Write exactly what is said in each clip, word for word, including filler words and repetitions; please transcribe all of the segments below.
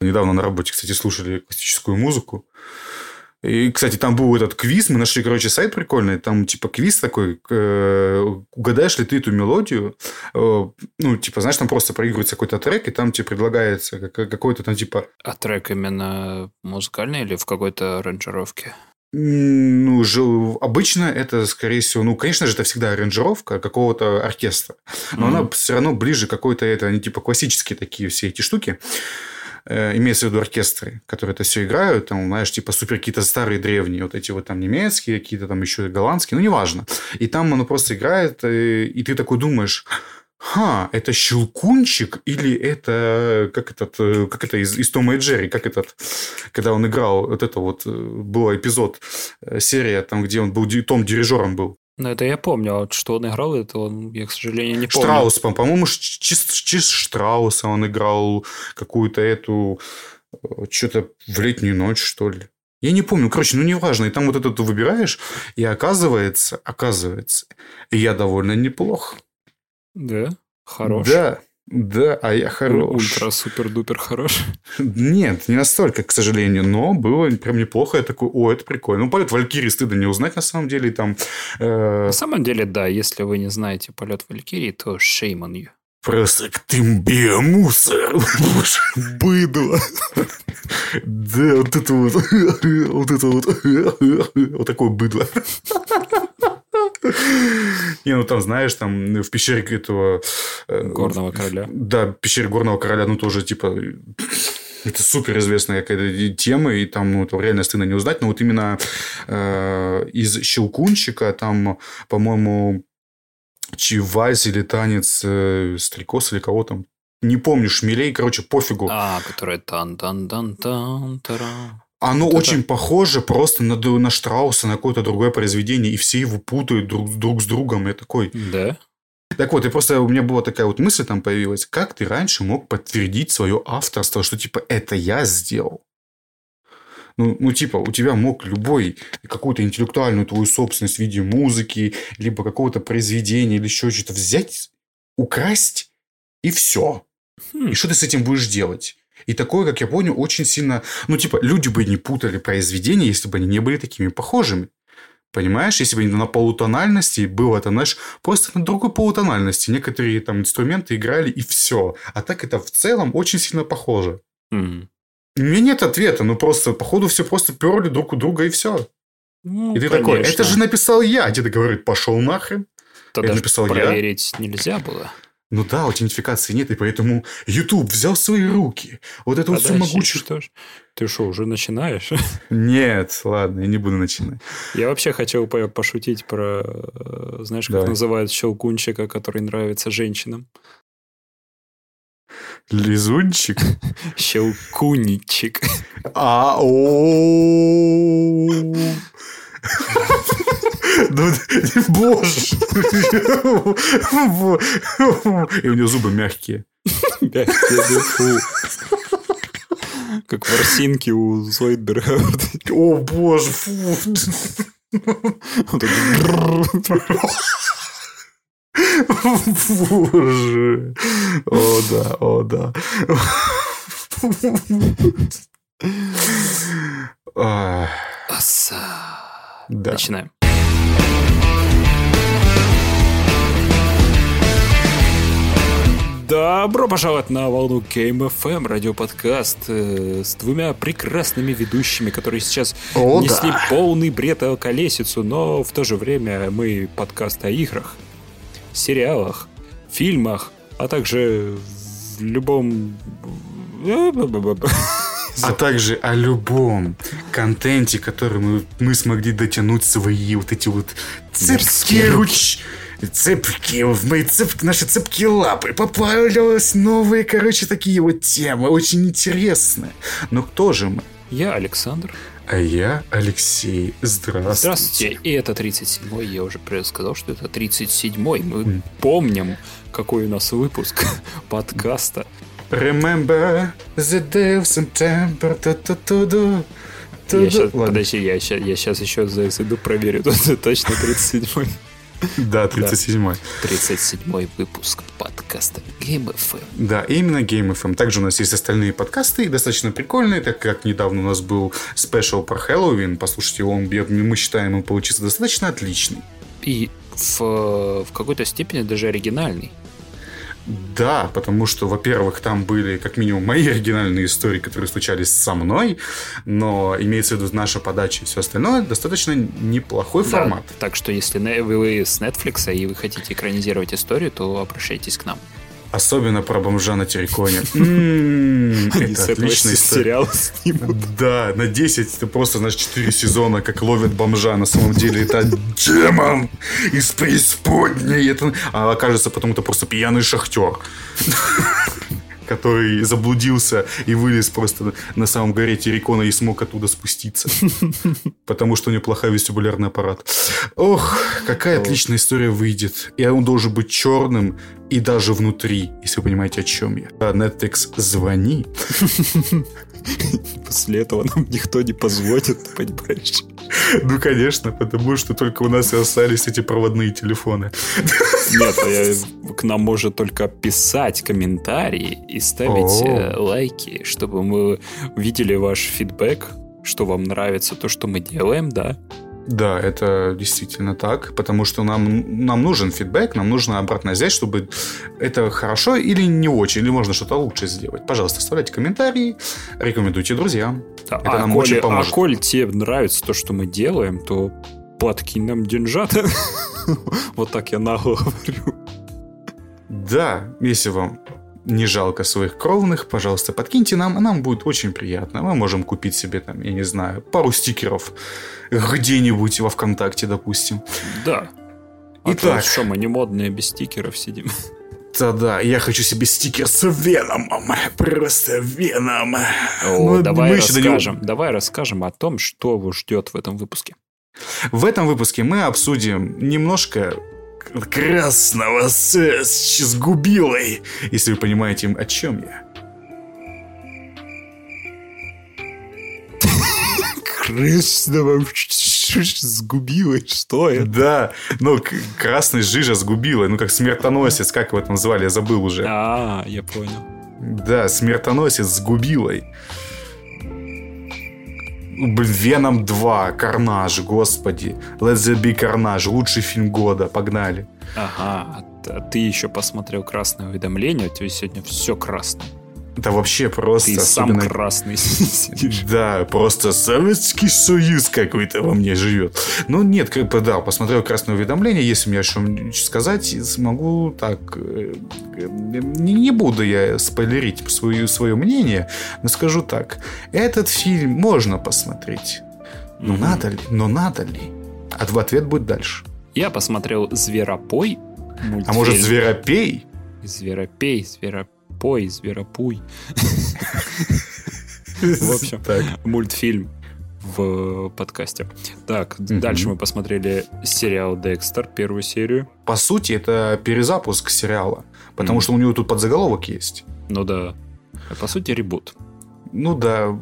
Недавно на работе, кстати, слушали классическую музыку. И, кстати, там был этот квиз. Мы нашли, короче, сайт прикольный. Там, типа, квиз такой. Э, угадаешь ли ты эту мелодию? Э, ну, типа, знаешь, там просто проигрывается какой-то трек, и там тебе предлагается какой-то там, типа... А трек именно музыкальный или в какой-то аранжировке? Ну, же, обычно это, скорее всего... Ну, конечно же, это всегда аранжировка какого-то оркестра. Но mm-hmm. она все равно ближе к какой-то... Это, они, типа, классические такие все эти штуки. Имеется в виду оркестры, которые это все играют, там, знаешь, типа супер какие-то старые древние, вот эти вот там немецкие, какие-то там еще голландские, ну, неважно. И там оно просто играет, и ты такой думаешь, ха, это Щелкунчик или это, как этот, как это из, из Тома и Джерри, как этот, когда он играл, вот это вот, был эпизод, серия, там, где он был, Том дирижером был. Ну, это я помню, а вот что он играл, это он, я, к сожалению, не помню. Штраус, по-моему, чисто Штрауса он играл какую-то эту, что-то в летнюю ночь, что ли. Я не помню, короче, ну, неважно. И там вот это ты выбираешь, и оказывается, оказывается, я довольно неплох. Да? Хорош. Да. Да, а я хорош. Ультра-супер-дупер хорош. Нет, не настолько, к сожалению, но было прям неплохо. Я такой, о, это прикольно. Ну, полет Валькирии стыдно не узнать, на самом деле. Там, э... На самом деле, да, если вы не знаете полет Валькирии, то shame on you. Просто ты биомусор. Быдло. Да, вот это вот. Вот это вот. Вот такое быдло. Не, ну там, знаешь, там в пещере этого... Горного короля. Да, в пещере Горного короля, ну, тоже, типа... Это супер известная какая-то тема, и там, ну, это реально стыдно не узнать. Но вот именно э, из Щелкунчика там, по-моему, Чивайс или танец э, Стрекоз или кого там. Не помню, Шмелей, короче, пофигу. А, который тан-тан-тан-тан-тара. Оно вот очень это... похоже просто на, на Штрауса, на какое-то другое произведение, и все его путают друг, друг с другом. Я такой... Да? Так вот, и просто у меня была такая вот мысль там появилась. Как ты раньше мог подтвердить свое авторство, что типа это я сделал? Ну, ну, типа, у тебя мог любой какую-то интеллектуальную твою собственность в виде музыки, либо какого-то произведения, или еще что-то взять, украсть, и все. Хм. И что ты с этим будешь делать? И такое, как я понял, очень сильно... Ну, типа, люди бы не путали произведения, если бы они не были такими похожими. Понимаешь? Если бы на полутональности было это, знаешь, просто на другой полутональности. Некоторые там инструменты играли, и все. А так это в целом очень сильно похоже. Mm. У меня нет ответа. Ну, просто, походу, все просто перли друг у друга, и все. Ну, и ты конечно. такой, это же написал я. А тебе говорит, пошел нахрен. Тогда это написал проверить я. Нельзя было. Ну да, аутентификации нет, и поэтому YouTube взял в свои руки. Вот это вот все могучее. Что ж, ты что, уже начинаешь? Нет, ладно, я не буду начинать. Я вообще хотел пошутить про, знаешь, как Давай. называют Щелкунчика, который нравится женщинам. Лизунчик? Щелкунчик. А, о. Ну, боже. И у него зубы мягкие. Мягкие, фу. Как ворсинки у Зойдберга. О, боже, фу. Боже. О, да, о, да. Оса. Да. Начинаем. Добро пожаловать на волну Game эф эм, радиоподкаст э, с двумя прекрасными ведущими, которые сейчас О, несли да. полный бред о колесицу, но в то же время мы подкаст о играх, сериалах, фильмах, а также в любом... А также о любом контенте, который мы, мы смогли дотянуть свои вот эти вот цепкие руч... Цепкие, в мои цепки, наши цепкие лапы попались новые, короче, такие вот темы, очень интересные. Но кто же мы? Я Александр. А я Алексей. Здравствуйте. Здравствуйте. И это тридцать седьмой. Я уже сказал, что это тридцать седьмой. Мы mm. помним, какой у нас выпуск подкаста. Remember the day of September. Я сейчас, подожди, я сейчас, я сейчас еще зайду, проверю. Тут точно тридцать седьмой. Да, тридцать седьмой. тридцать седьмой выпуск подкаста Game эф эм. Да, именно Game эф эм. Также у нас есть остальные подкасты, достаточно прикольные, так как недавно у нас был спешл про Хэллоуин. Послушайте его, он, мы считаем, он получится достаточно отличный. И в, в какой-то степени даже оригинальный. Да, потому что, во-первых, там были как минимум мои оригинальные истории, которые случались со мной, но имеется в виду наша подача и все остальное, достаточно неплохой да, формат. Так что если вы с Netflix и вы хотите экранизировать историю, то обращайтесь к нам. Особенно про бомжа на Терриконе. Это отличный сериал снимут. Да, на десять ты просто, знаешь, четыре сезона, как ловят бомжа. На самом деле это демон из преисподней. А окажется потом это просто пьяный шахтер, который заблудился и вылез просто на самом горе Террикона и смог оттуда спуститься. Потому что у него плохой вестибулярный аппарат. Ох, какая Ох. отличная история выйдет. И он должен быть черным и даже внутри, если вы понимаете, о чем я. Netflix, звони. После этого нам никто не позвонит, понимаешь? Ну, конечно, потому что только у нас и остались эти проводные телефоны. Нет, я, к нам можно только писать комментарии и ставить О-о-о. лайки, чтобы мы видели ваш фидбэк, что вам нравится то, что мы делаем, да? Да, это действительно так, потому что нам, нам нужен фидбэк, нам нужна обратная связь, чтобы это хорошо или не очень, или можно что-то лучше сделать. Пожалуйста, оставляйте комментарии, рекомендуйте друзьям. Да, это а нам коли, очень поможет. А коль тебе нравится то, что мы делаем, то подкинь нам деньжата. Вот так я нагло говорю. Да, если вам не жалко своих кровных, пожалуйста, подкиньте нам, а нам будет очень приятно. Мы можем купить себе, там, я не знаю, пару стикеров где-нибудь во ВКонтакте, допустим. Да. Итак. А что, мы не модные без стикеров сидим? Да-да, я хочу себе стикер с Веномом. Просто Веном. О, ну, давай расскажем. Него... Давай расскажем о том, что вас ждет в этом выпуске. В этом выпуске мы обсудим немножко красного с, с губилой, если вы понимаете, о чем я. Красного с губилой, что это? Да, ну, красный жижа с губилой, ну, как смертоносец, как его там звали, я забыл уже. А, я понял. Да, смертоносец с губилой. Веном два, Карнаж, господи. Let there be Carnage, лучший фильм года, погнали. Ага, а ты еще посмотрел «Красное уведомление», у тебя сегодня все красное. Да вообще просто... Ты особенно... сам красный. Да, просто Советский Союз какой-то во мне живет. Ну нет, как бы да, посмотрел «Красное уведомление», если мне о чем сказать, смогу так... Не буду я спойлерить свое, свое мнение, но скажу так. Этот фильм можно посмотреть. Но mm-hmm. надо ли? Но надо ли? А в ответ будет дальше. Я посмотрел «Зверопой». Мультфильм. А может, «Зверопей»? «Зверопей», «Зверопей». Пой, зверопуй. В общем, мультфильм в подкасте. Так, дальше мы посмотрели сериал «Декстер», первую серию. По сути, это перезапуск сериала, потому что у него тут подзаголовок есть. Ну да. По сути, ребут. Ну да.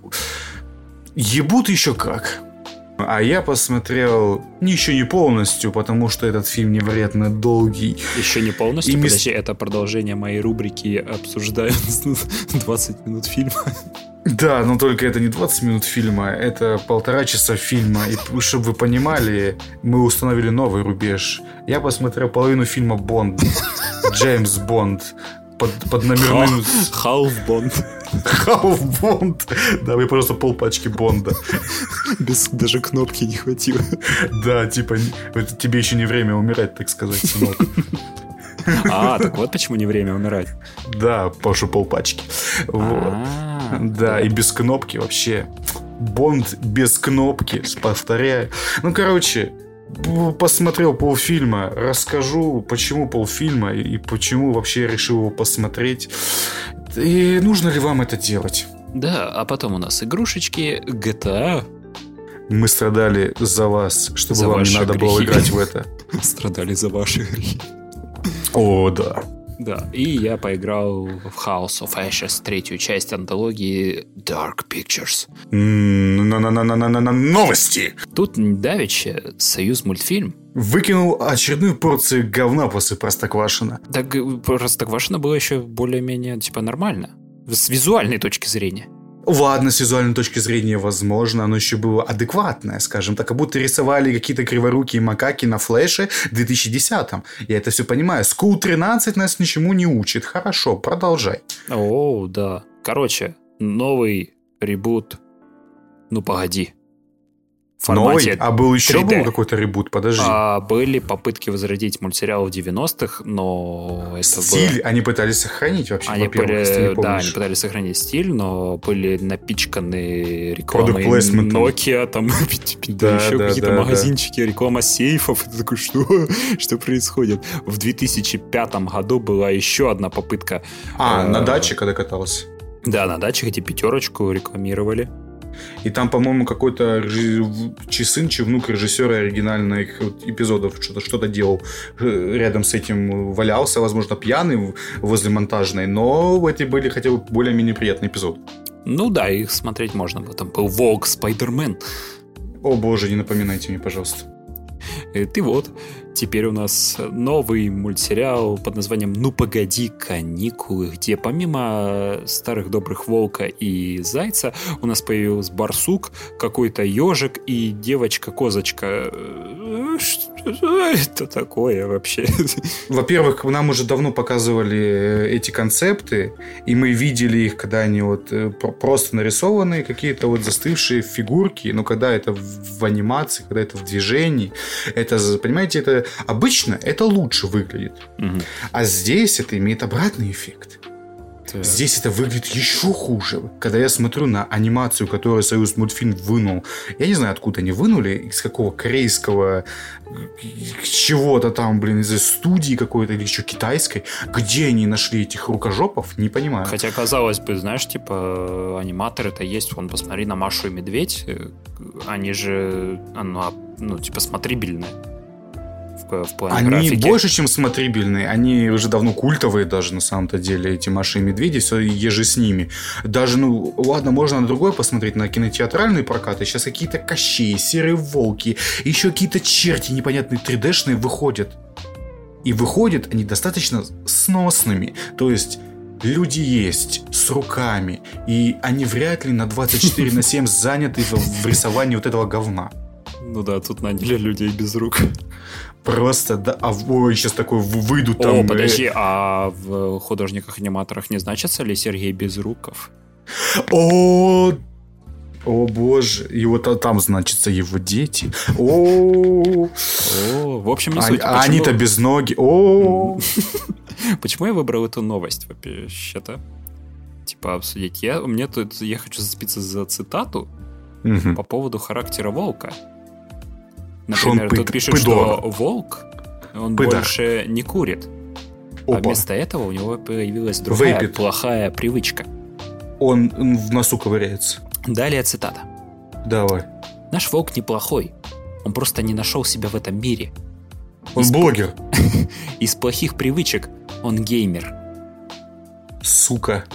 Ебут еще как. А я посмотрел еще не полностью, потому что этот фильм невероятно долгий. Еще не полностью? И Подожди, мис... это продолжение моей рубрики «Обсуждаем двадцать минут фильма». Да, но только это не двадцать минут фильма, это полтора часа фильма. И чтобы вы понимали, мы установили новый рубеж. Я посмотрел половину фильма «Бонд». Джеймс Бонд. Под, под номерным... Халф Бонд. Халф Бонд. Да, мне просто полпачки Бонда. Без даже кнопки не хватило. Да, типа, тебе еще не время умирать, так сказать, сынок. А, так вот почему не время умирать. Да, потому что полпачки. Вот. Да, и без кнопки вообще. Бонд без кнопки, повторяю. Ну, короче... Посмотрел полфильма, расскажу, почему полфильма и почему вообще я решил его посмотреть. И нужно ли вам это делать? Да, а потом у нас игрушечки, джи ти эй. Мы страдали за вас, чтобы за вам не надо грехи. было играть в это. Страдали за ваши грехи. О, да. Да, и я поиграл в House of Ashes, третью часть антологии Dark Pictures. Новости! Тут давеча Союз мультфильм выкинул очередную порцию говна после Простоквашино. Так Простоквашино было еще более-менее типа нормально. С визуальной точки зрения. Ладно, с визуальной точки зрения, возможно, оно еще было адекватное, скажем так, как будто рисовали какие-то криворукие макаки на флеше в две тысячи десятом. Я это все понимаю. Скул тринадцать нас ничему не учит. Хорошо, продолжай. О, да. Короче, новый ребут. Ну, погоди. Новый? А был еще три дэ. Был какой-то ребут? Подожди. А, были попытки возродить мультсериал в девяностых, но... Это стиль было... они пытались сохранить вообще, они были... Да, они пытались сохранить стиль, но были напичканы рекламой Nokia, там да, еще да, какие-то да, магазинчики, да. Реклама сейфов. Ты такой, что? Что происходит? В две тысячи пятом году была еще одна попытка. А, э- на даче, когда катался? Да, на даче, где пятерочку рекламировали. И там, по-моему, какой-то сын, чи внук режиссера оригинальных эпизодов что-то, что-то делал. Рядом с этим валялся, возможно, пьяный возле монтажной. Но эти были хотя бы более-менее приятные эпизоды. Ну да, их смотреть можно. Там был Волк, Спайдермен. О боже, не напоминайте мне, пожалуйста. И вот, теперь у нас новый мультсериал под названием «Ну погоди, каникулы», где помимо старых добрых Волка и Зайца у нас появился барсук, какой-то ежик и девочка-козочка. Что это такое вообще? Во-первых, нам уже давно показывали эти концепты, и мы видели их, когда они вот просто нарисованные, какие-то вот застывшие фигурки, но когда это в анимации, когда это в движении, это, понимаете, это обычно это лучше выглядит. Угу. А здесь это имеет обратный эффект. Так. Здесь это выглядит еще хуже. Когда я смотрю на анимацию, которую Союз мультфильм вынул, я не знаю, откуда они вынули, из какого корейского чего-то там, блин, из студии какой-то или еще китайской, где они нашли этих рукожопов, не понимаю. Хотя, казалось бы, знаешь, типа, аниматоры-то есть, вон, посмотри на Машу и Медведь, они же, ну, ну типа, смотрибельные. В, в плане они графики. Больше, чем смотрибельные. Они уже давно культовые даже, на самом-то деле, эти Маши и Медведи, все еже с ними. Даже, ну, ладно, можно на другое посмотреть, на кинотеатральные прокаты. Сейчас какие-то Кощеи, Серые Волки, еще какие-то черти непонятные три дэ-шные выходят. И выходят они достаточно сносными. То есть люди есть с руками, и они вряд ли на двадцать четыре на семь заняты в рисовании вот этого говна. Ну да, тут наняли людей без рук. Просто, да, а ой, сейчас такой выйдут там... О, подожди, а в художниках-аниматорах не значится ли Сергей Безруков? О, о боже, и вот там значится его дети. О, в общем, не суть. А они-то без ноги. О, почему я выбрал эту новость вообще-то? Типа обсудить. Я, мне тут, я хочу зацепиться за цитату по поводу характера волка. Например, тут пишет, что волк, он Пыдар. больше не курит. Опа. А вместо этого у него появилась другая Вейпит. плохая привычка. Он в носу ковыряется. Далее цитата. Давай. Наш волк неплохой. Он просто не нашел себя в этом мире. Он Из блогер. Из плохих привычек он геймер. Сука.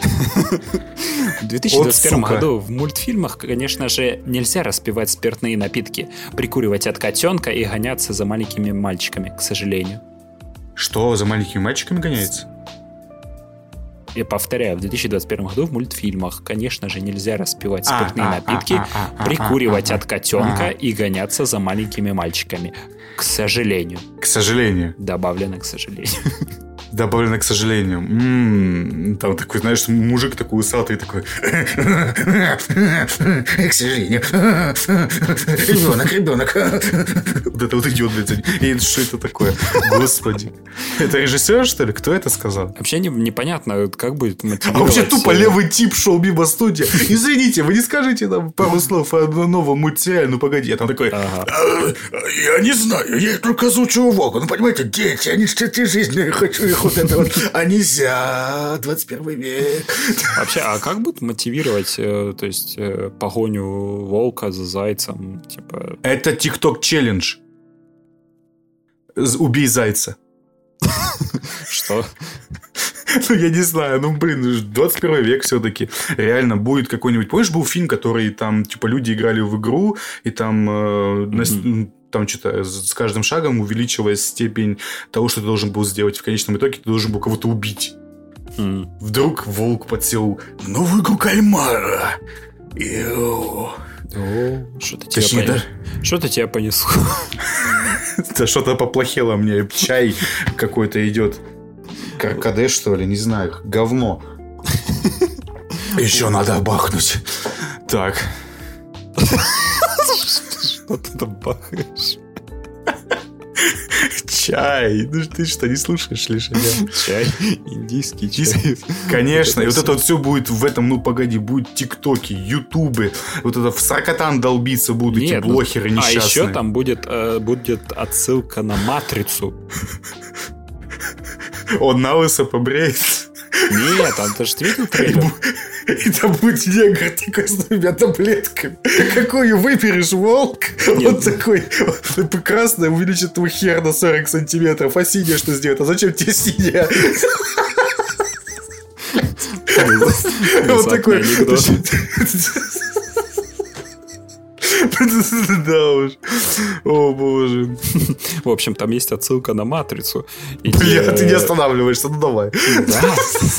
В две тысячи двадцать первом году в мультфильмах, конечно же, нельзя распивать спиртные напитки, прикуривать от котенка и гоняться за маленькими мальчиками, к сожалению. Что, за маленькими мальчиками гоняется? Я повторяю, в две тысячи двадцать первом году в мультфильмах, конечно же, нельзя распивать спиртные а, напитки, а, а, а, прикуривать а, а, от котенка а, и гоняться за маленькими мальчиками. К сожалению. К сожалению. Добавлено к сожалению. Добавлено, к сожалению. М-м-м, там такой, знаешь, мужик такой усатый такой. К сожалению. Ребенок, ребенок. Вот это вот идет, блядь. И что это такое? Господи. Это режиссер, что ли? Кто это сказал? Вообще не, непонятно, как будет мотивировать. А вообще тупо левый тип шел мимо студии. Извините, вы не скажете нам пару слов о новом мультсериале? Ну погоди, я там такой. Ага. Я не знаю, я только озвучиваю Волка. Ну понимаете, дети, они же эти жизни хочу их вот это вот. А нельзя, двадцать первый век. Вообще, а как будут мотивировать, то есть, погоню волка за зайцем? Типа... Это TikTok челлендж. Убей зайца. Что? Ну, я не знаю, ну, блин, двадцать первый век все-таки. Реально будет какой-нибудь... Помнишь, был фильм, который там, типа, люди играли в игру, и там... Э, mm-hmm. Там что-то с каждым шагом увеличивалась степень того, что ты должен был сделать. В конечном итоге ты должен был кого-то убить. Mm. Вдруг волк подсел в новую игру кальмара. Иу. Что-то тебя, понес... да... что-то тебя понесло. Да что-то поплохело мне. Чай какой-то идет. Каркаде, что ли? Не знаю. Говно. Еще надо бахнуть. Так. Что ты там бахаешь? Чай. Ну ты что, не слушаешь лишь? Чай. Индийский чай. Конечно. И вот это вот все будет в этом, ну погоди, будет тиктоки, ютубы. Вот это в саркатан долбиться будут эти блогеры несчастные. А еще там будет, будет отсылка на «Матрицу». Он на лысо побреется. Нет, там ты же видел трейлер? И там будет негр такой с двумя таблетками. Какую выберешь, волк? Нет. Он такой, красный увеличит твой хер на сорок сантиметров. А синяя что сделает? А зачем тебе синяя? Вот такой. Да уж. О, боже. В общем, там есть отсылка на «Матрицу». Бля, ты не останавливаешься, ну давай. Да.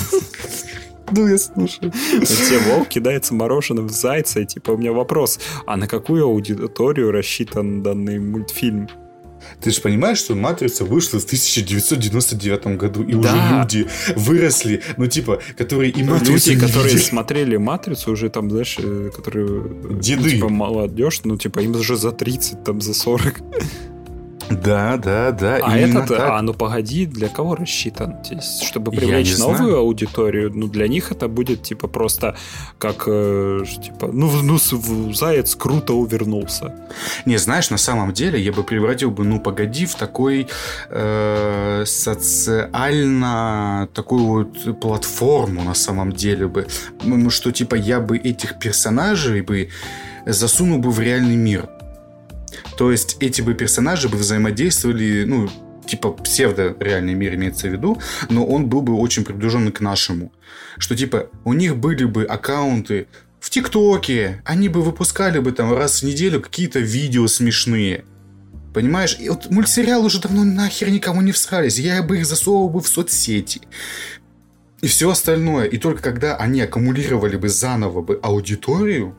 Ну, я слушаю. Где волк кидается мороженым в зайца. И типа у меня вопрос, а на какую аудиторию рассчитан данный мультфильм? Ты же понимаешь, что «Матрица» вышла в тысяча девятьсот девяносто девятом году, и да. уже люди выросли, ну, типа, которые и «Матрицу» люди, которые видели. Смотрели «Матрицу», уже там, знаешь, которые... Деды. Ну, типа, молодежь, ну, типа, им уже за тридцать, там, за сорок. Да, да, да. А этот, так. а ну погоди, для кого рассчитан? То есть, чтобы привлечь новую знаю. аудиторию, ну для них это будет типа просто как э, типа, ну, ну заяц круто увернулся. Не, знаешь, на самом деле я бы превратил бы, ну погоди, в такой э, социально такую вот платформу на самом деле бы, что типа я бы этих персонажей бы засунул бы в реальный мир. То есть эти бы персонажи бы взаимодействовали, ну, типа псевдо-реальный мир имеется в виду, но он был бы очень приближенный к нашему. Что типа у них были бы аккаунты в ТикТоке, они бы выпускали бы там раз в неделю какие-то видео смешные. Понимаешь? И вот мультсериалы уже давно нахер никому не всрались. Я бы их засовывал бы в соцсети. И все остальное. И только когда они аккумулировали бы заново бы аудиторию,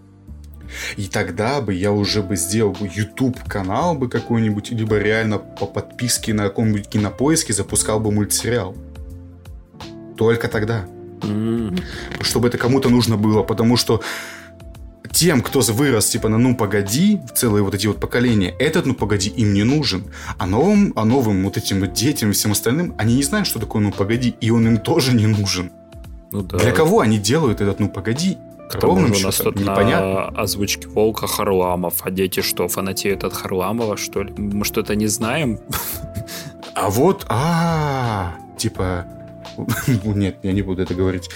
и тогда бы я уже бы сделал бы YouTube-канал бы какой-нибудь, либо реально по подписке на каком-нибудь Кинопоиске запускал бы мультсериал. Только тогда. Mm. Чтобы это кому-то нужно было. Потому что тем, кто вырос типа на «Ну, погоди», целые вот эти вот поколения, этот «Ну, погоди» им не нужен. А новым, а новым вот этим вот детям и всем остальным, они не знают, что такое «Ну, погоди», и он им тоже не нужен. Ну, да. Для кого они делают этот «Ну, погоди»? Ровным у нас тут непонятно. На озвучке волка Харламов. А дети что, фанатеют от Харламова, что ли? Мы что-то не знаем? А вот, а типа... Нет, я не буду это говорить.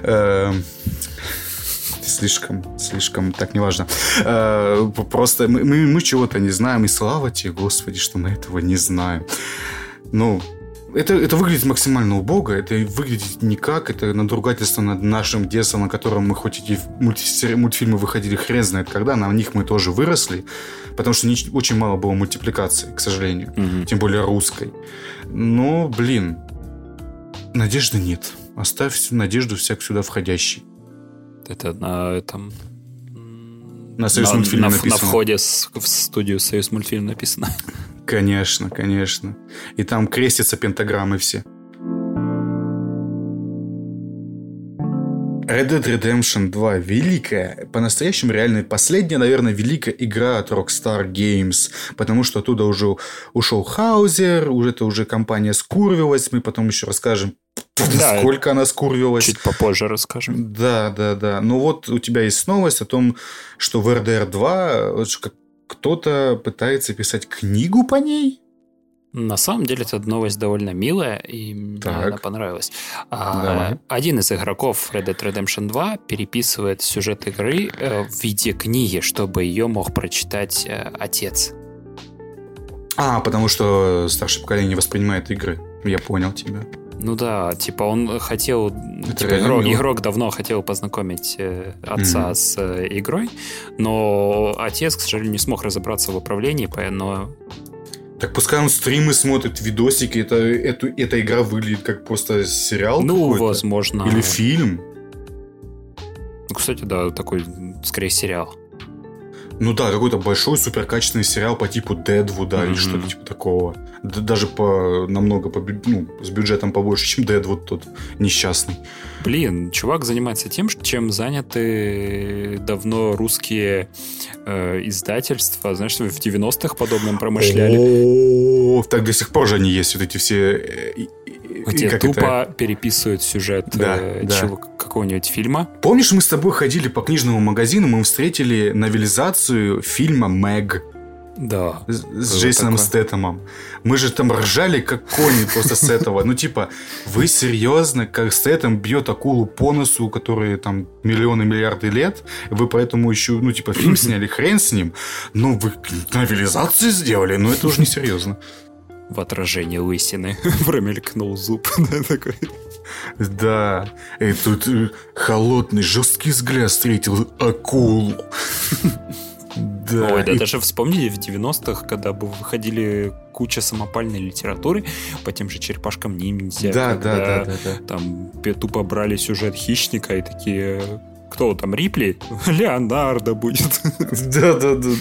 Слишком, слишком, так неважно. Просто мы, мы чего-то не знаем, и слава тебе, Господи, что мы этого не знаем. Ну... Это, это выглядит максимально убого, это выглядит никак, это надругательство над нашим детством, на котором мы хоть эти мульти- мультфильмы выходили хрен знает когда, на них мы тоже выросли, потому что не, очень мало было мультипликации, к сожалению, mm-hmm. тем более русской. Но, блин, надежды нет. Оставь всю надежду всяк сюда входящий. Это на этом... На Союз мультфильм на, написано. На входе в студию Союз мультфильм написано. Конечно, конечно. И там крестятся пентаграммы все. Red Dead Redemption два великая, по-настоящему реально последняя, наверное, великая игра от Rockstar Games, потому что оттуда уже ушел Хаузер, уже это уже компания скурвилась, мы потом еще расскажем, да, сколько она скурвилась. Чуть попозже расскажем. Да, да, да. Но вот у тебя есть новость о том, что в эр дэ эр два кто-то пытается писать книгу по ней. На самом деле, эта новость довольно милая, и так. мне она понравилась. А, один из игроков Red Dead Redemption два переписывает сюжет игры в виде книги, чтобы ее мог прочитать отец. А, потому что старшее поколение воспринимает игры. Я понял тебя. Ну да, типа он хотел, типа игрок, игрок давно хотел познакомить э, отца mm-hmm. с э, игрой, но отец, к сожалению, не смог разобраться в управлении, но... Так пускай он стримы смотрит, видосики, это, это, эта игра выглядит как просто сериал ну, какой-то. Возможно. Или фильм. Ну, кстати, да, такой, скорее, сериал. Ну да, какой-то большой суперкачественный сериал по типу Дэдвуда mm-hmm. или что-то типа такого. Д- даже по намного по, ну, с бюджетом побольше, чем Дэдвуд тот несчастный. Блин, чувак занимается тем, чем заняты давно русские э, издательства. Знаешь, в девяностых подобным промышляли. О, так до сих пор же они есть, вот эти все... Где тупо это... переписывают сюжет да, э, да. чего, какого-нибудь фильма. Помнишь, мы с тобой ходили по книжному магазину, мы встретили новелизацию фильма «Мэг». Да. С, с Джейсоном такое? Стэтэмом. Мы же там ржали как кони просто с этого. Ну, типа, вы серьезно, как Стэтэм бьет акулу по носу, у которой там миллионы, миллиарды лет, вы поэтому еще, ну, типа, фильм сняли, хрен с ним. Ну, вы новелизацию сделали, ну, это уже не серьезно. В отражении лысины промелькнул зуб. Да. И тут холодный, жесткий взгляд встретил акулу. Да. Ой, да, и... даже вспомните в девяностых, когда бы выходили куча самопальной литературы по тем же черепашкам ниндзя. Да, да, да, да, да. Там тупо брали сюжет хищника и такие... Кто там, Рипли? Леонардо будет. Да, да, да.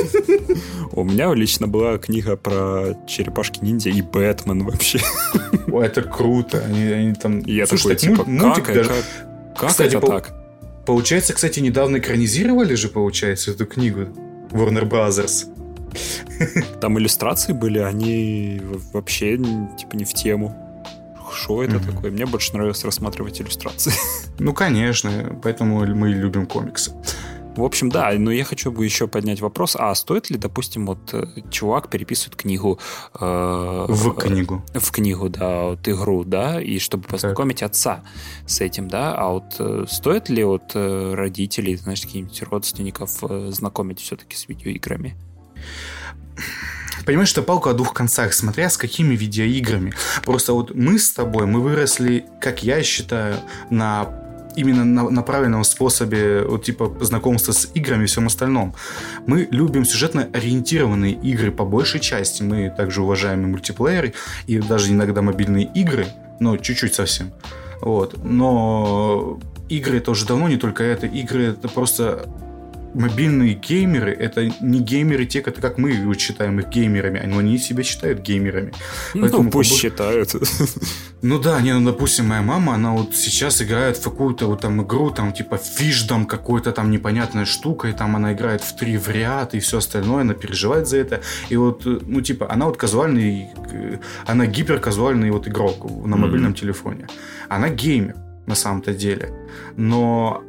У меня лично была книга про черепашки-ниндзя и Бэтмен вообще. Ой, это круто. Они, они там... Я Слушай, такой, типа, мультик как, даже... как, как кстати, это по... так? Получается, кстати, недавно экранизировали же, получается, эту книгу Warner Brothers. Там иллюстрации были, они вообще типа не в тему. Что это mm-hmm. такое? Мне больше нравилось рассматривать иллюстрации. Ну, конечно, поэтому мы любим комиксы. В общем, да, но я хочу бы еще поднять вопрос, а стоит ли, допустим, вот чувак переписывает книгу... Э, в книгу. В книгу, да, вот игру, да, и чтобы познакомить так. отца с этим, да, а вот э, стоит ли вот э, родителей, знаешь, каких-нибудь родственников э, знакомить все-таки с видеоиграми? Понимаешь, что палка о двух концах, смотря с какими видеоиграми. Просто вот мы с тобой, мы выросли, как я считаю, на... именно на, на правильном способе вот, типа знакомства с играми и всем остальном. Мы любим сюжетно ориентированные игры по большей части. Мы также уважаем и мультиплееры, и даже иногда мобильные игры, но чуть-чуть совсем. Вот. Но игры это уже давно не только это. Игры это просто... Мобильные геймеры, это не геймеры те, как мы считаем их геймерами, но они себя считают геймерами. Ну, поэтому пусть побо... считают. Ну да, не, ну, допустим, моя мама, она вот сейчас играет в какую-то вот там игру, там, типа, фишдом какой-то там непонятной штукой, там она играет в три в ряд и все остальное, она переживает за это. И вот, ну, типа, она вот казуальный, она гиперказуальный вот игрок на мобильном mm-hmm. телефоне. Она геймер, на самом-то деле. Но...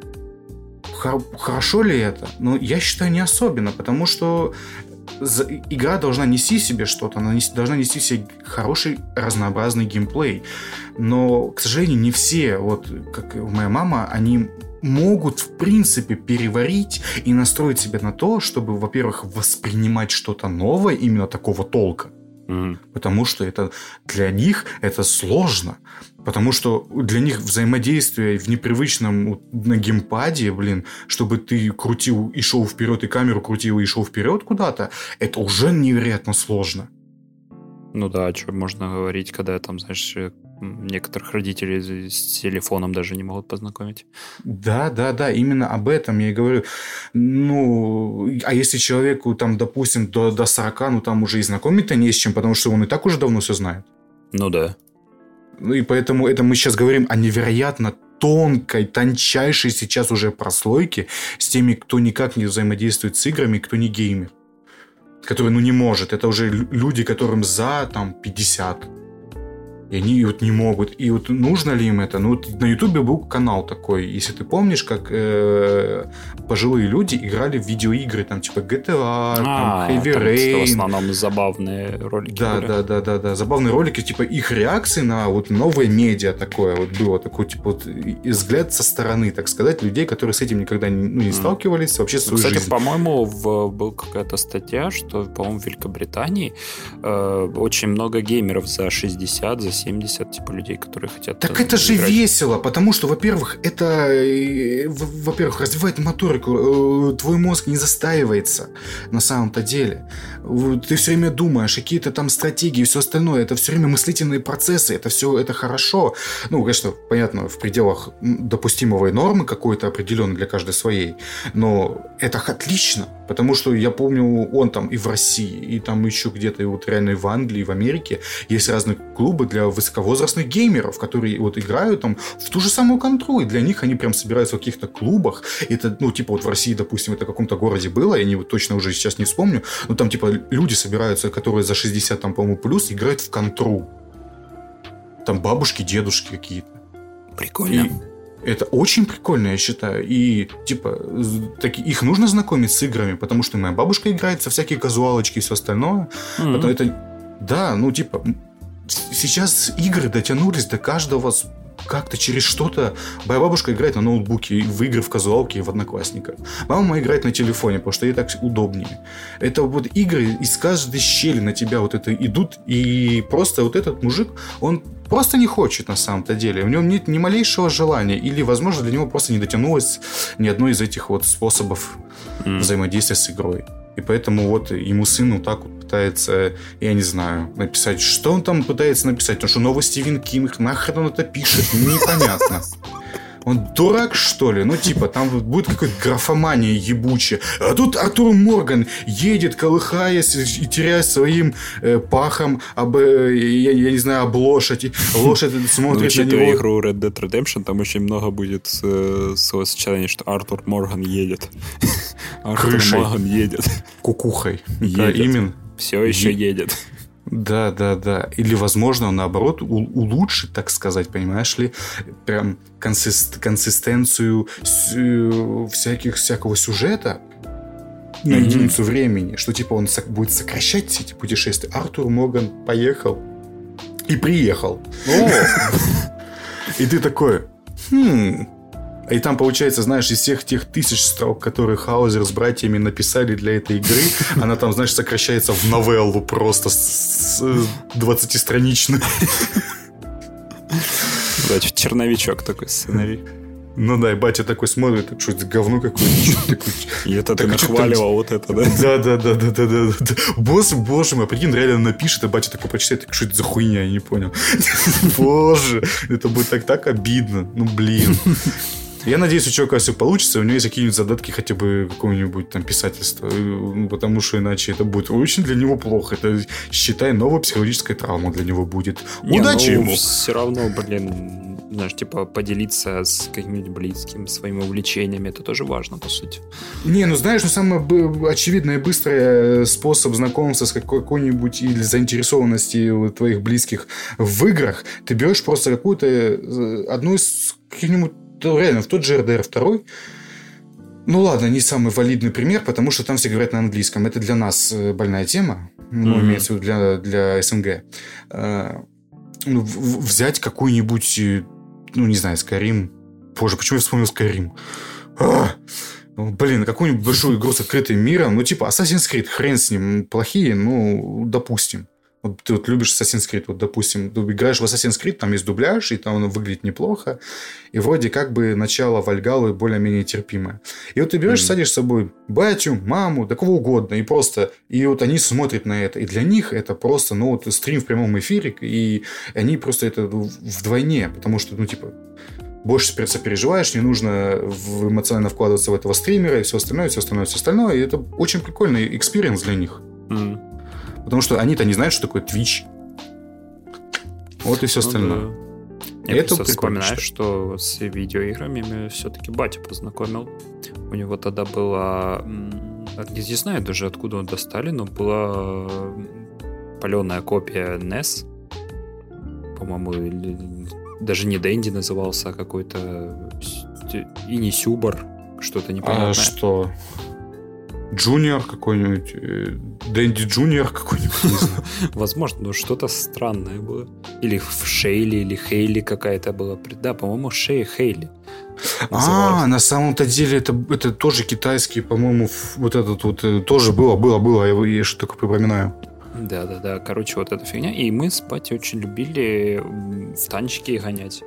Хорошо ли это? Ну, я считаю, не особенно, потому что игра должна нести себе что-то, она должна нести себе хороший разнообразный геймплей. Но, к сожалению, не все, вот как моя мама, они могут, в принципе, переварить и настроить себя на то, чтобы, во-первых, воспринимать что-то новое именно такого толка. Mm-hmm. Потому что это для них это сложно. Потому что для них взаимодействие в непривычном на геймпаде, блин, чтобы ты крутил и шел вперед, и камеру крутил и шел вперед куда-то, это уже невероятно сложно. Ну да, что можно говорить, когда там, знаешь, некоторых родителей с телефоном даже не могут познакомить. Да, да, да, именно об этом я и говорю. Ну, а если человеку там, допустим, до, до сорока, ну там уже и знакомить-то не с чем, потому что он и так уже давно все знает. Ну да. Ну и поэтому это мы сейчас говорим о невероятно тонкой, тончайшей сейчас уже прослойке с теми, кто никак не взаимодействует с играми, кто не геймер. Который, ну, не может. Это уже люди, которым за, там, пятьдесят. И они вот не могут. И вот нужно ли им это? Ну, вот на Ютубе был канал такой, если ты помнишь, как э, пожилые люди играли в видеоигры, там, типа джи ти эй, А, там, Heavy там Rain. в основном забавные ролики Да, были. да, да, да, да. Забавные ролики, типа их реакции на вот новое медиа такое вот было, такой, типа, вот взгляд со стороны, так сказать, людей, которые с этим никогда не, ну, не сталкивались вообще в свою Кстати, жизнь. по-моему, в, была какая-то статья, что, по-моему, в Великобритании э, очень много геймеров за шестьдесят, за семьдесят, типа, людей, которые хотят. Так это же играть. весело, потому что, во-первых, это, э, в- во-первых, развивает моторику, э, твой мозг не застаивается на самом-то деле. Вот ты все время думаешь, какие-то там стратегии и все остальное, это все время мыслительные процессы, это все, это хорошо. Ну, конечно, понятно, в пределах допустимой нормы какой-то определенной для каждой своей, но это отлично, потому что я помню, он там и в России, и там еще где-то, и вот реально и в Англии, и в Америке есть разные клубы для высоковозрастных геймеров, которые вот играют там в ту же самую контру, и для них они прям собираются в каких-то клубах. Это, ну, типа вот в России, допустим, это в каком-то городе было, я не, вот точно уже сейчас не вспомню, но там типа люди собираются, которые за шестьдесят, там, по-моему, плюс, играют в контру. Там бабушки, дедушки какие-то. Прикольно. И это очень прикольно, я считаю. И, типа, так, их нужно знакомить с играми, потому что моя бабушка играет со всякие казуалочки и все остальное. Mm-hmm. Потом это... Да, ну, типа, сейчас игры дотянулись до каждого как-то через что-то. Моя бабушка играет на ноутбуке в игры в казуалке и в Одноклассниках. Мама моя играет на телефоне, потому что ей так удобнее. Это вот игры из каждой щели на тебя вот это идут, и просто вот этот мужик, он просто не хочет на самом-то деле. У него нет ни малейшего желания, или, возможно, для него просто не дотянулось ни одно из этих вот способов mm. взаимодействия с игрой. И поэтому вот ему сын вот так вот пытается, я не знаю, написать. Что он там пытается написать? Потому что новый Стивен Кинг, нахрен он это пишет? Непонятно. Он дурак, что ли? Ну, типа, там будет какая-то графомания ебучая. А тут Артур Морган едет, колыхаясь и теряя своим э, пахом об, э, я, я не знаю, об лошадь. Лошадь смотрит ну, на него. игру Red Dead Redemption, там очень много будет э, словосочетания, что Артур Морган едет. Артур Морган едет. Кукухой. Да, именно. Все еще е- едет. Да, да, да. Или, возможно, он, наоборот, у- улучшит, так сказать, понимаешь ли, прям консист- консистенцию с- э, всяких, всякого сюжета на mm-hmm. единицу времени, что, типа, он сок- будет сокращать все эти путешествия. Артур Морган поехал и приехал. И ты такой, хм... И там, получается, знаешь, из всех тех тысяч строк, которые Хаузер с братьями написали для этой игры, она там, знаешь, сокращается в новеллу просто с двадцатистраничную. Да, черновичок такой сценарий. Ну да, и батя такой смотрит, что это говно какое-то. И это ты нахваливал вот это, да? Да, да, да, да, да, да. Боже, боже мой, прикинь, реально напишет, и батя такой почитает, что это за хуйня, я не понял. Боже, это будет так так обидно. Ну, блин. Я надеюсь, у человека все получится, у него есть какие-нибудь задатки хотя бы какого-нибудь там писательства, потому что иначе это будет очень для него плохо. Это, считай, новая психологическая травма для него будет. Не, удачи ну, ему! Все равно, блин, знаешь, типа поделиться с каким-нибудь близким своими увлечениями, это тоже важно, по сути. Не, ну знаешь, ну самый очевидный и быстрый способ знакомства с какой-нибудь или заинтересованности твоих близких в играх, ты берешь просто какую-то одну из каких-нибудь реально, в тот же эр дэ эр два. Ну ладно, не самый валидный пример, потому что там все говорят на английском. Это для нас больная тема. Ну, mm-hmm. имеется в виду для, для эс эн гэ. А, ну, в, взять какую-нибудь, ну, не знаю, Skyrim. Боже, почему я вспомнил Skyrim? А, ну, блин, какую-нибудь большую игру с открытым миром. Ну, типа Assassin's Creed, хрен с ним. Плохие, ну, допустим. Вот ты вот любишь Assassin's Creed, вот, допустим, ты играешь в Assassin's Creed, там есть дубляж, и там он выглядит неплохо, и вроде как бы начало Вальгаллы более-менее терпимое. И вот ты берешь, mm-hmm. садишь с собой батю, маму, да кого угодно, и просто, и вот они смотрят на это, и для них это просто, ну, вот стрим в прямом эфире, и они просто это вдвойне, потому что, ну, типа, больше сопереживаешь, не нужно эмоционально вкладываться в этого стримера, и все остальное, все остальное, все остальное, и это очень прикольный экспириенс для них. Mm-hmm. Потому что они-то не знают, что такое Twitch. Вот и все ну, остальное. Да. Я это просто вспоминаю, что с видеоиграми все-таки батя познакомил. У него тогда была... Не знаю даже, откуда он достали, но была паленая копия эн и эс. По-моему, даже не Дэнди назывался, а какой-то... И не Сюбар. Что-то непонятное. А что? Джуниор какой-нибудь? Дэнди Джуниор какой-нибудь? Не знаю. Возможно, но что-то странное было. Или в Шейли, или Хейли какая-то была. Да, по-моему, Шей Хейли. А, на самом-то деле это, это тоже китайский, по-моему, вот этот вот тоже было, было, было, я, я что только припоминаю. Да-да-да, короче, вот эта фигня. И мы с Батей очень любили в танчики гонять.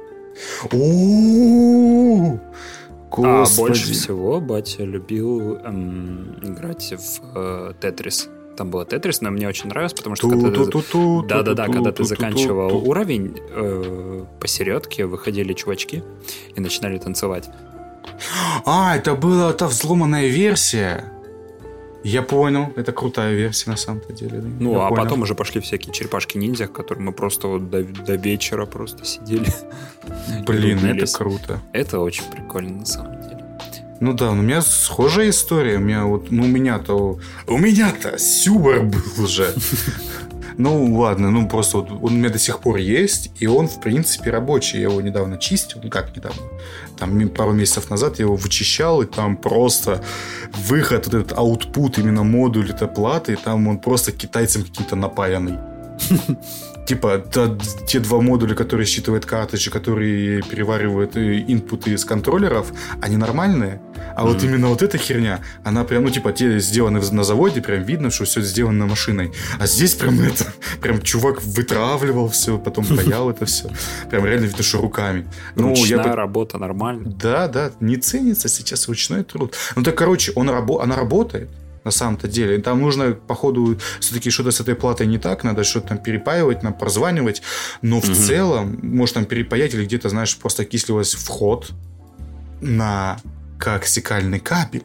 О-о-о! А больше всего Батя любил эм, играть в э, Тетрис. Там было Тетрис, но мне очень нравилось, потому что когда ты, да-да-да, когда ты заканчивал уровень, э, посередке выходили чувачки и начинали танцевать. А, это была та взломанная версия. Я понял, это крутая версия на самом-то деле. Да? Ну, Я а понял. потом уже пошли всякие черепашки-ниндзя, в которых мы просто вот до, до вечера просто сидели. Блин, это круто. Это очень прикольно на самом деле. Ну да, у меня схожая история. У меня вот, ну у меня-то, у меня-то Сюбар был уже. Ну ладно, ну просто вот он у меня до сих пор есть, и он в принципе рабочий. Я его недавно чистил, ну как недавно, там пару месяцев назад я его вычищал, и там просто выход, вот этот аутпут, именно модуль этой платы, там он просто китайцем каким-то напаянный. Типа, те два модуля, которые считывают картриджи, которые переваривают инпуты из контроллеров, они нормальные. А mm-hmm. вот именно вот эта херня, она прям, ну, типа, те сделаны на заводе, прям видно, что все сделано машиной. А здесь прям это, прям чувак вытравливал все, потом паял это все. Прям реально видно, что руками. Ну, ручная я... работа нормально. Да, да, не ценится сейчас ручной труд. Ну, так, короче, он рабо... она работает. На самом-то деле. Там нужно, походу, все-таки что-то с этой платой не так, надо что-то там перепаивать, нам прозванивать. Но в угу. целом, может там перепаять или где-то, знаешь, просто окислилось вход на коаксиальный кабель.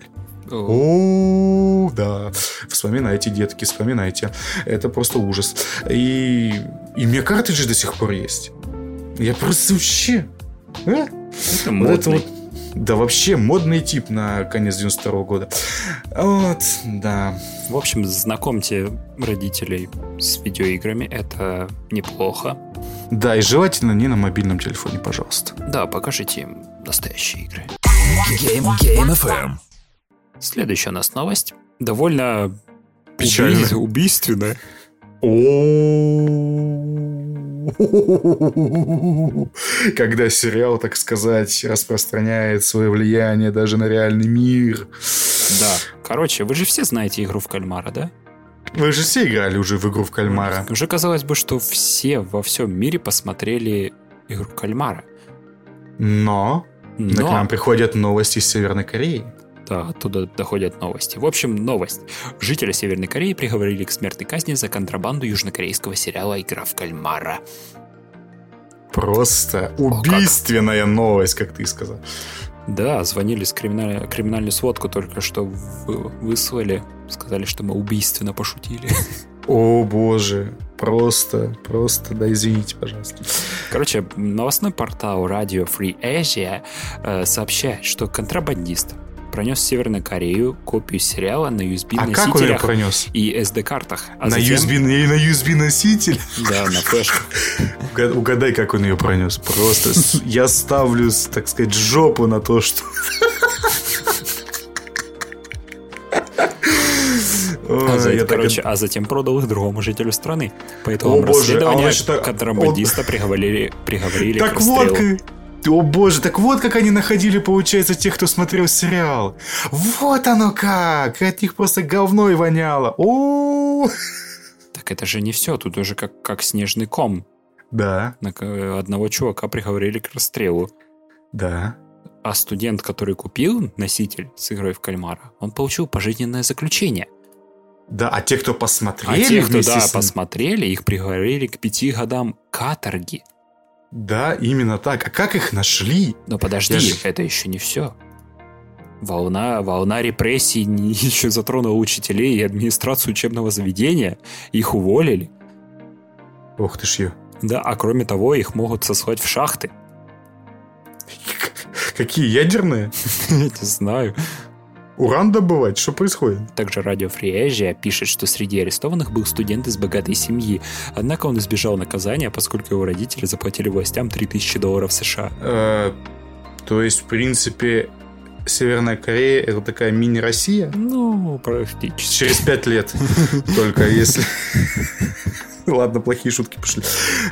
О, да. Вспоминайте, детки, вспоминайте. Это просто ужас. И, и у меня картриджи до сих пор есть. Я просто вообще... А? Это модный. Вот это вот... Да вообще модный тип на конец девяносто второго года. Вот, да. В общем, знакомьте родителей с видеоиграми. Это неплохо. Да, и желательно не на мобильном телефоне, пожалуйста. Да, покажите им настоящие игры. Game, Game эф эм. Следующая у нас новость. Довольно печально. Убийственная. Когда сериал, так сказать, распространяет свое влияние даже на реальный мир. Да. Короче, вы же все знаете игру в кальмара, да? Вы же все играли уже в игру в кальмара. Уже казалось бы, что все во всем мире посмотрели игру в кальмара. Но, Но... к нам приходят новости из Северной Кореи. Да, оттуда доходят новости. В общем, новость. Жители Северной Кореи приговорили к смертной казни за контрабанду южнокорейского сериала «Игра в кальмара». Просто убийственная О, как? новость, как ты сказал. Да, звонили с криминальной, криминальную сводку, только что выслали. Сказали, что мы убийственно пошутили. О, боже. Просто, просто, да, извините, пожалуйста. Короче, новостной портал Radio Free Asia э, сообщает, что контрабандист пронес в Северную Корею копию сериала на ю эс би-носителях а как он ее пронес? И эс ди-картах. А на, затем... ю эс би, на ю эс би-носитель? Да, на флешках. Угадай, как он ее пронес. Просто я ставлю, так сказать, жопу на то, что... А, за, я короче, так... а затем продал их другому жителю страны. По итогам расследования а контрабандиста он... приговорили, приговорили так к расстрелу. Вот... О боже, так вот как они находили, получается, тех, кто смотрел сериал. Вот оно как! От них просто говной воняло. О! Так это же не все, тут уже как, как снежный ком. Да. На одного чувака приговорили к расстрелу. Да. А студент, который купил носитель с игрой в кальмара, он получил пожизненное заключение. Да, а те, кто посмотрели... А те, кто, да, посмотрели, их приговорили к пяти годам каторги. Да, именно так. А как их нашли? Но подожди, ж... это еще не все. Волна, волна репрессий еще затронула учителей и администрацию учебного заведения. Их уволили. Ох ты ж ё. Да, а кроме того, их могут сослать в шахты. Какие, ядерные? Я не знаю. Уран добывать? Что происходит? Также Radio Free Asia пишет, что среди арестованных был студент из богатой семьи. Однако он избежал наказания, поскольку его родители заплатили властям три тысячи долларов США. Э, то есть, в принципе, Северная Корея — это такая мини-Россия? Ну, практически. Через пять лет только, если... Ладно, плохие шутки пошли.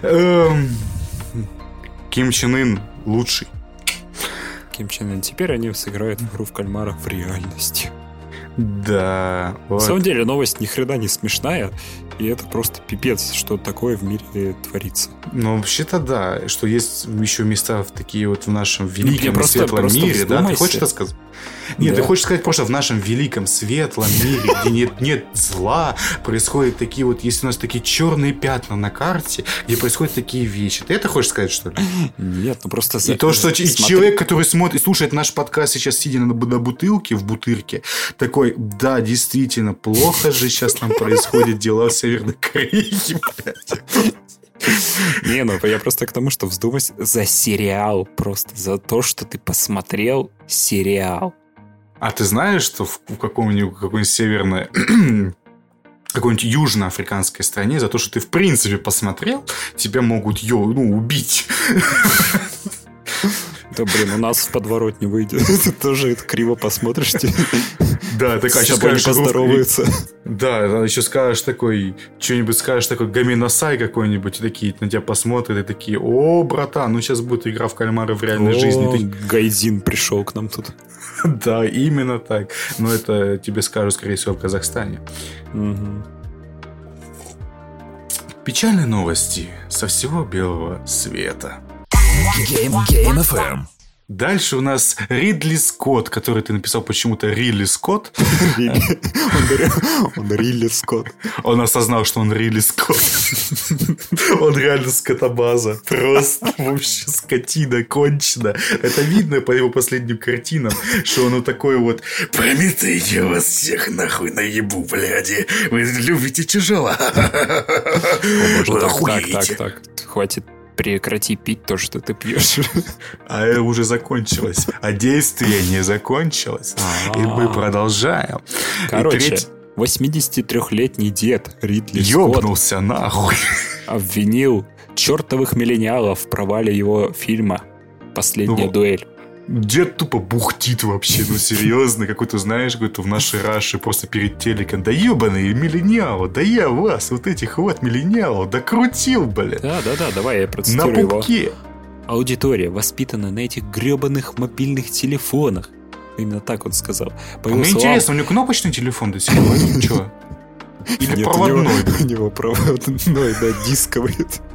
Ким Чен Ын лучший. Ким Чен Ын. Теперь они сыграют в игру в кальмара в реальности. Да. На вот. самом деле новость ни хрена не смешная, и это просто пипец, что такое в мире творится. Ну, вообще-то да, что есть еще места в такие вот в нашем великом просто, светлом просто мире, вздумайся. Да? Ты хочешь это сказать? Нет, да. Ты хочешь сказать просто в нашем великом светлом мире, где нет, нет зла, происходят такие вот, есть у нас такие черные пятна на карте, где происходят такие вещи. Ты это хочешь сказать, что ли? Нет, ну просто... И то, что смотри. Человек, который смотрит, слушает наш подкаст сейчас, сидя на, на бутылке, в бутырке, такой, да, действительно, плохо же сейчас там происходят дела в Северной Корее, блядь. Не, ну я просто к тому, что вздумайся за сериал, просто за то, что ты посмотрел сериал. А ты знаешь, что в каком-нибудь, какой-нибудь северной, какой-нибудь южноафриканской стране за то, что ты в принципе посмотрел, тебя могут ё, ну, убить. Да, блин, у нас в подворотне выйдет. Ты тоже это криво посмотришь. Да, такая сейчас скажешь... поздороваются. Да, еще скажешь такой, что-нибудь скажешь такой гаминосай какой-нибудь, и такие на тебя посмотрят, и такие, о, братан, ну сейчас будет игра в кальмара в реальной о, жизни. Ты... Гайдзин пришел к нам тут. Да, именно так. Но это тебе скажут, скорее всего, в Казахстане. Угу. Печальные новости со всего белого света. Game, Game эф эм. Дальше у нас Ридли Скотт, который ты написал почему-то Ридли Скотт. Он Ридли Скотт. Он осознал, что он Ридли Скотт. Он реально скотобаза. Просто вообще скотина кончена. Это видно по его последним картинам, что он вот такой вот: Прометей, я вас всех нахуй наебу, бляди. Вы любите тяжело. Так, так, так. Хватит. Прекрати пить то, что ты пьешь. А это уже закончилось. А действие не закончилось. И мы продолжаем. Короче, восьмидесятитрёхлетний дед Ридли Скотт ёбнулся нахуй. Обвинил чертовых миллениалов в провале его фильма «Последняя ну, дуэль». Дед тупо бухтит вообще, ну серьезно, какой-то, знаешь, какой-то в нашей Раше просто перед телеком. Да ебаные миллениалы, да я вас, вот этих вот миллениалов, докрутил, блядь. Да-да-да, давай я процитирую его. На пупке. Аудитория воспитана на этих гребаных мобильных телефонах. Именно так он сказал. По а мне словам... интересно, у него кнопочный телефон до сих пор? Ничего. Или нет, проводной? У него проводной, да, дисковый.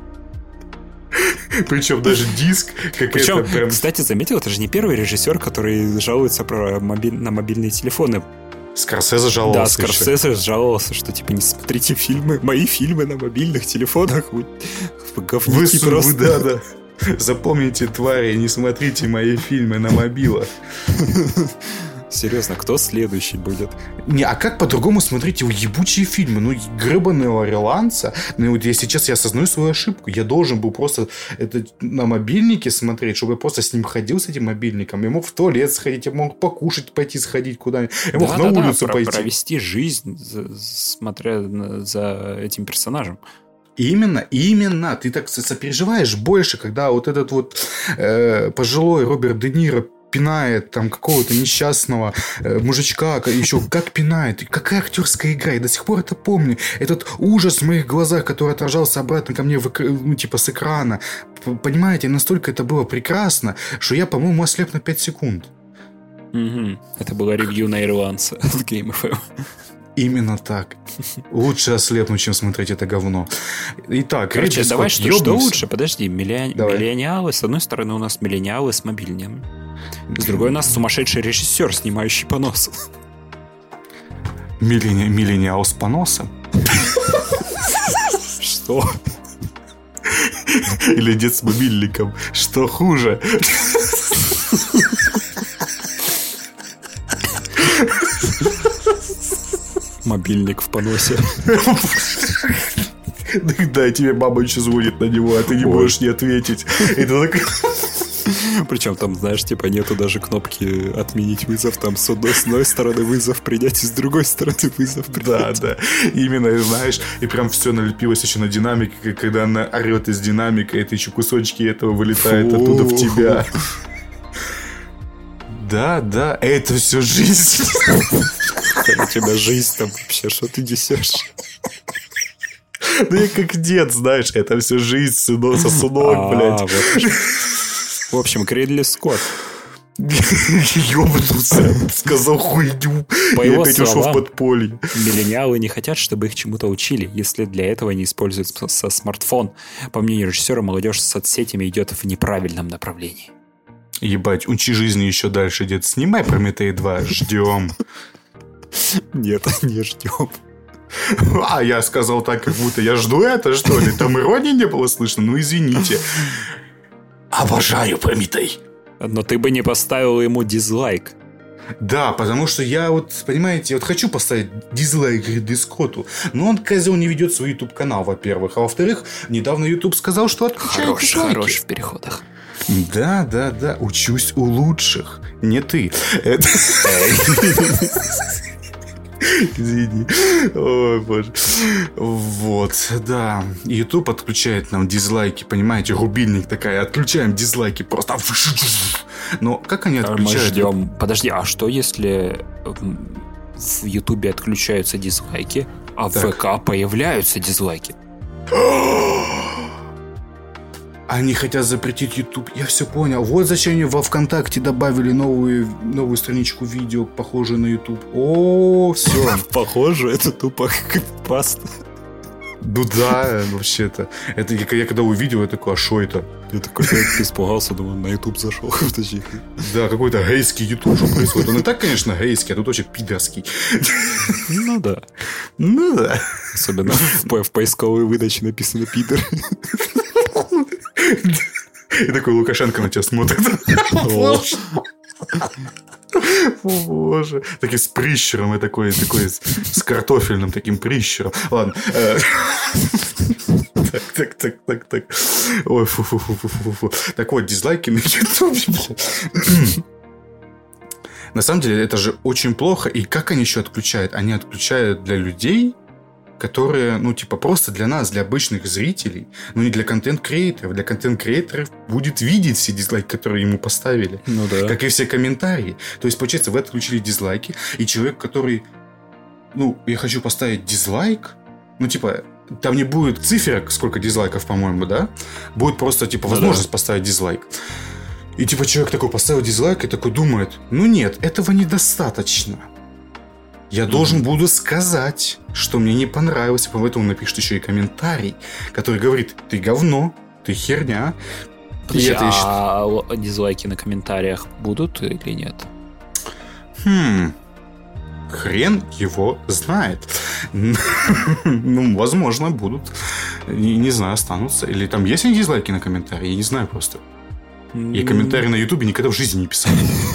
Причем даже диск. Причем, прям... кстати, заметил, это же не первый режиссер, который жалуется про мобиль... на мобильные телефоны. Скорсезе жаловался. Да, Скорсезе жаловался, что типа не смотрите фильмы, мои фильмы на мобильных телефонах. Вы, вы говнюки вы, просто. Вы, да, да. Запомните, твари, не смотрите мои фильмы на мобилах. Серьезно, кто следующий будет? Не, а как по-другому смотреть его ебучие фильмы? Ну, гребаного реланса. Ну, вот я сейчас я осознаю свою ошибку. Я должен был просто это на мобильнике смотреть, чтобы я просто с ним ходил, с этим мобильником. Я мог в туалет сходить, я мог покушать, пойти сходить куда-нибудь. Я мог да, на да, улицу да, пойти. Провести жизнь, смотря за этим персонажем. Именно, именно. Ты так сопереживаешь больше, когда вот этот вот э, пожилой Роберт Де Ниро пинает там какого-то несчастного э, мужичка, еще как пинает, какая актерская игра, я до сих пор это помню, этот ужас в моих глазах, который отражался обратно ко мне в, ну, типа с экрана, понимаете, настолько это было прекрасно, что я, по-моему, ослеп на пять секунд. Угу. Это было ревью на ирландца от Game эф эм. Именно так. Лучше ослепнуть, чем смотреть это говно. Итак, короче, давай, что, что лучше? Подожди, миллион... миллениалы. С одной стороны, у нас миллениалы с мобильным. С другой у нас сумасшедший режиссер, снимающий понос. Миллени... Миллениал с поносом? Что? Или дед с мобильником? Что хуже? Мобильник в поносе. Да, тебе мама еще звонит на него, а ты не Ой. можешь не ответить. Это так... Причем там, знаешь, типа нету даже кнопки отменить вызов. Там с одной, с одной стороны вызов принять, и с другой стороны вызов принять. Да, да. Именно, знаешь, и прям все налепилось еще на динамик, когда она орет из динамика, это еще кусочки этого вылетают Фу. оттуда в тебя. Да, да, это все жизнь. У тебя жизнь там вообще, что ты несешь? Ну я как дед, знаешь, это все жизнь, сынок, сосунок, блядь. В общем, Кридли Скотт. Ёбнулся, сказал хуйню. По и его опять ушел в подполье. Миллениалы не хотят, чтобы их чему-то учили, если для этого не используют со смартфон. По мнению режиссера, молодежь с соцсетями идет в неправильном направлении. Ебать, учи жизни еще дальше, дед. Снимай Прометей два, ждем. Нет, не ждем. А, я сказал так, как будто я жду это, что ли? Там иронии не было слышно? Ну, извините. Обожаю Прометей. Но ты бы не поставил ему дизлайк. Да, потому что я вот, понимаете, вот хочу поставить дизлайк Ридли Скотту, но он, козел, не ведет свой YouTube-канал, во-первых. А во-вторых, недавно YouTube сказал, что отключает Хорош, дизлайки. хорош в переходах. Да, да, да, учусь у лучших. Не ты. Это... Извини. Ой, боже. Вот, да. YouTube отключает нам дизлайки, понимаете, рубильник такая. Отключаем дизлайки просто. Но как они отключают? Мы ждем. Подожди, а что если в YouTube отключаются дизлайки, а в так. ВК появляются дизлайки? Они хотят запретить YouTube. Я все понял. Вот зачем они во ВКонтакте добавили новую, новую страничку видео, похожую на YouTube. О, все. Похоже, это тупо копипаст. Ну да, вообще-то. Это я, я когда увидел, я такой, а что это? Я такой испугался, думаю, на YouTube зашел. Да, какой-то гейский YouTube, что происходит. Он и так, конечно, гейский, а тут очень пидорский. Ну да. Ну да. Особенно в, в поисковой выдаче написано пидор. И такой Лукашенко на тебя смотрит. Боже. О, боже. Такой с прищером. И такой, такой с картофельным таким прищером. Ладно. Так, так, так, так, так. Ой, фу-фу-фу-фу-фу. Так вот, дизлайки на YouTube. На самом деле, это же очень плохо. И как они еще отключают? Они отключают для людей, которые, ну, типа, просто для нас, для обычных зрителей, ну, не для контент-креаторов. Для контент-креаторов будет видеть все дизлайки, которые ему поставили. Ну, да. Как и все комментарии. То есть, получается, вы отключили дизлайки, и человек, который, ну, я хочу поставить дизлайк, ну, типа, там не будет циферок, сколько дизлайков, по-моему, да? Будет просто, типа, возможность ну, да. поставить дизлайк. И, типа, человек такой поставил дизлайк и такой думает, ну, нет, этого недостаточно. Я mm-hmm. должен буду сказать, что мне не понравилось, и поэтому напишет еще и комментарий, который говорит, ты говно, ты херня. Подожди, это а еще... дизлайки на комментариях будут или нет? Хм... Хрен его знает. Ну, возможно, будут. Не, не знаю, останутся. Или там есть они дизлайки на комментарии? Я не знаю просто. Я комментарии на Ютубе никогда в жизни не писал.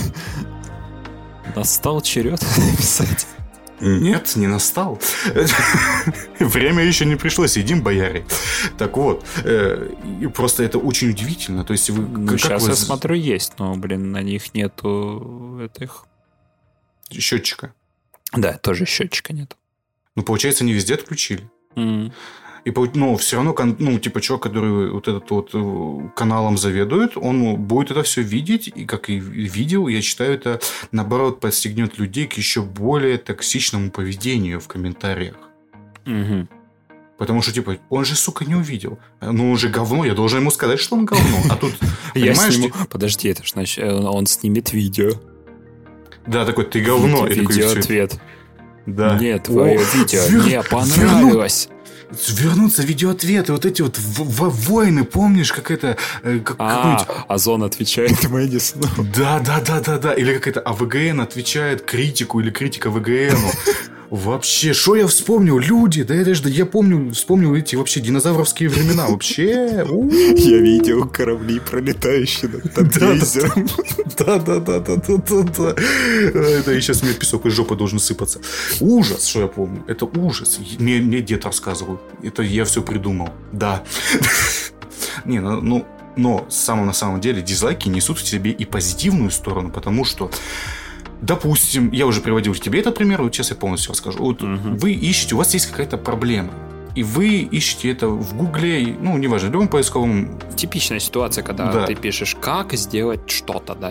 Настал черед писать. Нет, не настал. Время еще не пришло, сидим, бояре. Так вот, и просто это очень удивительно. То есть вы, ну, как сейчас вы... я смотрю, есть, но, блин, на них нету этих... Счетчика. Да, тоже счетчика нет. Ну, получается, они везде отключили. Mm. И, ну, все равно, ну, типа, чувак, который вот этот вот каналом заведует, он будет это все видеть, и как и видел, я считаю, это, наоборот, подстегнет людей к еще более токсичному поведению в комментариях. Mm-hmm. Потому что, типа, он же, сука, не увидел. Ну, он же говно, я должен ему сказать, что он говно. А тут, понимаешь... Подожди, это ж, значит, он снимет видео. Да, такой, ты говно. Видео-ответ. Да. Нет, твое видео мне понравилось. Вернуться видеоответы, вот эти вот в- в- войны, помнишь, как это... Как, а, Озон отвечает Мэдисону. Да, да, да, да, да. Или как это АВГН отвечает критику или критика ВГНу. Вообще, что я вспомнил? Люди, да это же, я помню, вспомнил эти вообще динозавровские времена. Вообще. Я видел корабли, пролетающие над гейзером. Да, да, да, да, да, да, да. Это и сейчас мне песок из жопы должен сыпаться. Ужас, что я помню. Это ужас. Мне, мне дед рассказывал. Это я все придумал. Да. Не, ну, ну, но самом, на самом деле дизлайки несут в себе и позитивную сторону, потому что, допустим, я уже приводил тебе этот пример, вот сейчас я полностью расскажу. Вот uh-huh. вы ищете, у вас есть какая-то проблема, и вы ищете это в Гугле, ну, неважно, в любом поисковом... Типичная ситуация, когда да. ты пишешь, как сделать что-то, да?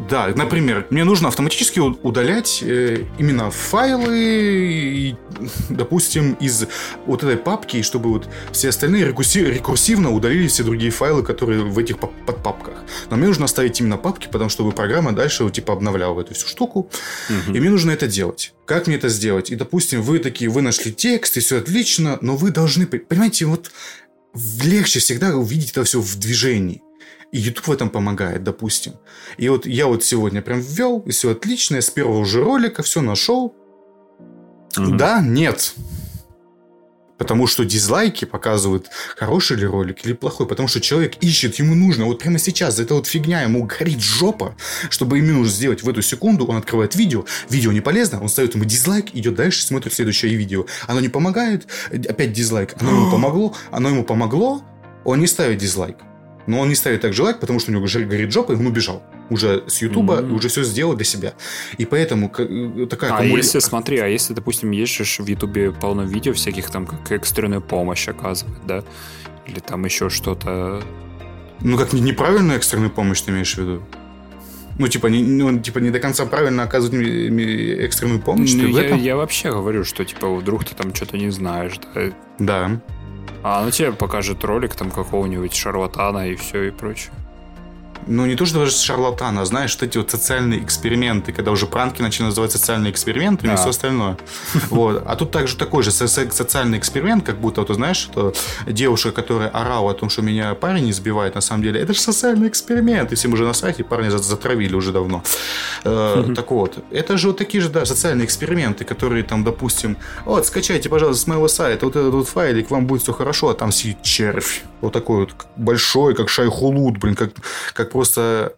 Да, например, мне нужно автоматически удалять э, именно файлы, и, допустим, из вот этой папки, чтобы вот все остальные рекурсив, рекурсивно удалили все другие файлы, которые в этих подпапках. Но мне нужно оставить именно папки, потому что чтобы программа дальше вот, типа обновляла эту всю штуку. Угу. И мне нужно это делать. Как мне это сделать? И, допустим, вы такие, вы нашли текст, и все отлично, но вы должны... Понимаете, вот легче всегда увидеть это все в движении. И YouTube в этом помогает, допустим. И вот я вот сегодня прям ввел, и все отлично. Я с первого же ролика все нашел. Mm-hmm. Да, нет. Потому что дизлайки показывают, хороший ли ролик или плохой. Потому что человек ищет, ему нужно. Вот прямо сейчас эта вот фигня, ему горит жопа. Чтобы ему нужно сделать в эту секунду, он открывает видео. Видео не полезно, он ставит ему дизлайк, идет дальше, смотрит следующее видео. Оно не помогает, опять дизлайк. Оно ему помогло, оно ему помогло, он не ставит дизлайк. Но он не ставит так же лайк, потому что у него горит жопа, и он убежал. Уже с Ютуба, mm-hmm. уже все сделал для себя. И поэтому такая... А коммули... если, смотри, а если, допустим, есть же в Ютубе полно видео всяких там, как экстренную помощь оказывает, да? Или там еще что-то... Ну, как неправильную экстренную помощь ты имеешь в виду? Ну, типа не, ну, типа, не до конца правильно оказывать экстренную помощь? Ну, я, я вообще говорю, что, типа, вдруг ты там что-то не знаешь, да? Да. А, ну тебе покажет ролик там какого-нибудь шарлатана и все, и прочее. Ну, не то, что даже шарлатана, а знаешь, вот эти вот социальные эксперименты, когда уже пранки начали называть социальные эксперименты, а. и все остальное. Вот. А тут также такой же социальный эксперимент, как будто, вот, ты знаешь, что девушка, которая орала о том, что меня парень избивает, на самом деле, это же социальный эксперимент, и всем уже на сайте парня затравили уже давно. Э, так вот, это же вот такие же, да, социальные эксперименты, которые там, допустим, вот, скачайте, пожалуйста, с моего сайта вот этот вот файлик, вам будет все хорошо, а там сидит червь. Вот такой вот большой, как шайхулут, блин, как, как просто...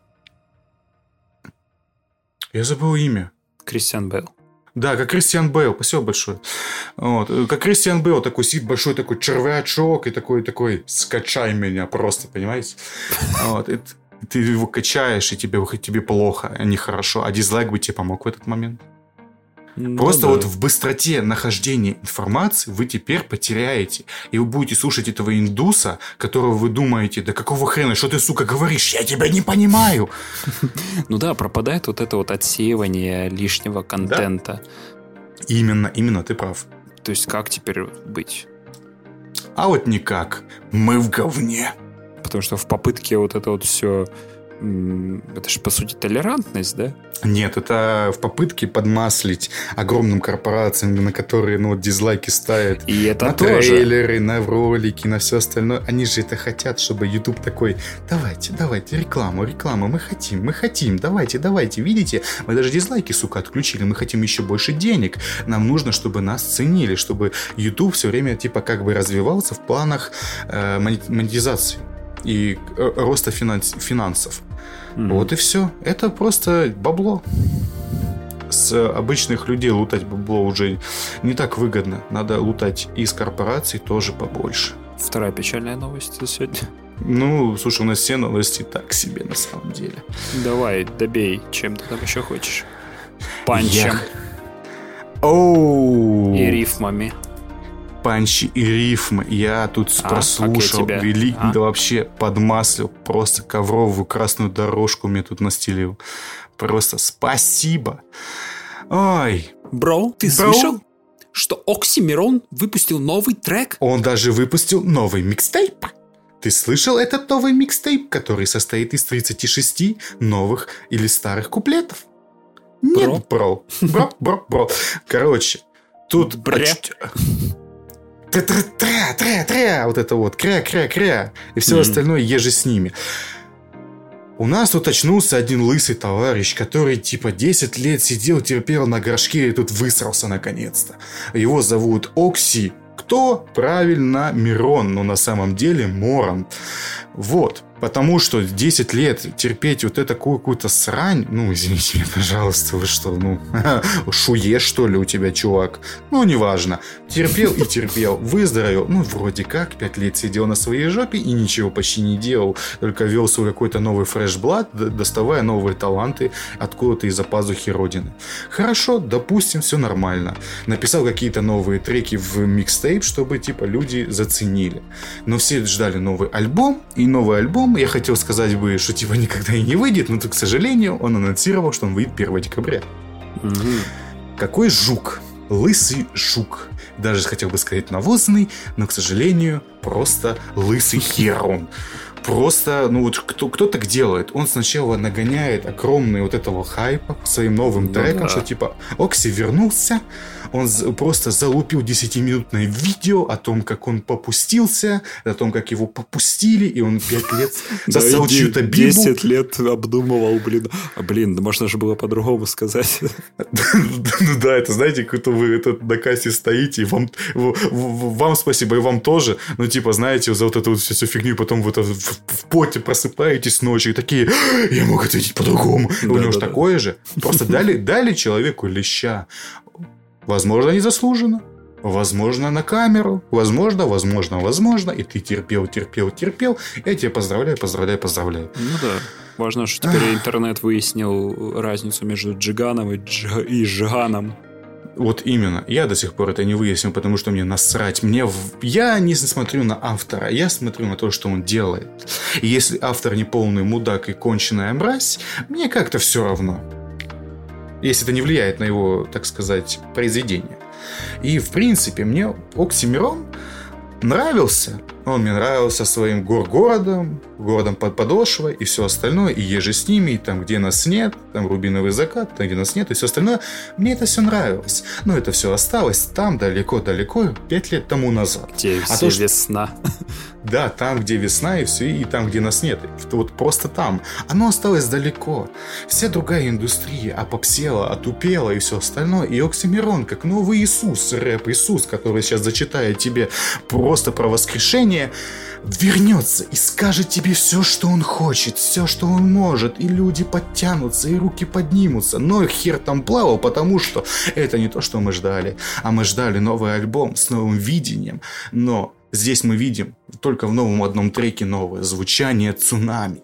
Я забыл имя. Кристиан Бейл. Да, как Кристиан Бейл. Спасибо большое. Вот. Как Кристиан Бейл такой сидит большой такой червячок и такой, такой скачай меня просто, понимаете? Вот. И ты его качаешь, и тебе, тебе плохо, а не хорошо. А дизлайк бы тебе помог в этот момент. Ну, просто да. Вот в быстроте нахождения информации вы теперь потеряете. И вы будете слушать этого индуса, которого вы думаете, да какого хрена, что ты, сука, говоришь? Я тебя не понимаю. Ну да, пропадает вот это вот отсеивание лишнего контента. Да. Именно, именно, ты прав. То есть как теперь быть? А вот никак. Мы в говне. Потому что в попытке вот это вот все... Это же, по сути, толерантность, да? Нет, это в попытке подмаслить огромным корпорациям, на которые, ну, дизлайки ставят. И это на тоже. трейлеры, на ролики, на все остальное. Они же это хотят, чтобы YouTube такой: давайте, давайте, рекламу, рекламу, мы хотим, мы хотим, давайте, давайте. Видите, мы даже дизлайки, сука, отключили, мы хотим еще больше денег. Нам нужно, чтобы нас ценили, чтобы YouTube все время, типа, как бы развивался в планах э, монетизации и роста финанс- финансов. Mm-hmm. Вот и все. Это просто бабло. С обычных людей лутать бабло уже не так выгодно. Надо лутать из корпораций тоже побольше. Вторая печальная новость за сегодня. Ну, слушай, у нас все новости так себе на самом деле. Давай, добей, чем ты там еще хочешь. Панчем. Оу. И рифмами. Панчи и рифмы. Я тут а, прослушал, велик, а? Да вообще подмаслил. Просто ковровую красную дорожку мне тут настелил. Просто спасибо. Ой. Бро, ты Бро? слышал, что Оксимирон выпустил новый трек? Он даже выпустил новый микстейп. Ты слышал этот новый микстейп, который состоит из тридцати шести новых или старых куплетов? Нет, бро. Бро, бро, бро. Короче, тут... Бря. Тря-тря-тря-тря, вот это вот, кря-кря-кря, и все mm-hmm. остальное еже с ними. У нас тут очнулся один лысый товарищ, который типа десять лет сидел, терпел на горшке и тут высрался наконец-то. Его зовут Окси. Кто? Правильно, Мирон, но на самом деле Морон. Вот. Потому что десять лет терпеть вот эту какую-то срань, ну, извините меня, пожалуйста, вы что, ну, шуе, что ли, у тебя, чувак? Ну, неважно. Терпел и терпел, выздоровел, ну, вроде как, пять лет сидел на своей жопе и ничего почти не делал, только вел свой какой-то новый фрешблад, доставая новые таланты откуда-то из-за пазухи родины. Хорошо, допустим, все нормально. Написал какие-то новые треки в микстейп, чтобы, типа, люди заценили. Но все ждали новый альбом, и новый альбом Оксимирон, я хотел сказать бы, что типа никогда и не выйдет, но, к сожалению, он анонсировал, что он выйдет первого декабря. Угу. Какой жук? Лысый жук. Даже хотел бы сказать навозный, но, к сожалению, просто лысый хер он. Просто, ну вот кто, кто так делает? Он сначала нагоняет огромный вот этого хайпа своим новым ну, треком, да. что типа Окси вернулся, он просто залупил десятиминутное видео о том, как он попустился, о том, как его попустили, и он пять лет сосал чью-то бибу. десять лет обдумывал, блин. А, блин, можно же было по-другому сказать. Ну да, это знаете, как вы на кассе стоите, и вам вам спасибо, и вам тоже, ну типа, знаете, за вот эту всю фигню, потом вы в поте просыпаетесь ночью и такие, я мог ответить по-другому. У него же такое же. Просто дали человеку леща. Возможно, незаслуженно. Возможно, на камеру. Возможно, возможно, возможно. И ты терпел, терпел, терпел. Я тебя поздравляю, поздравляю, поздравляю. Ну да. Важно, что теперь интернет выяснил разницу между Джиганом и, Дж... и Жиганом. Вот именно. Я до сих пор это не выяснил, потому что мне насрать. Мне в... Я не смотрю на автора, я смотрю на то, что он делает. И если автор не полный мудак и конченая мразь, мне как-то все равно. Если это не влияет на его, так сказать, произведение. И, в принципе, мне Оксимирон нравился. Он мне нравился своим гор-городом, городом под подошвой и все остальное, и еже с ними, и там, где нас нет, там рубиновый закат, там, где нас нет, и все остальное. Мне это все нравилось. Но это все осталось там далеко-далеко, пять лет тому назад. Где а все то, весна. Да, там, где весна, и все, и там, где нас нет. Вот просто там. Оно осталось далеко. Вся другая индустрия опопсела, отупела и все остальное. И Оксимирон, как новый Иисус, рэп Иисус, который сейчас зачитает тебе просто про воскрешение, вернется и скажет тебе все, что он хочет, все, что он может, и люди подтянутся, и руки поднимутся. Но хер там плавал, потому что это не то, что мы ждали. А мы ждали новый альбом с новым видением. Но здесь мы видим только в новом одном треке новое звучание цунами.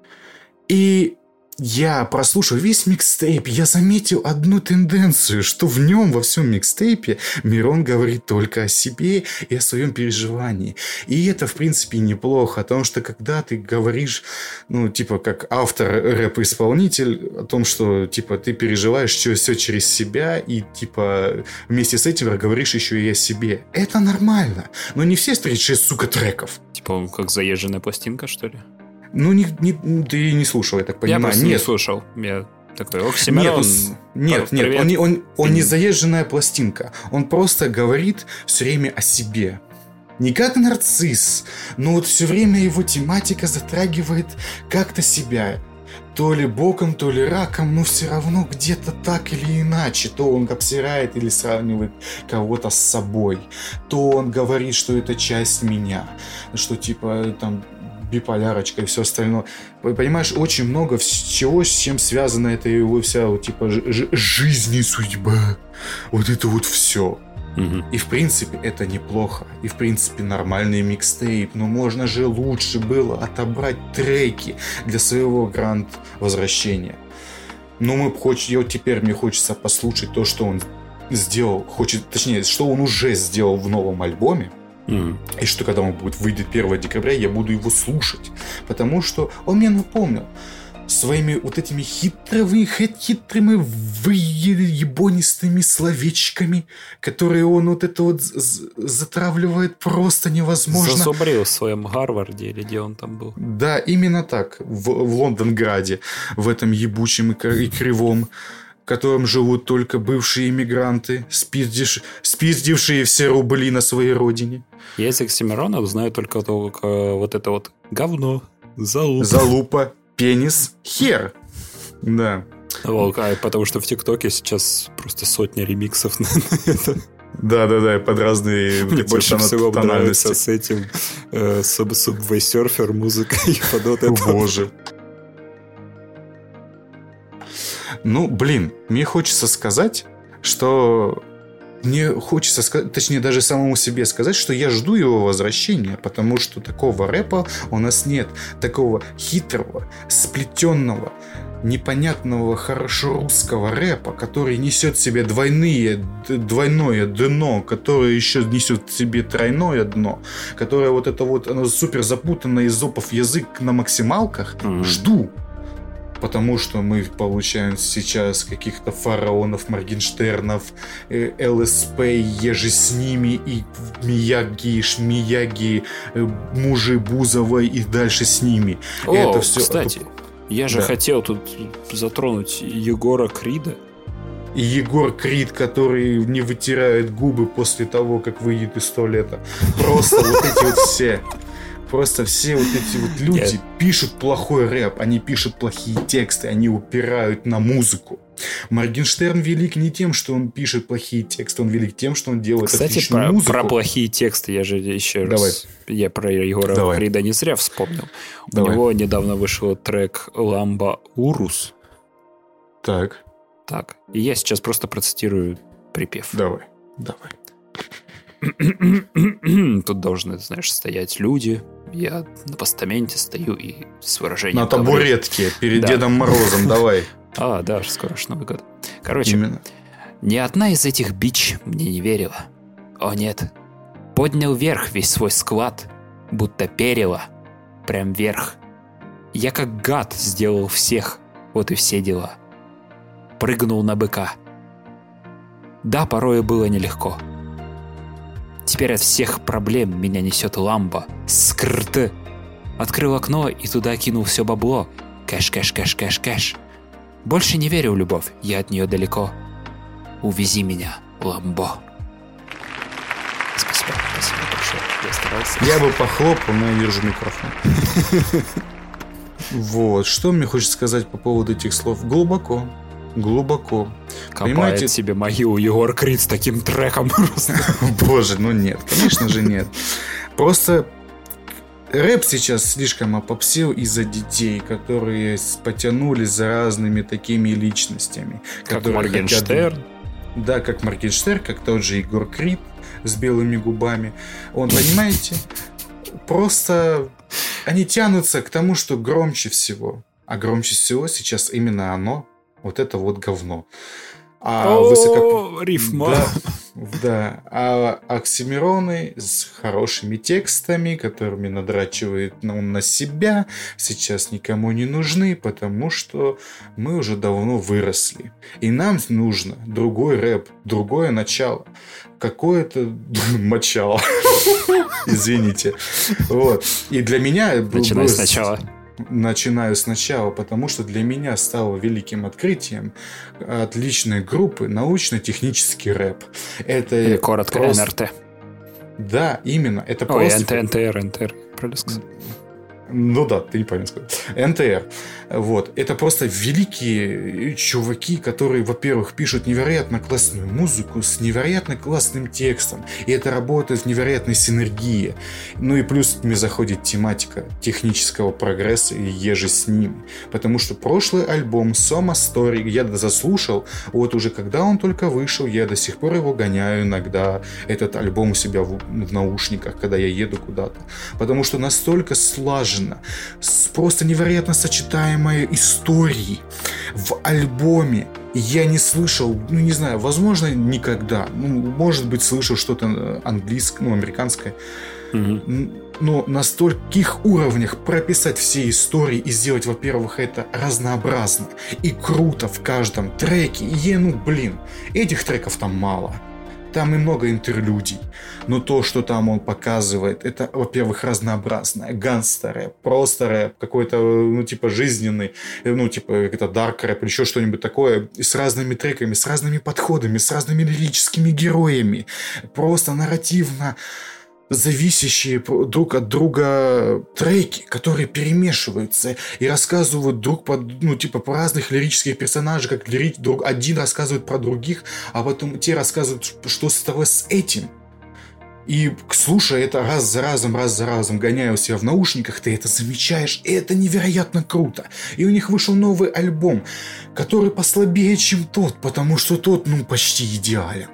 И я, прослушав весь микстейп, я заметил одну тенденцию, что в нем, во всем микстейпе, Мирон говорит только о себе и о своем переживании. И это, в принципе, неплохо, потому что когда ты говоришь, ну, типа, как автор, рэп-исполнитель, о том, что, типа, ты переживаешь все, все через себя и, типа, вместе с этим говоришь еще и о себе. Это нормально, но не все тридцать шесть, сука, треков. Типа, как заезженная пластинка, что ли? Ну, не, не, ты не слушал, я так понимаю. Я просто нет. не слушал. Я такой, Оксимирон. Нет, нет, нет, он, не, он, он не заезженная пластинка. Он просто говорит все время о себе. Не как нарцисс, но вот все время его тематика затрагивает как-то себя. То ли боком, то ли раком, но все равно где-то так или иначе. То он обсирает или сравнивает кого-то с собой. То он говорит, что это часть меня. Что типа там... биполярочка и все остальное. Понимаешь, очень много чего, с чем связана эта его вся вот, типа ж- жизнь и судьба. Вот это вот все. Угу. И в принципе это неплохо. И в принципе нормальный микстейп. Но можно же лучше было отобрать треки для своего гранд-возвращения. Но мы хочем, вот теперь мне хочется послушать то, что он сделал. Хочет, точнее, что он уже сделал в новом альбоме. Mm. И что когда он будет выйдет первого декабря, я буду его слушать. Потому что он мне напомнил своими вот этими хитрыми, хитрыми выебонистыми словечками, которые он вот это вот затравливает просто невозможно. Зазубрил в своем Гарварде или где он там был. Да, именно так. В, в Лондонграде, в этом ебучем и кривом, в котором живут только бывшие иммигранты, спиздиш... спиздившие все рубли на своей родине. Я из Оксимирона знаю только то, как, вот это вот говно, залупа. Залупа, пенис, хер. Да. Волка, потому что в ТикТоке сейчас просто сотня ремиксов на это. Да-да-да, под разные Мне больше всего нравится с этим э, Subway Surfer музыкой под вот это. О, боже. Ну, блин, мне хочется сказать, что мне хочется сказать, точнее, даже самому себе сказать, что я жду его возвращения, потому что такого рэпа у нас нет. Такого хитрого, сплетенного, непонятного, хорошо русского рэпа, который несет в себе двойные, двойное дно, которое еще несет в себе тройное дно, которое вот это вот, оно супер запутанное из зопов язык на максималках. Mm-hmm. Жду. Потому что мы получаем сейчас каких-то фараонов, Моргенштернов, эл эс пи, еже с ними, и Мияги, Шмияги, мужи Бузовой и дальше с ними. О, это все... кстати, я же да. хотел тут затронуть Егора Крида. И Егор Крид, который не вытирает губы после того, как выйдет из туалета. Просто вот эти вот все... Просто все вот эти вот люди yeah. пишут плохой рэп, они пишут плохие тексты, они упирают на музыку. Моргенштерн велик не тем, что он пишет плохие тексты, он велик тем, что он делает Кстати, отличную про, музыку. Про плохие тексты я же еще Давай. раз... Я про Егора Давай. Крида не зря вспомнил. Давай. У него недавно вышел трек «Ламба Урус». Так. Так. И я сейчас просто процитирую припев. Давай. Давай. Тут должны, знаешь, стоять люди. Я на постаменте стою и с выражением... На табуретке говорю. Перед да. Дедом Морозом, давай. А, да, скоро ж Новый год. Короче, Именно. Ни одна из этих бич мне не верила. О нет. Поднял вверх весь свой склад, будто перила. Прям вверх. Я как гад сделал всех, вот и все дела. Прыгнул на быка. Да, порою было нелегко. Теперь от всех проблем меня несет ламба. Скрт. Открыл окно и туда кинул все бабло. Кэш, кэш, кэш, кэш, кэш. Больше не верю в любовь, я от нее далеко. Увези меня, ламбо. Спасибо, спасибо большое. Я старался. Я бы похлопал, но я держу микрофон. Вот. Что мне хочется сказать по поводу этих слов? Глубоко. Глубоко. Копает Понимаете? Себе могилу Егор Крид с таким треком просто. Боже, ну нет, конечно же нет. Просто рэп сейчас слишком опопсел из-за детей, которые потянулись за разными такими личностями. Как Моргенштерн. Хотят... Да, как Моргенштерн, как тот же Егор Крид с белыми губами. Он, понимаете, просто они тянутся к тому, что громче всего. А громче всего сейчас именно оно. Вот это вот говно. А О, высоко... рифма. Да, да. А оксимироны с хорошими текстами, которыми надрачивает он на себя, сейчас никому не нужны, потому что мы уже давно выросли. И нам нужно другой рэп, другое начало. Какое-то мочало. Извините. Вот. И для меня... Начинай сначала. Начинаю сначала, потому что для меня стало великим открытием отличной группы научно-технический рэп. Это Или коротко просто... эн эр тэ. Да, именно. Это Ой, просто... эн тэ эр, эн тэ эр. Правильно сказал? Ну да, ты неправильно сказал. эн тэ эр. Вот. Это просто великие чуваки, которые, во-первых, пишут невероятно классную музыку с невероятно классным текстом. И это работает в невероятной синергии. Ну и плюс мне заходит тематика технического прогресса и еже с ними. Потому что прошлый альбом Soma Story я заслушал, вот уже когда он только вышел, я до сих пор его гоняю иногда, этот альбом у себя в, в наушниках, когда я еду куда-то. Потому что настолько слаженно, просто невероятно сочетаемые истории в альбоме. Я не слышал, ну не знаю, возможно, никогда. Ну, может быть, слышал что-то английское, ну, американское. Mm-hmm. Но на стольких уровнях прописать все истории и сделать, во-первых, это разнообразно и круто в каждом треке. И, ну, блин, этих треков там мало. Там и много интерлюдий. Но то, что там он показывает, это, во-первых, разнообразное. Гангстер-рэп, просто рэп, какой-то, ну, типа, жизненный, ну, типа, это дарк-рэп или еще что-нибудь такое. И с разными треками, с разными подходами, с разными лирическими героями. Просто нарративно зависящие друг от друга треки, которые перемешиваются и рассказывают друг по, ну, типа, по разных лирических персонажей, как лири... друг... один рассказывает про других, а потом те рассказывают, что стало с этим. И слушая это раз за разом, раз за разом, гоняя у себя в наушниках, ты это замечаешь, и это невероятно круто. И у них вышел новый альбом, который послабее, чем тот, потому что тот, ну, почти идеален.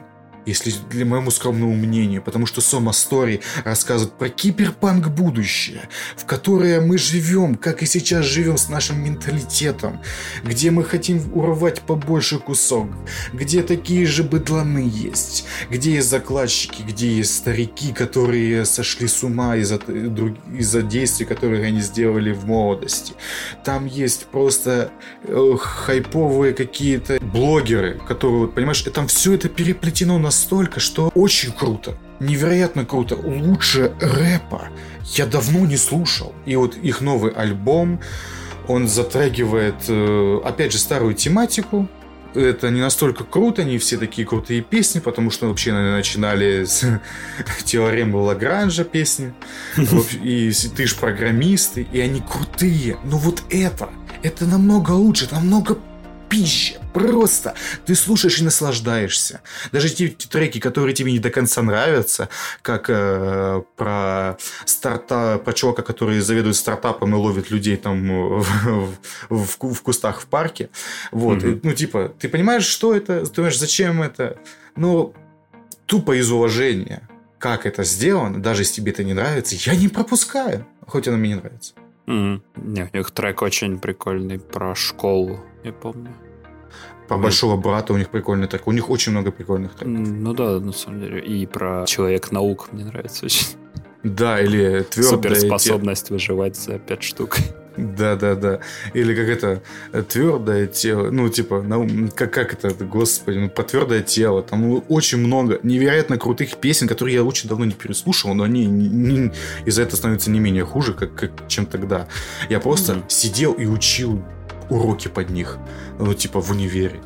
если для моему скромному мнению, потому что Soma Story рассказывает про киберпанк будущее, в которое мы живем, как и сейчас живем с нашим менталитетом, где мы хотим урвать побольше кусок, где такие же быдланы есть, где есть закладчики, где есть старики, которые сошли с ума из-за, из-за действий, которые они сделали в молодости. Там есть просто э, хайповые какие-то блогеры, которые, вот, понимаешь, там все это переплетено настолько, что очень круто. Невероятно круто. Лучше рэпа я давно не слушал. И вот их новый альбом, он затрагивает, э, опять же, старую тематику. Это не настолько круто, не все такие крутые песни, потому что вообще начинали с теоремы Лагранжа песни. И ты ж программисты, и они крутые. Но вот это, это намного лучше, намного пища. Просто ты слушаешь и наслаждаешься. Даже те, те треки, которые тебе не до конца нравятся, как э, про старта, про чувака, который заведует стартапом и ловит людей там в, в, в кустах в парке. Вот. Mm-hmm. Ну, типа, ты понимаешь, что это? Ты понимаешь, зачем это? Ну, тупо из уважения. Как это сделано, даже если тебе это не нравится, я не пропускаю. Хоть оно мне не нравится. Mm-hmm. Не, у них трек очень прикольный про школу, я помню. Про большого брата у них прикольный трек. У них очень много прикольных треков. Ну да, на самом деле. И про Человек-наук мне нравится очень. Да, или твердая... Суперспособность те... выживать за пять штук. Да-да-да. Или как это... Твердое тело. Ну, типа, ну, как, как это, господи, ну, про твердое тело. Там очень много невероятно крутых песен, которые я очень давно не переслушивал, но они не, не, из-за этого становятся не менее хуже, как, как, чем тогда. Я просто mm-hmm. сидел и учил уроки под них. Ну, типа, в универе.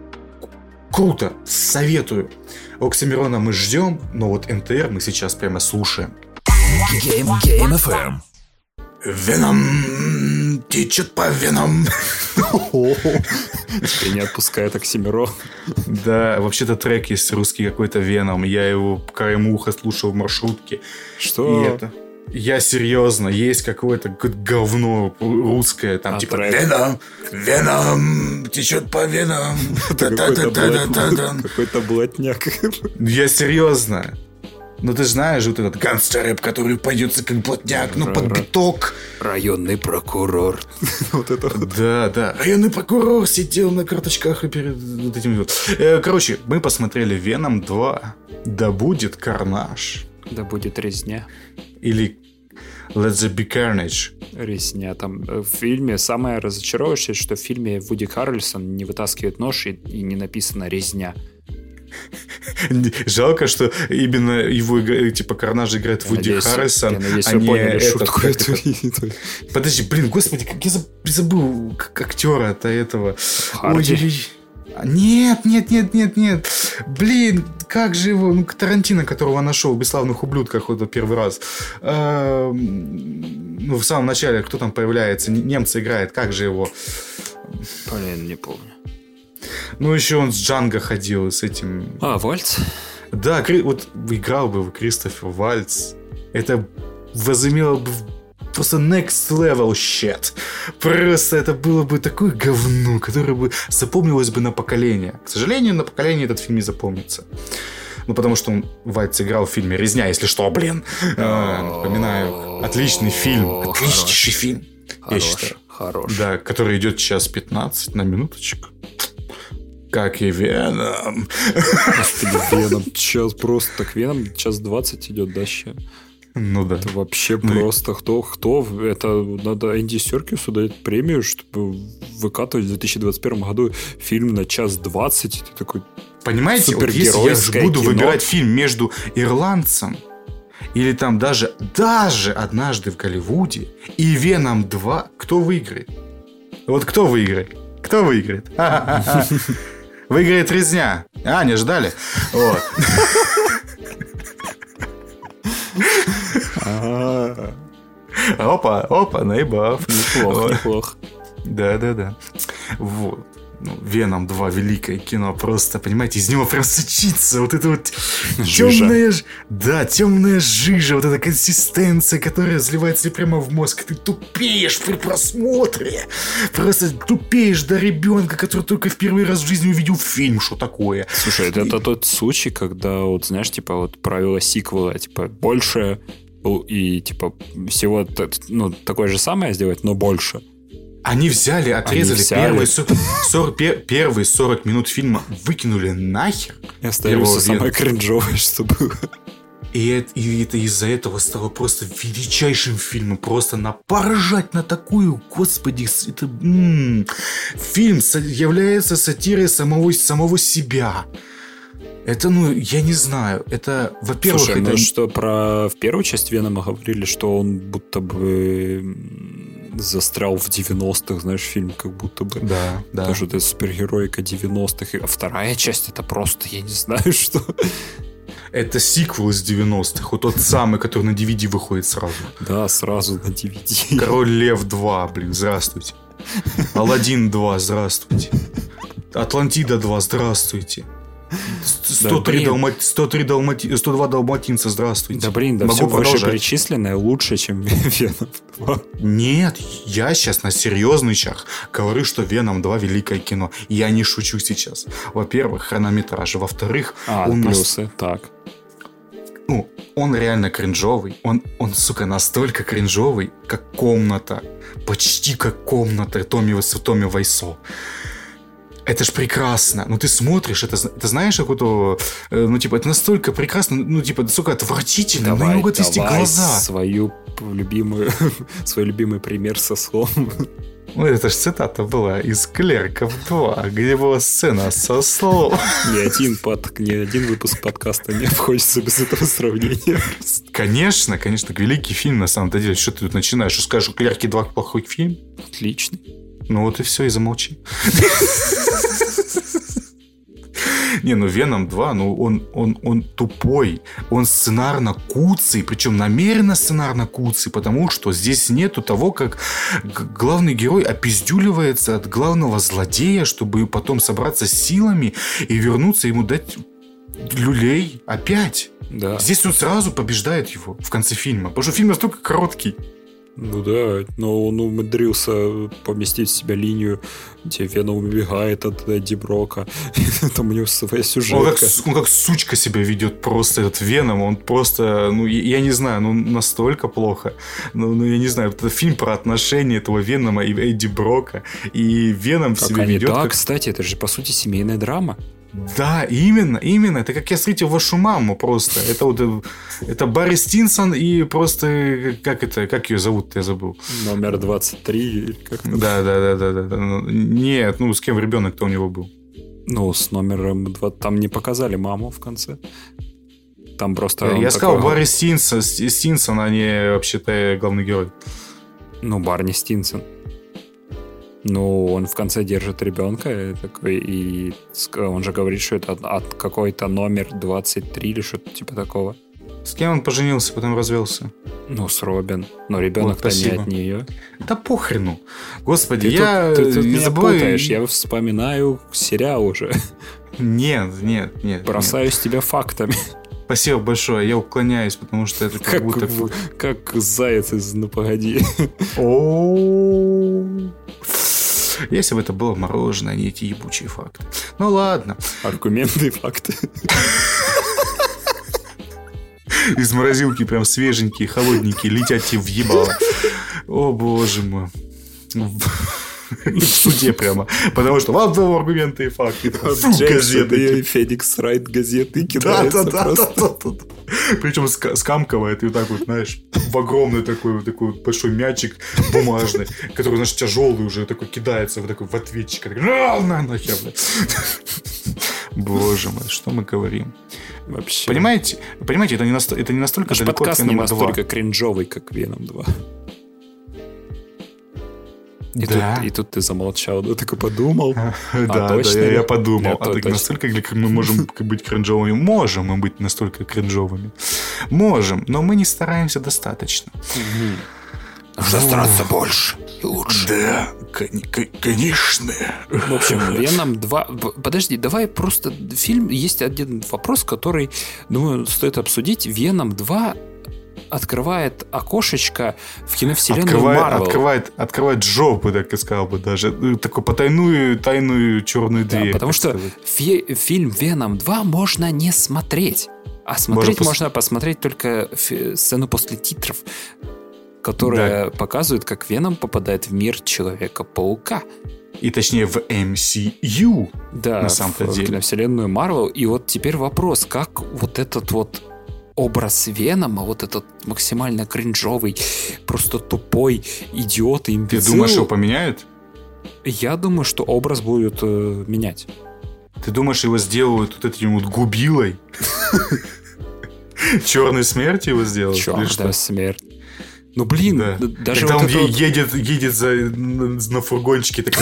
Круто! Советую! Оксимирона мы ждем, но вот эн тэ эр мы сейчас прямо слушаем. Game, Game эф эм. Веном течет по венам. Тебя не отпускает Оксимирон. Да, вообще-то трек есть русский какой-то Веном. Я его краем уха слушал в маршрутке. Что? И это... Я серьезно, есть какое-то говно русское, там а, типа трек. Веном, Веном течет по венам. Какой-то блатняк. Я серьезно. Ну ты знаешь, вот этот гангстер-рэп, который поется как блатняк, ну под биток. Районный прокурор. Вот это. Да, да. Районный прокурор сидел на карточках и перед вот этим вот. Короче, мы посмотрели Веном два. Да будет карнаж. Да будет резня. Или Let there be carnage. Резня. Там в фильме самое разочаровывающее, что в фильме Вуди Харрельсон не вытаскивает нож и, и не написано «резня». Жалко, что именно его типа карнаж играет я Вуди надеюсь, Харрельсон. Я надеюсь, вы поняли шутку эту. Подожди, блин, господи, как я забыл как актера-то этого. Ой, нет, нет, нет, нет, нет. Блин, как же его, ну, Тарантино, которого нашел в «Бесславных ублюдках» вот первый раз. А, ну, в самом начале, кто там появляется, немца играет, как же его? Блин, не помню. Ну, еще он с Джанго ходил, с этим... А, Вальц? Да, вот играл бы Кристофер Вальц. Это возымело бы просто next level shit. Просто это было бы такое говно, которое бы запомнилось бы на поколение. К сожалению, на поколение этот фильм не запомнится. Ну, потому что он, Вальц, играл в фильме «Резня», если что, блин. А, напоминаю, отличный фильм. Отличнейший фильм. Я считаю. Хорош. Да, который идет час пятнадцать на минуточку. Как и Веном. Господи, Веном. Сейчас просто так Веном час двадцать идет, да, сейчас? Ну да. Это вообще ну просто и... кто, кто. Это надо Энди Серкису дать премию, чтобы выкатывать в две тысячи двадцать первом году фильм на час двадцать. Ты такой... Понимаете, вот если я буду кино... выбирать фильм между «Ирландцем» или там даже, даже «Однажды в Голливуде» и «Веном два», кто выиграет? Вот кто выиграет? Кто выиграет? Выиграет «Резня». А, не ждали? Вот. Опа, опа, наебав. Неплохо, неплохо. Да-да-да. Вот. Ну, Веном два великое кино, просто, понимаете, из него прям сочится вот это вот темная, да, темная жижа, вот эта консистенция, которая разливается прямо в мозг. Ты тупеешь при просмотре, просто тупеешь до ребенка, который только в первый раз в жизни увидел фильм, что такое. Слушай, это, это тот случай, когда, вот, знаешь, типа, вот правило сиквела, типа, больше и, типа, всего, ну, такое же самое сделать, но больше. Они взяли, отрезали Они взяли. Первые, сорок, пер, первые сорок минут фильма, выкинули нахер. И оставили все самое кринжовое, что было. И это, и это из-за этого стало просто величайшим фильмом. Просто на поржать на такую, господи, это, м-м, фильм является сатирой самого, самого себя. Это, ну, я не знаю. Это, во-первых... Слушай, это... ну что, про в первую часть Венома говорили, что он будто бы застрял в девяностых, знаешь, фильм как будто бы. Да, да. Тоже это супергероика девяностых. А вторая часть, это просто, я не знаю, что... Это сиквел из девяностых. Вот тот самый, который на ди ви ди выходит сразу. Да, сразу на ди ви ди. Король Лев два, блин, здравствуйте. Аладдин два, здравствуйте. Атлантида два, здравствуйте. сто три, да, далмати... сто три далмати... сто два далматинца, здравствуйте. Да блин, да могу все продолжать. вышеперечисленное лучше, чем Веном два. Нет, я сейчас на серьезный чах говорю, что Веном два великое кино. Я не шучу сейчас. Во-первых, хронометраж. Во-вторых, а, он плюсы, нас... так. Ну, он реально кринжовый. Он, он, сука, настолько кринжовый, как комната. Почти как комната Томми, Томми Вайсо. Это ж прекрасно. Ну, ты смотришь, это, это знаешь, какую-то... Ну, типа, это настолько прекрасно, ну, типа, настолько отвратительно. Давай, ну, не могу отвести давай глаза. свою любимую, свой любимый пример со словом. Ну, это ж цитата была из «Клерков два», где была сцена со слов. Ни один, под, ни один выпуск подкаста не обходится без этого сравнения. Конечно, конечно, великий фильм, на самом-то деле. Что ты тут начинаешь? Что скажешь, «Клерки два» плохой фильм? Отличный. Ну, вот и все, и замолчи. Не, ну Веном два, ну он, он, он тупой, он сценарно куцый, причем намеренно сценарно куцый, потому что здесь нету того, как главный герой опиздюливается от главного злодея, чтобы потом собраться с силами и вернуться, ему дать люлей опять. Да. Здесь он сразу побеждает его в конце фильма, потому что фильм настолько короткий. Ну да, но он умудрился поместить в себя линию, где Веном убегает от Эдди Брока. Там у него своя сюжетка. Он как, он как сучка себя ведет просто, этот Веном. Он просто, ну, я, я не знаю, ну, настолько плохо. Ну, ну, я не знаю, это фильм про отношения этого Венома и Эдди Брока. И Веном как себя они, ведет... Да, как... кстати, это же, по сути, семейная драма. Да, именно, именно. Это как я встретил вашу маму просто. Это вот это Барри Стинсон и просто как это, как ее зовут-то, я забыл. Номер двадцать три или как? Да, да, да, да, да, да. Нет, ну с кем ребенок-то у него был? Ну, с номером два. Там не показали маму в конце. Там просто. Я сказал такой... Барри Стинсон, Стинсон, а не вообще-то главный герой. Ну, Барни Стинсон. Ну, он в конце держит ребенка такой, и он же говорит, что это от, от какой-то номер двадцать три или что-то типа такого. С кем он поженился, потом развелся? Ну, с Робин. Но ребенок-то вот, не от нее. Да похрену. Господи, ты я... Тут, ты тут меня забываю... путаешь, я вспоминаю сериал уже. Нет, нет, нет. Бросаюсь нет. тебя фактами. Спасибо большое, я уклоняюсь, потому что это как, как будто... Как заяц из «Ну, погоди». Если бы это было мороженое, а не эти ебучие факты. Ну ладно. Аргументы и факты. Из морозилки прям свеженькие, холодненькие, летят тебе в ебало. О, боже мой. В суде прямо. Потому что вам дал аргументы и факты. Фу, газеты. Феникс Райт газеты кидается просто. Причем скамкивает и вот так вот, знаешь, в огромный такой, такой большой мячик бумажный, который, знаешь, тяжелый уже, такой кидается в такой в ответчик. На, нахер, блядь. Боже мой, что мы говорим? Вообще. Понимаете, понимаете, это не, насто... это не настолько Наш далеко подкаст от Венома не настолько кринжовый, как Веном два. И, да. тут, и тут ты замолчал, да, такой подумал. Да, а, да, я, я подумал. Да, а так настолько ли мы можем быть кринжовыми? Можем мы быть настолько кринжовыми. Можем, но мы не стараемся достаточно. Нужно стараться больше. лучше. Да, кон- кон- конечно. В общем, Веном два... Подожди, давай просто... Фильм... Есть один вопрос, который, думаю, стоит обсудить. Веном два открывает окошечко в киновселенную открывает, Марвел. Открывает, открывает жопу, так и сказал бы даже. Такую потайную, тайную черную Да, дверь. потому что фи- фильм Веном два можно не смотреть. А смотреть Можно можно, пос... посмотреть только фи- сцену после титров, которая да. показывает, как Веном попадает в мир Человека-паука. И точнее в эм си ю. Да, на самом-то в, деле. в киновселенную Марвел. И вот теперь вопрос, как вот этот вот образ Венома, вот этот максимально кринжовый, просто тупой идиот и имбецил. Ты думаешь, его поменяют? Я думаю, что образ будут э, менять. Ты думаешь, его сделают вот этим вот губилой? Черной смерти его сделают? Черная смерть. Ну, блин, да. даже когда вот он это вот... едет, едет за, на фургончике, такой...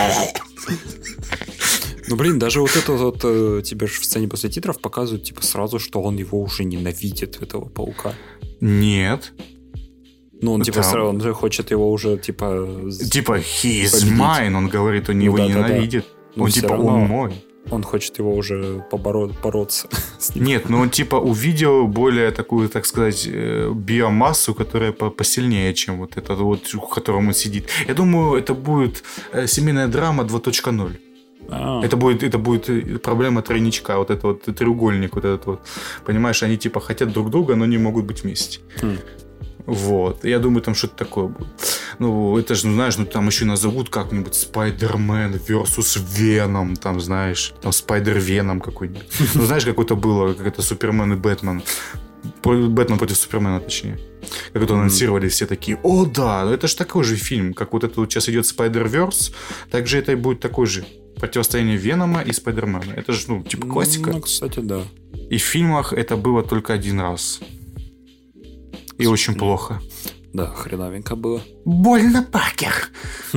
Ну, блин, даже вот это вот э, тебе же в сцене после титров показывают, типа, сразу, что он его уже ненавидит, этого паука. Нет. Ну, он, типа, да. сразу, он же хочет его уже, типа... Типа, he is mine, он говорит, он ну, его да, ненавидит. Да, да. Он, типа, он мой. Он хочет его уже поборо- бороться с ним. Нет, но он, типа, увидел более такую, так сказать, биомассу, которая посильнее, чем вот этот вот, в котором он сидит. Я думаю, это будет семейная драма два точка ноль. А. Это будет, это будет проблема тройничка, вот этот вот треугольник, вот этот вот. Понимаешь, они типа хотят друг друга, но не могут быть вместе. Хм. Вот. Я думаю, там что-то такое будет. Ну, это же, ну, знаешь, ну там еще назовут как-нибудь Спайдермен versus Веном, там, знаешь, там Спайдер-Веном какой-нибудь. Ну, знаешь, какое-то было, как это Супермен и Бэтмен. Бэтмен против Супермена, точнее. Как это анонсировали, все такие: о, да, ну это же такой же фильм, как вот это вот сейчас идет Spider-Verse, также это и будет такой же. Противостояние Венома и Спайдермена. Это же, ну, типа классика. Ну, кстати, да. И в фильмах это было только один раз. И Слушай, очень плохо. Да, хреновенько было. Больно, Паркер!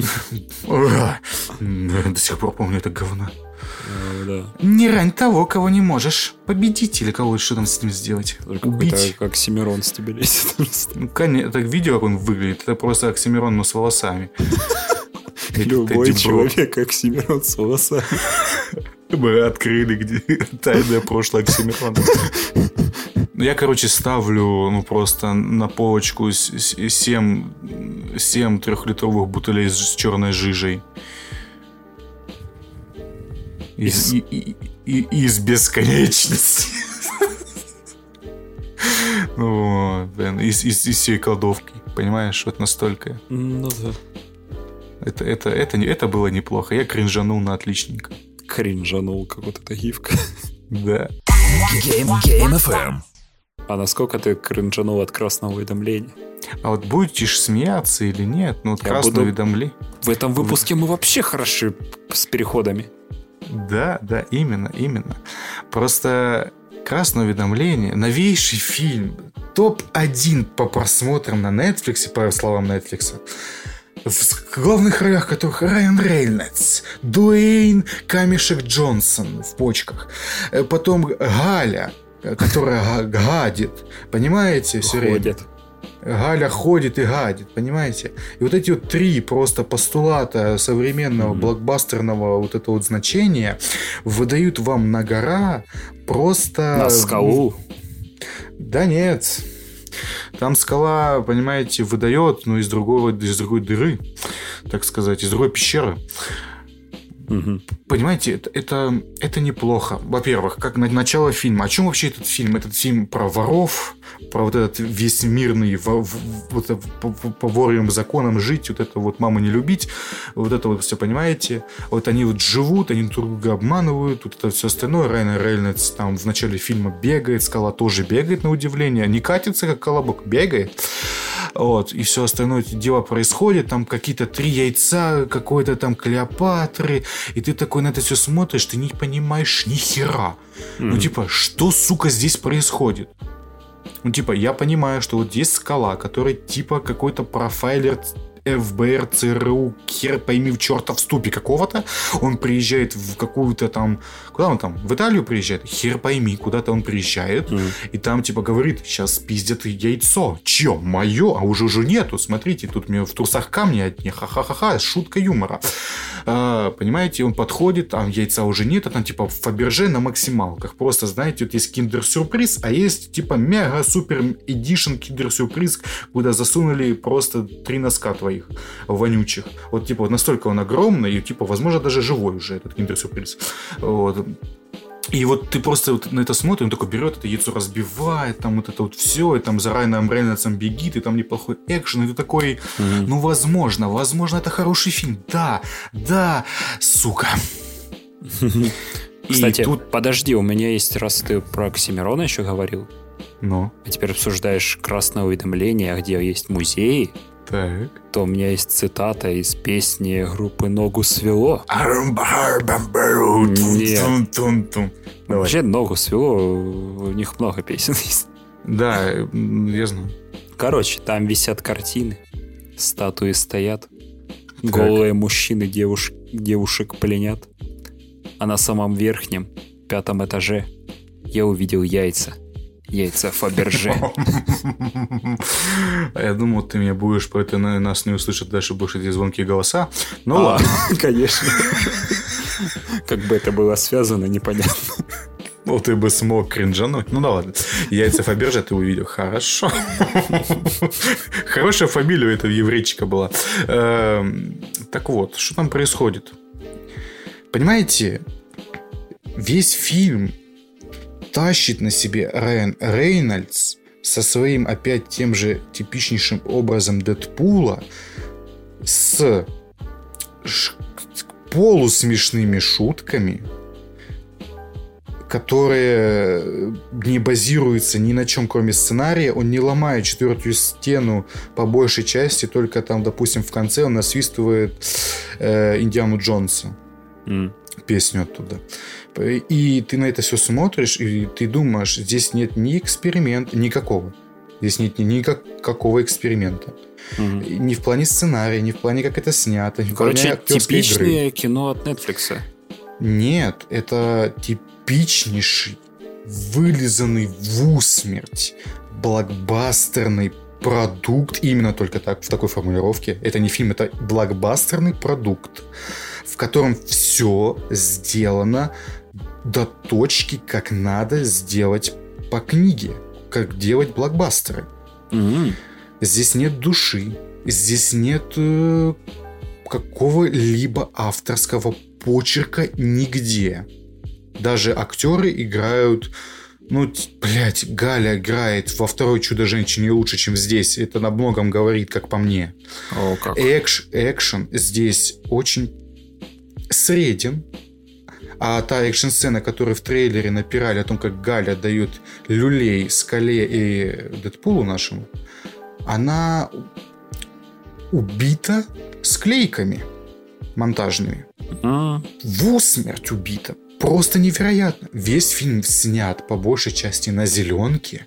До сих пор помню это говно. Не рань того, кого не можешь победить, или кого что там с ним сделать. Убить. Как Оксимирон с тебя лезет. Ну, конечно, так видео, как он выглядит. Это просто Оксимирон, но с волосами. Любой человек Оксимирон с волосами. Мы открыли, где тайное прошлое Оксимирона. Я, короче, ставлю, ну, просто на полочку семь трехлитровых бутылей с черной жижей. Из, из... И, и, из бесконечности. Ну, блин, из, из, из всей кладовки. Понимаешь, вот настолько. Ну да. Это, это, это, это было неплохо. Я кринжанул на отличненько. Кринжанул, как вот эта гифка. Да. Game эф эм. А насколько ты кринжанул от красного уведомления? А вот будешь смеяться или нет? Ну, вот красное буду... уведомление. В этом выпуске мы вообще хороши с переходами. Да, да, именно, именно. Просто красное уведомление, новейший фильм, топ один по просмотрам на Netflix, по словам Netflix. В главных ролях которых Райан Рейнольдс, Дуэйн Камешек Джонсон в почках, потом Галя, которая гадит, понимаете, все время. Галя ходит и гадит, понимаете? И вот эти вот три просто постулата современного mm-hmm. блокбастерного вот этого вот значения выдают вам на гора просто... На скалу. Да нет. Там скала, понимаете, выдает, но из другого, из другой дыры, так сказать, из другой пещеры. Угу. Понимаете, это, это, это неплохо. Во-первых, как на, начало фильма. О чем вообще этот фильм? Этот фильм про воров, про вот этот весь мирный, в, в, вот, по, по ворьим законам жить, вот это вот маму не любить, вот это вот все, понимаете? Вот они вот живут, они друг друга обманывают, вот это все остальное. Райан Рейнольдс там в начале фильма бегает, скала тоже бегает, на удивление, не катится, как колобок, бегает. Вот, и все остальное эти дела происходит, там какие-то три яйца, какой-то там Клеопатры, и ты такой на это все смотришь, ты не понимаешь ни хера. Mm-hmm. Ну, типа, что, сука, здесь происходит? Ну, типа, я понимаю, что вот есть скала, который, типа, какой-то профайлер эф бэ эр, цэ эр у, хер пойми в чертов ступе какого-то. Он приезжает в какую-то там... Куда он там? В Италию приезжает? Хер пойми, куда-то он приезжает. Mm. И там типа говорит, сейчас пиздят яйцо. Чье? Мое? А уже уже нету. Смотрите, тут мне в трусах камни одни. Ха-ха-ха-ха. Шутка юмора. А, понимаете, он подходит, там яйца уже нет, а там типа Фаберже на максималках. Просто, знаете, вот есть киндер-сюрприз, а есть типа мега-супер-эдишн киндер-сюрприз, куда засунули просто три носка твоих вонючих. Вот типа вот настолько он огромный, и типа, возможно, даже живой уже этот киндер-сюрприз. Вот. И вот ты просто вот на это смотришь, он такой берет это яйцо, разбивает, там вот это вот все, и там за Райаном Рейнольдсом бегит, и там неплохой экшен, и ты такой, mm-hmm. ну, возможно, возможно, это хороший фильм, да, да, сука. Кстати, тут... подожди, у меня есть, раз ты про Оксимирона еще говорил, ну? А теперь обсуждаешь красное уведомление, где есть музеи, так. то у меня есть цитата из песни группы «Ногу свело». Нет. Вообще «Ногу свело», у них много песен есть. Да, я знаю. Короче, там висят картины, статуи стоят, так. Голые мужчины девуш... девушек пленят. А на самом верхнем, пятом этаже я увидел яйца. Яйца Фаберже. А я думал, ты меня будешь, поэтому нас не услышат дальше больше эти звонкие голоса. Ну а, ладно. Конечно. Как бы это было связано, непонятно. Ну, ты бы смог кринжануть. Ну да ладно. Яйца Фаберже ты увидел. Хорошо. Хорошая фамилия у этого еврейчика была. Так вот, что там происходит? Понимаете, весь фильм тащит на себе Райан Рейнольдс со своим опять тем же типичнейшим образом Дэдпула с полусмешными шутками, которые не базируются ни на чем, кроме сценария. Он не ломает четвертую стену по большей части, только там, допустим, в конце он насвистывает э, Индиану Джонса. Mm. Песню оттуда. И ты на это все смотришь, и ты думаешь, здесь нет ни эксперимента, никакого. Здесь нет никакого эксперимента. Угу. Ни в плане сценария, ни в плане, как это снято, ни в плане актерской игры. Короче, типичное кино от Netflix. Нет, это типичнейший, вылизанный в усмерть, блокбастерный продукт, именно только так, в такой формулировке. Это не фильм, это блокбастерный продукт, в котором все сделано до точки, как надо сделать по книге, как делать блокбастеры. Mm-hmm. Здесь нет души, здесь нет э, какого-либо авторского почерка нигде. Даже актеры играют... Ну, блядь, Галя играет во второй «Чудо-женщине» лучше, чем здесь. Это на многом говорит, как по мне. О, как. Экш, экшен здесь очень среден. А та экшн-сцена, которую в трейлере напирали о том, как Галя дает люлей Скале и Дэдпулу нашему, она убита склейками монтажными. Mm. В усмерть убита. Просто невероятно. Весь фильм снят по большей части на зеленке.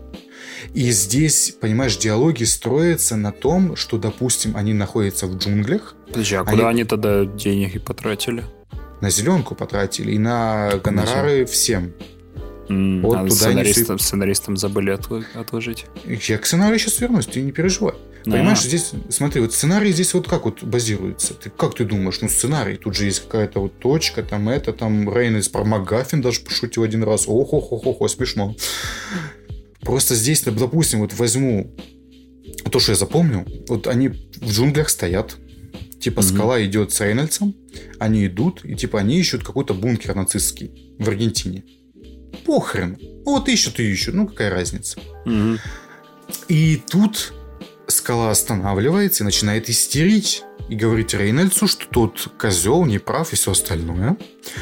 И здесь, понимаешь, диалоги строятся на том, что, допустим, они находятся в джунглях. Подожди, а куда они, они тогда деньги потратили? На зеленку потратили и на гонорары всем. Mm, вот а туда сценаристам, они... сценаристам забыли отложить. Я к сценарию сейчас вернусь, ты не переживай. А-а-а. Понимаешь, здесь, смотри, вот сценарий здесь вот как вот базируется. Ты, как ты думаешь, ну сценарий, тут же есть какая-то вот точка, там это, там Рейнольдс про МакГаффин даже пошутил один раз. Ох-ох-ох-ох, смешно. Просто здесь, допустим, вот возьму то, что я запомнил. Вот они в джунглях стоят. Типа mm-hmm. Скала идет с Рейнольдсом. Они идут, и типа они ищут какой-то бункер нацистский в Аргентине. Похрен. Вот ищут и ищут. Ну, какая разница. Mm-hmm. И тут Скала останавливается и начинает истерить. И говорить Рейнольдсу, что тот козел, неправ и все остальное.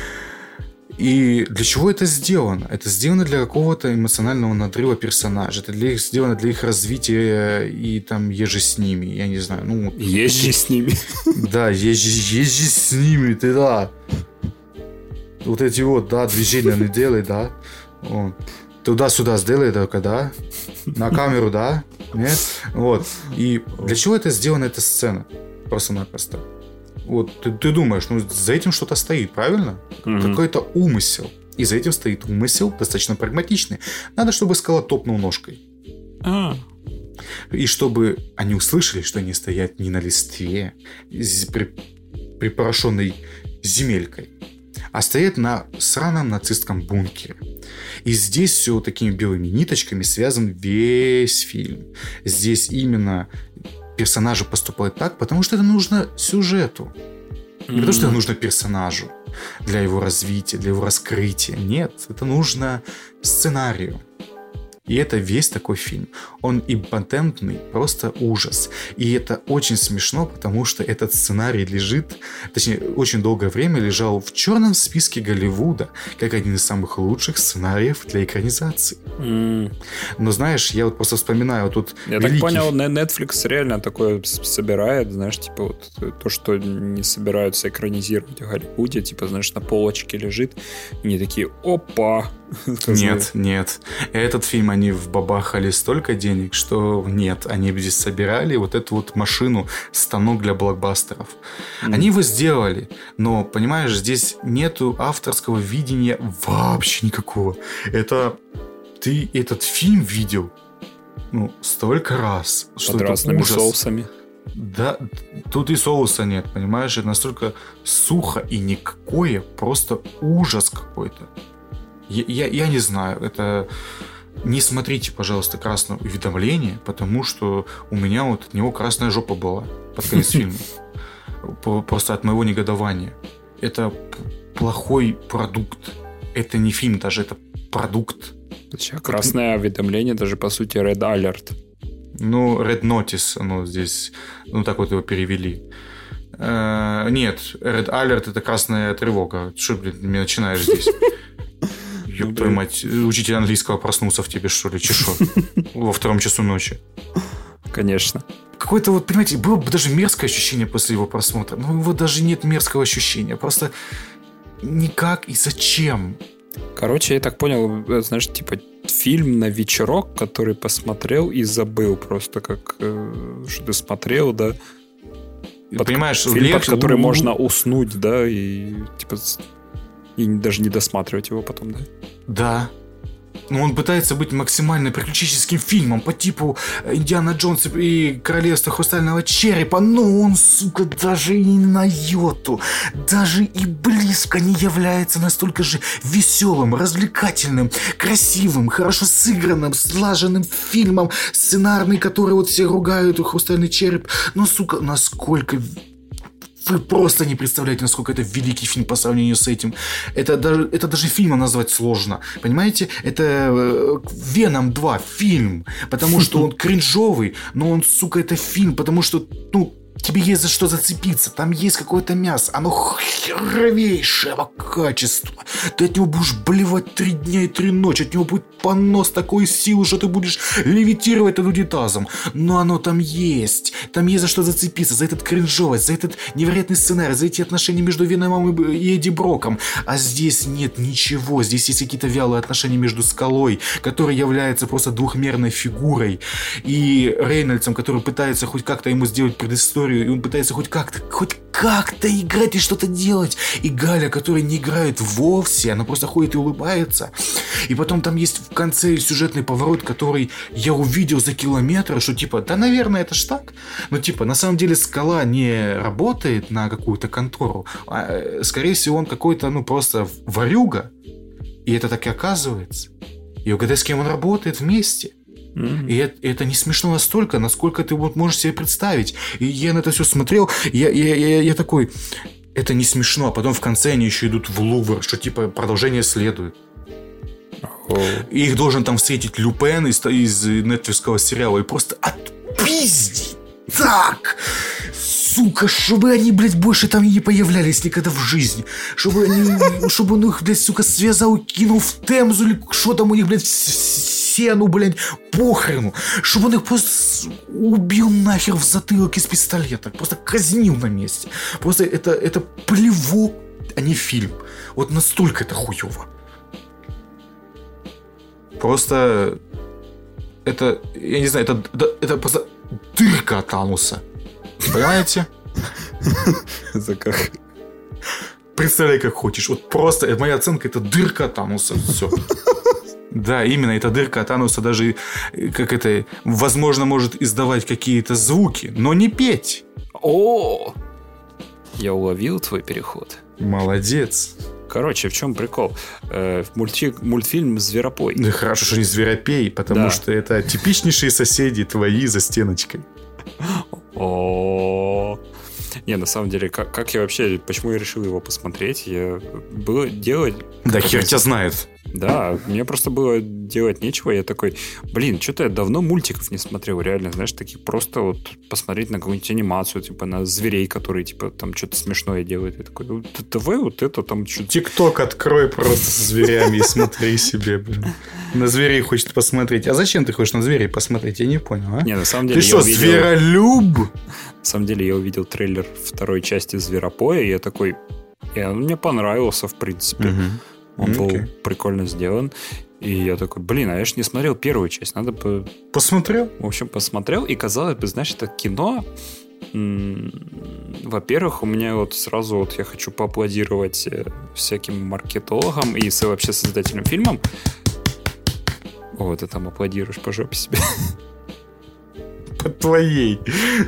И для чего это сделано? Это сделано для какого-то эмоционального надрыва персонажа. Это для их, сделано для их развития и там ежи с ними. Я не знаю. Ну, ежи с ними. Да, ежи, ежи с ними, ты да. Вот эти вот, да, движения не делай, да. Вот. Туда-сюда сделай только, да. На камеру, да. Нет? Вот. И для чего это сделана эта сцена? Просто-напросто. Вот ты, ты думаешь, ну за этим что-то стоит, правильно? Mm-hmm. Какой-то умысел. И за этим стоит умысел достаточно прагматичный. Надо, чтобы скала топнул ножкой. Ah. И чтобы они услышали, что они стоят не на листве, при, припорошенной земелькой, а стоят на сраном нацистском бункере. И здесь все вот такими белыми ниточками связан весь фильм. Здесь именно персонажи поступают так, потому что это нужно сюжету. Не mm-hmm. потому что это нужно персонажу для его развития, для его раскрытия. Нет, это нужно сценарию. И это весь такой фильм. Он импотентный, просто ужас. И это очень смешно, потому что этот сценарий лежит, точнее, очень долгое время лежал в черном списке Голливуда, как один из самых лучших сценариев для экранизации. Mm. Но знаешь, я вот просто вспоминаю вот тут Я великий... так понял, Netflix реально такое собирает, знаешь, типа вот то, что не собираются экранизировать в Голливуде, типа, знаешь, на полочке лежит, и они такие, опа! Нет, нет. Этот фильм они вбабахали столько денег, что нет, они здесь собирали вот эту вот машину, станок для блокбастеров. Mm. Они его сделали, но, понимаешь, здесь нету авторского видения вообще никакого. Это ты этот фильм видел, ну, столько раз. Под что разными ужас. Соусами. Да, тут и соуса нет, понимаешь? Это настолько сухо и никакое, просто ужас какой-то. Я, я, я не знаю, это... Не смотрите, пожалуйста, «Красное уведомление», потому что у меня вот от него красная жопа была под конец фильма. Просто от моего негодования. Это плохой продукт. Это не фильм даже, это продукт. Красное уведомление, даже по сути Red Alert. Ну, Red Notice, оно здесь, ну так вот его перевели. Э, нет, Red Alert — это красная тревога. Что, блин, мне начинаешь здесь? Ёб твою мать, учитель английского проснулся в тебе, что ли, чешо? Во втором часу ночи. Конечно. Какое-то вот, понимаете, было бы даже мерзкое ощущение после его просмотра. Но его даже нет мерзкого ощущения. Просто никак и зачем. Короче, я так понял, знаешь, типа фильм на вечерок, который посмотрел и забыл просто, как э, что ты смотрел, да. Под, понимаешь, фильм, легче, под который у... можно уснуть, да, и типа... И даже не досматривать его потом, да? Да. Но он пытается быть максимально приключенческим фильмом по типу «Индиана Джонс и Королевство Хрустального Черепа», но он, сука, даже и на йоту, даже и близко не является настолько же веселым, развлекательным, красивым, хорошо сыгранным, слаженным фильмом, сценарный, который вот все ругают, «Хрустальный череп». Но, сука, насколько... Вы просто не представляете, насколько это великий фильм по сравнению с этим. Это даже, это даже фильмом назвать сложно. Понимаете? Это «Веном два» фильм. Потому что он кринжовый, но он, сука, это фильм. Потому что, ну, тебе есть за что зацепиться. Там есть какое-то мясо. Оно херовейшего качества. Ты от него будешь блевать три дня и три ночи. От него будет понос такой силы, что ты будешь левитировать над унитазом. Но оно там есть. Там есть за что зацепиться. За этот кринжовость, за этот невероятный сценарий, за эти отношения между Веномом и Эдди Броком. А здесь нет ничего. Здесь есть какие-то вялые отношения между Скалой, который является просто двухмерной фигурой, и Рейнольдсом, который пытается хоть как-то ему сделать предысторию, и он пытается хоть как-то, хоть как-то играть и что-то делать. И Галя, которая не играет вовсе, она просто ходит и улыбается. И потом там есть в конце сюжетный поворот, который я увидел за километр, что типа, да, наверное, это ж так. Но типа, на самом деле Скала не работает на какую-то контору. А, скорее всего, он какой-то, ну, просто варюга. И это так и оказывается. И угадай, с кем он работает вместе. Mm-hmm. И это, это не смешно настолько, насколько ты вот можешь себе представить. И я на это все смотрел, и я, я, я, я такой, это не смешно. А потом в конце они еще идут в Лувр, что типа продолжение следует. Oh. И их должен там встретить Люпен из, из нетфликсового сериала и просто отпиздить. Так, сука, чтобы они, блядь, больше там не появлялись никогда в жизни. Чтобы они, чтобы он их, блядь, сука, связал, кинул в Темзу или что там у них, блядь, в сену, блядь, похрену. Чтобы он их просто убил нахер в затылок из пистолета. Просто казнил на месте. Просто это, это плевок, а не фильм. Вот настолько это хуёво. Просто... это, я не знаю, это, это, это просто дырка от ануса. Понимаете? За как? Представляй, как хочешь. Вот просто, это моя оценка, это дырка от ануса. Все. Да, именно, эта дырка от ануса даже, как это, возможно, может издавать какие-то звуки, но не петь. О, я уловил твой переход. Молодец. Короче, в чем прикол? Э, мультик, мультфильм «Зверопой». Да хорошо, что не «Зверопей», потому да. что это типичнейшие соседи твои за стеночкой. О, не, на самом деле, как, как я вообще, почему я решил его посмотреть? Я было делать... Да хер тебя знает. Да, мне просто было делать нечего. Я такой, блин, что-то я давно мультиков не смотрел. Реально, знаешь, таких просто вот посмотреть на какую-нибудь анимацию, типа на зверей, которые типа там что-то смешное делают. Я такой, ну, давай вот это там что-то... ТикТок открой просто со зверями и смотри себе, блин. На зверей хочет посмотреть. А зачем ты хочешь на зверей посмотреть? Я не понял, а? Не, на самом деле ты что, увидел... зверолюб? На самом деле я увидел трейлер второй части «Зверопоя», и я такой... И он мне понравился, в принципе. Угу. Он был okay. прикольно сделан. И я такой, блин, а я ж не смотрел первую часть. Надо бы... Посмотрел? В общем, посмотрел. И казалось бы, знаешь, это кино... М- во-первых, у меня вот сразу вот я хочу поаплодировать всяким маркетологам и вообще создателям фильмов. О, ты там аплодируешь по жопе себе. По твоей.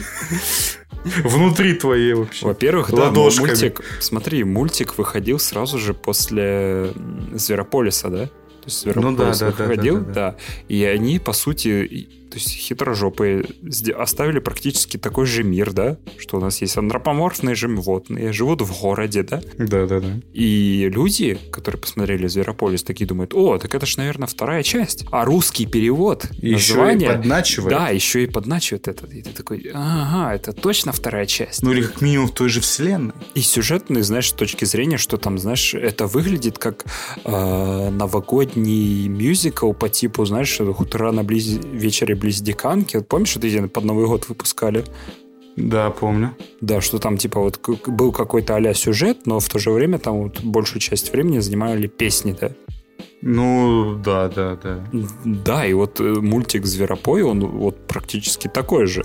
Внутри твоей вообще. Во-первых, да, мультик... Смотри, мультик выходил сразу же после Зверополиса, да? То есть Зверополис ну, да, выходил, да, да, да, да. да. И они, по сути, то есть хитрожопые, оставили практически такой же мир, да? Что у нас есть антропоморфные животные, живут в городе, да? Да, да, да. И люди, которые посмотрели Зверополис, такие думают, о, так это ж, наверное, вторая часть. А русский перевод, и название... еще и подначивает. Да, еще и подначивает это. И ты такой, ага, это точно вторая часть. Ну или как минимум в той же вселенной. И сюжетный, знаешь, с точки зрения, что там, знаешь, это выглядит как э, новогодний мюзикл по типу, знаешь, «Утро на близ... вечере близ Диканки». Вот помнишь, что эти под Новый год выпускали? Да, помню. Да, что там типа вот был какой-то а-ля сюжет, но в то же время там вот большую часть времени занимали песни, да? Ну, да, да, да. Да, и вот мультик «Зверопой», он вот практически такой же.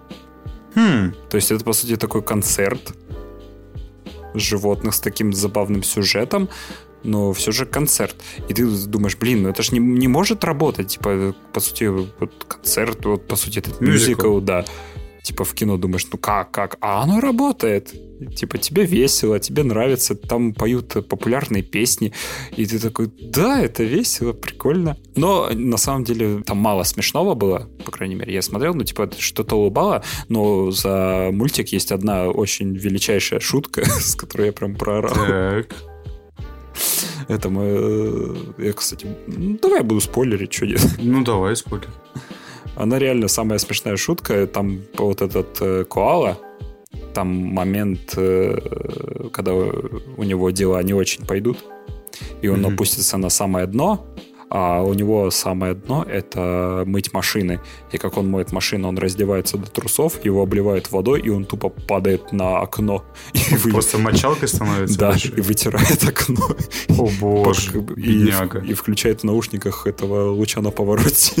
Хм. То есть это, по сути, такой концерт животных с таким забавным сюжетом, но все же концерт. И ты думаешь, блин, ну это же не, не может работать. Типа, по сути, вот концерт, вот, по сути, этот мюзикл, да. Типа в кино думаешь, ну как, как? А оно работает. Типа тебе весело, тебе нравится, там поют популярные песни. И ты такой, да, это весело, прикольно. Но на самом деле там мало смешного было, по крайней мере, я смотрел, ну типа что-то улыбало, но за мультик есть одна очень величайшая шутка, с которой я прям проорал. Так. Это мы... Я, кстати... Ну, давай я буду спойлерить, что нет. Ну, давай, спойлер. Она реально самая смешная шутка. Там вот этот э, коала, там момент, э, когда у него дела не очень пойдут, и он mm-hmm. опустится на самое дно, а у него самое дно — это мыть машины. И как он моет машину, он раздевается до трусов, его обливают водой, и он тупо падает на окно. И вы... Просто мочалкой становится? Да, и вытирает окно. О боже, бедняга. И, и включает в наушниках этого луча на повороте.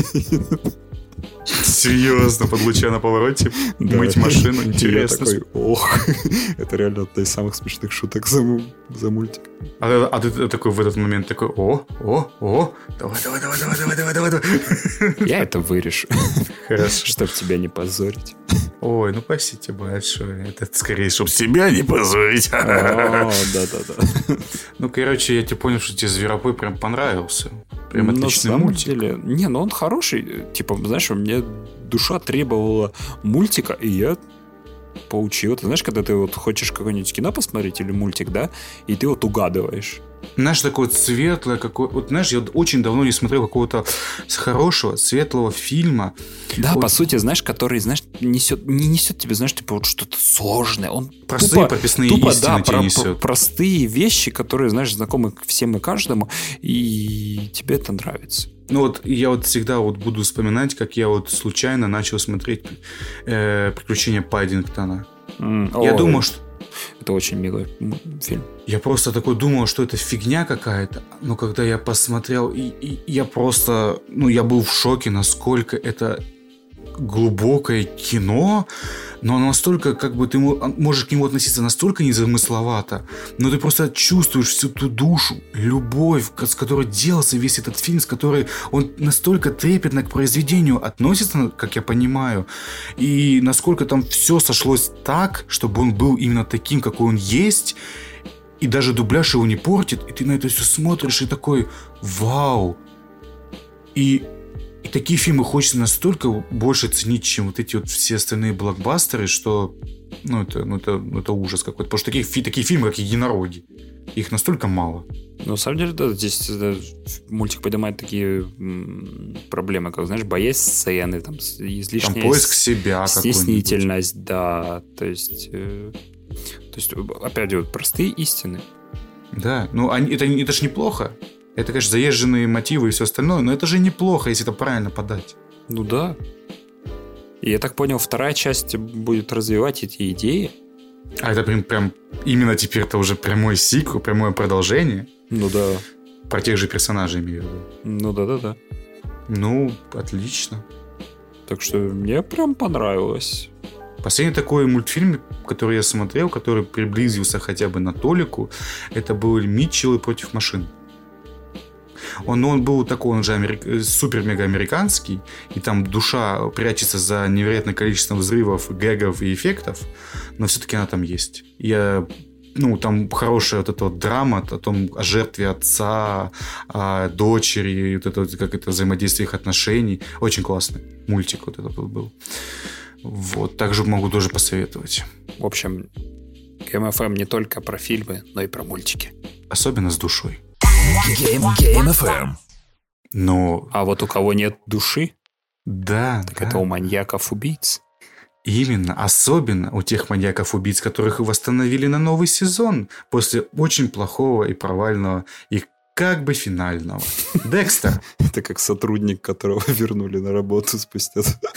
Серьезно, под луча на повороте да. Мыть машину? Интересно. Я такой, ох, это реально одна из самых смешных шуток за, за мультик. А, а ты такой в этот момент такой, о, о, о, давай, давай, давай, давай, давай, давай, давай, давай. Я это вырежу. Хорошо. Чтоб тебя не позорить. Ой, ну спасибо большое. Это скорее, чтобы себя не позорить. О, да-да-да. Ну, короче, я тебе понял, что тебе Зверопой прям понравился. Прям отличный мультик. Деле, не, ну он хороший. Типа, знаешь, у меня душа требовала мультика, и я получил. Ты знаешь, когда ты вот хочешь какое-нибудь кино посмотреть или мультик, да, и ты вот угадываешь. Знаешь, такое светлое, какое... Вот, знаешь, я очень давно не смотрел какого-то хорошего, светлого фильма. Да, вот. По сути, знаешь, который, знаешь, несет, не несет тебе, знаешь, типа вот что-то сложное. Он простые тупо, прописные тупо, истины да, тебе про, несет. Простые вещи, которые, знаешь, знакомы всем и каждому, и тебе это нравится. Ну вот я вот всегда вот буду вспоминать, как я вот случайно начал смотреть э, «Приключения Паддингтона». Mm, я, думал, что, Это очень милый фильм. Я просто такой думал, что это фигня какая-то, но когда я посмотрел, и, и я просто, ну, я был в шоке, насколько это глубокое кино, но оно настолько, как бы, ты можешь к нему относиться настолько незамысловато, но ты просто чувствуешь всю ту душу, любовь, с которой делался весь этот фильм, с которой он настолько трепетно к произведению относится, как я понимаю, и насколько там все сошлось так, чтобы он был именно таким, какой он есть, и даже дубляж его не портит, и ты на это все смотришь и такой «Вау!» И И такие фильмы хочется настолько больше ценить, чем вот эти вот все остальные блокбастеры, что ну, это, ну, это, ну, это ужас какой-то. Потому что такие, такие фильмы, как «Единороги», их настолько мало. Ну, на самом деле, да, здесь да, мультик поднимает такие м, проблемы, как, знаешь, боязнь сцены, там, излишняя... Там поиск себя стеснительность, да, то есть... Э, то есть, опять вот, простые истины. Да, ну, они, это, это ж неплохо. Это, конечно, заезженные мотивы и все остальное, но это же неплохо, если это правильно подать. Ну да. И я так понял, вторая часть будет развивать эти идеи. А это прям, прям именно теперь это уже прямой сиквел, прямое продолжение. Ну да. Про тех же персонажей, имею в виду. Ну да-да-да. Ну, отлично. Так что мне прям понравилось. Последний такой мультфильм, который я смотрел, который приблизился хотя бы на толику, это был «Митчеллы против машин». Он, он был такой, он же америк... супер-мега-американский, и там душа прячется за невероятное количество взрывов, гэгов и эффектов, но все-таки она там есть. Я... Ну, там хорошая вот эта вот драма о том, о жертве отца, о дочери, вот это вот, как это взаимодействие их отношений. Очень классный мультик вот этот был. Вот, также могу тоже посоветовать. В общем, Game эф эм не только про фильмы, но и про мультики. Особенно с душой. Game, Game эф эм. Но... А вот у кого нет души, да, так да. это у маньяков-убийц. Именно, особенно у тех маньяков-убийц, которых восстановили на новый сезон после очень плохого и провального и как бы финального. Декстер. Это как сотрудник, которого вернули на работу спустя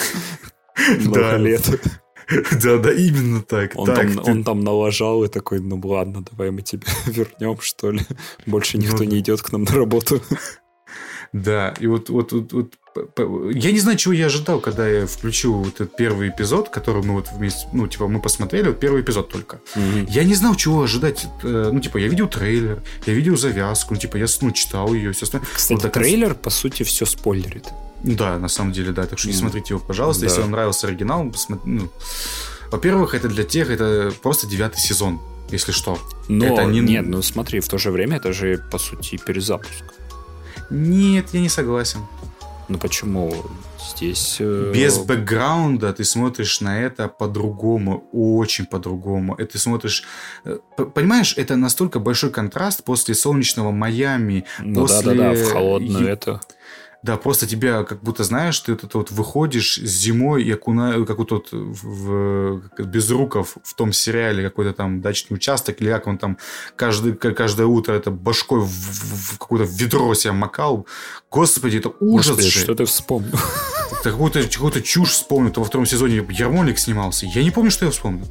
много лет. Да, да, именно так. Он, так, там, ты... он там налажал и такой, ну ладно, давай мы тебя вернем, что ли. Больше никто ну, не идет к нам на работу. Да, и вот, вот, вот, вот я не знаю, чего я ожидал, когда я включил вот этот первый эпизод, который мы вот вместе, ну, типа, мы посмотрели, вот первый эпизод только. Mm-hmm. Я не знал, чего ожидать. Ну, типа, я видел трейлер, я видел завязку, ну, типа, я ну, читал ее, все остальное. Кстати, вот, трейлер, конца... по сути, все спойлерит. Да, на самом деле, да. Так что mm-hmm. смотрите его, пожалуйста. Да. Если вам нравился оригинал, посмотрите. Ну, во-первых, это для тех, это просто девятый сезон, если что. Но это не... нет, ну смотри, в то же время это же, по сути, перезапуск. Нет, я не согласен. Ну почему? Здесь... Э... Без бэкграунда ты смотришь на это по-другому, очень по-другому. И ты смотришь... Понимаешь, это настолько большой контраст после солнечного Майами. Ну после... да-да-да, в холодную это... Да, просто тебя как будто, знаешь, ты вот, вот выходишь зимой и окунаешь, как вот тот в, в Безруков в том сериале какой-то там дачный участок, или как он там каждый, каждое утро это башкой в, в, в какое-то ведро себя макал. Господи, это ужас. Господи, же. Что ты вспомнил? Какую-то, какую-то чушь вспомнил. Во втором сезоне Ярмолик снимался. Я не помню, что я вспомнил.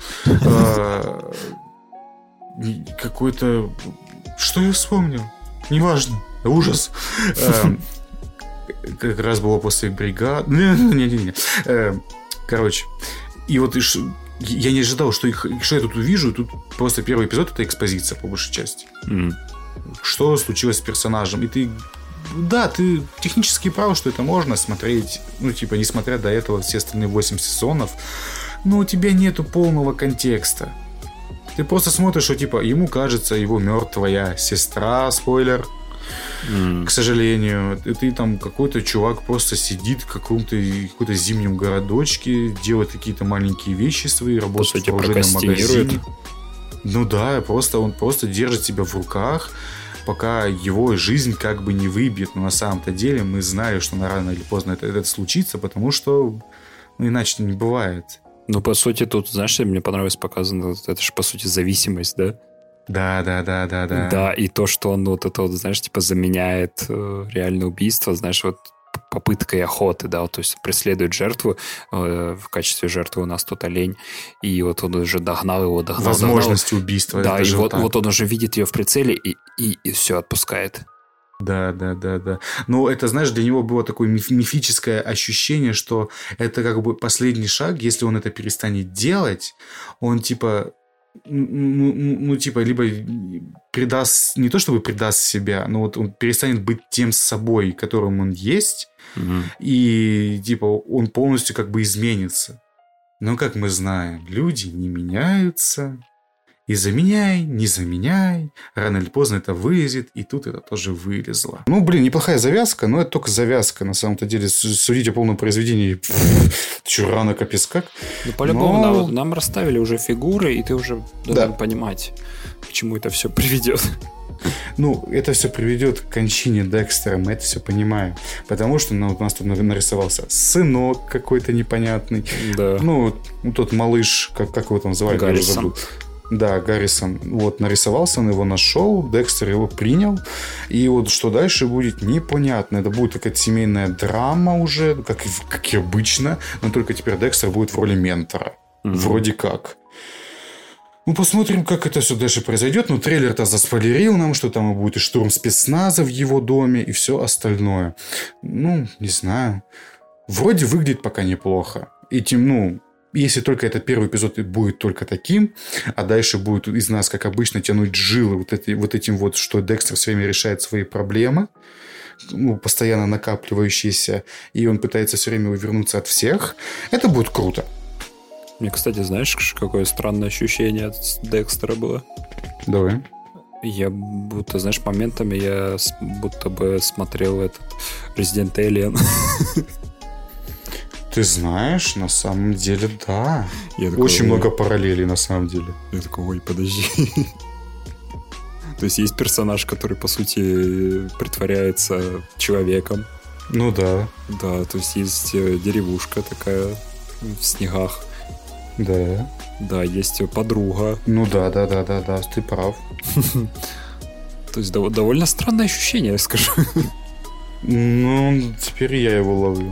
Какой-то... Что я вспомнил? Неважно. Ужас. Как раз было после бригады. Не-не-не. Короче. И вот я не ожидал, что, их, что я тут увижу. Тут просто первый эпизод — это экспозиция, по большей части. Mm. Что случилось с персонажем. И ты... Да, ты технически прав, что это можно смотреть. Ну, типа, несмотря до этого все остальные восемь сезонов. Но у тебя нету полного контекста. Ты просто смотришь, что, типа, ему кажется, его мертвая сестра, спойлер, Mm. к сожалению, и ты там какой-то чувак просто сидит в каком-то какой-то зимнем городочке, делает какие-то маленькие вещи свои, работает в оружейном магазине. Ну да, просто он просто держит себя в руках, пока его жизнь как бы не выбьет. Но на самом-то деле мы знаем, что рано или поздно это, это случится, потому что ну, иначе не бывает. Ну, по сути, тут, знаешь, что мне понравилось показано? Это же, по сути, зависимость, да? Да, да, да, да, да. Да, и то, что он вот это вот, знаешь, типа заменяет э, реальное убийство, знаешь, вот попыткой охоты, да, то есть преследует жертву, э, в качестве жертвы у нас тут олень, и вот он уже догнал его, догнал, возможность догнал. убийства. Да, и вот, вот, вот он уже видит ее в прицеле и, и, и все, отпускает. Да, да, да, да. Но это, знаешь, для него было такое миф- мифическое ощущение, что это как бы последний шаг, если он это перестанет делать, он типа, ну, ну, ну типа, либо предаст, не то чтобы предаст себя, но вот он перестанет быть тем собой, которым он есть, Угу. и типа он полностью как бы изменится. Но, как мы знаем, люди не меняются. И заменяй, не заменяй. Рано или поздно это вылезет. И тут это тоже вылезло. Ну, блин, неплохая завязка. Но это только завязка. На самом-то деле, судить о полном произведении, что рано капец как. Ну, по-любому, но... нам, нам расставили уже фигуры, и ты уже должен да. понимать, к чему это все приведет. Ну, это все приведет к кончине Декстера, мы это все понимаем. Потому что ну, у нас тут нарисовался сынок какой-то непонятный. Да. Ну, тот малыш, как, как его там называли? Гаррисон. Да, Гаррисон. Вот, нарисовался, он его нашел, Декстер его принял. И вот что дальше будет, непонятно. Это будет какая-то семейная драма уже, как, как и обычно. Но только теперь Декстер будет в роли ментора. Mm-hmm. Вроде как. Ну, посмотрим, как это все дальше произойдет. Ну, трейлер-то заспойлерил нам, что там будет и штурм спецназа в его доме, и все остальное. Ну, не знаю. Вроде выглядит пока неплохо. И тем, ну... Если только этот первый эпизод будет только таким, а дальше будет из нас, как обычно, тянуть жилы вот, эти, вот этим вот, что Декстер все время решает свои проблемы, ну, постоянно накапливающиеся, и он пытается все время увернуться от всех, это будет круто. Мне, кстати, знаешь, какое странное ощущение от Декстера было? Давай. Я будто, знаешь, моментами я будто бы смотрел этот Resident Alien. Ты знаешь, на самом деле, да. Я такой, очень ой. много параллелей, на самом деле. Я такой, ой, подожди. То есть есть персонаж, который, по сути, притворяется человеком. Ну да. Да, то есть есть деревушка такая в снегах. Да. Да, есть подруга. Ну да, да, да, да, да, ты прав. То есть довольно странное ощущение, я скажу. Ну, теперь я его ловлю.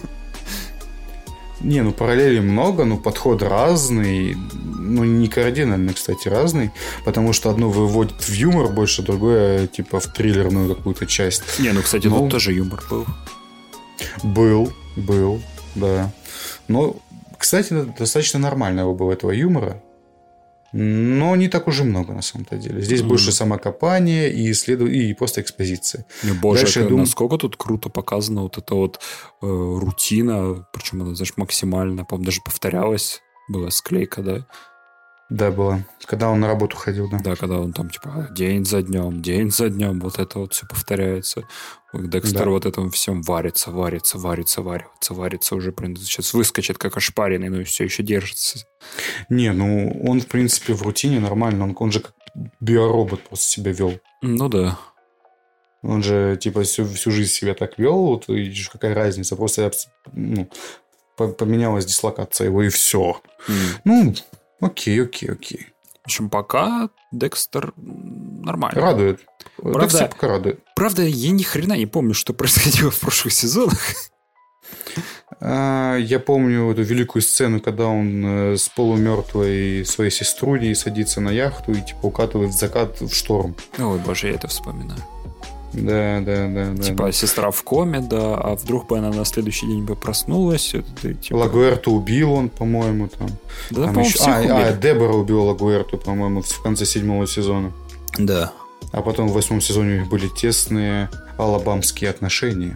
Не, ну параллелей много, но подход разный. Ну, не кардинально, кстати, разный. Потому что одно выводит в юмор больше, другое типа в триллерную какую-то часть. Не, ну, кстати, ну, тут тоже юмор был. Был, был, да. Но, кстати, достаточно нормального было этого юмора. Но не так уже много, на самом-то деле. Здесь mm-hmm. больше самокопания и, исследов... и просто экспозиция. Не, боже, Дальше, это, дум... насколько тут круто показана вот эта вот э, рутина, причем она, знаешь, максимально, по-моему, даже повторялась. Была склейка, да? Да, было. Когда он на работу ходил, да. Да, когда он там, типа, день за днем, день за днем, вот это вот все повторяется. Декстер да. вот этом всем варится, варится, варится, варится, варится, уже, блин, сейчас выскочит, как ошпаренный, но все еще держится. Не, ну, он, в принципе, в рутине нормально, он, он же как биоробот просто себя вел. Ну, да. Он же, типа, всю, всю жизнь себя так вел, вот, и какая разница, просто ну, поменялась дислокация его, и все. Mm. Ну, окей, окей, окей. В общем, пока Декстер нормально. Радует. Правда, Декстер пока радует. Правда, я ни хрена не помню, что происходило в прошлых сезонах. А, я помню эту великую сцену, когда он с полумертвой своей сеструлей садится на яхту и типа укатывает в закат в шторм. Ой, боже, я это вспоминаю. Да, да, да. Типа да. сестра в коме, да, а вдруг бы она на следующий день бы проснулась. Это, типа... Лагуэрту убил он, по-моему, там. Да, там по-моему, еще... всех а, убили. а, Дебора убила Лагуэрту, по-моему, в конце седьмого сезона. Да. А потом в восьмом сезоне у них были тесные алабамские отношения.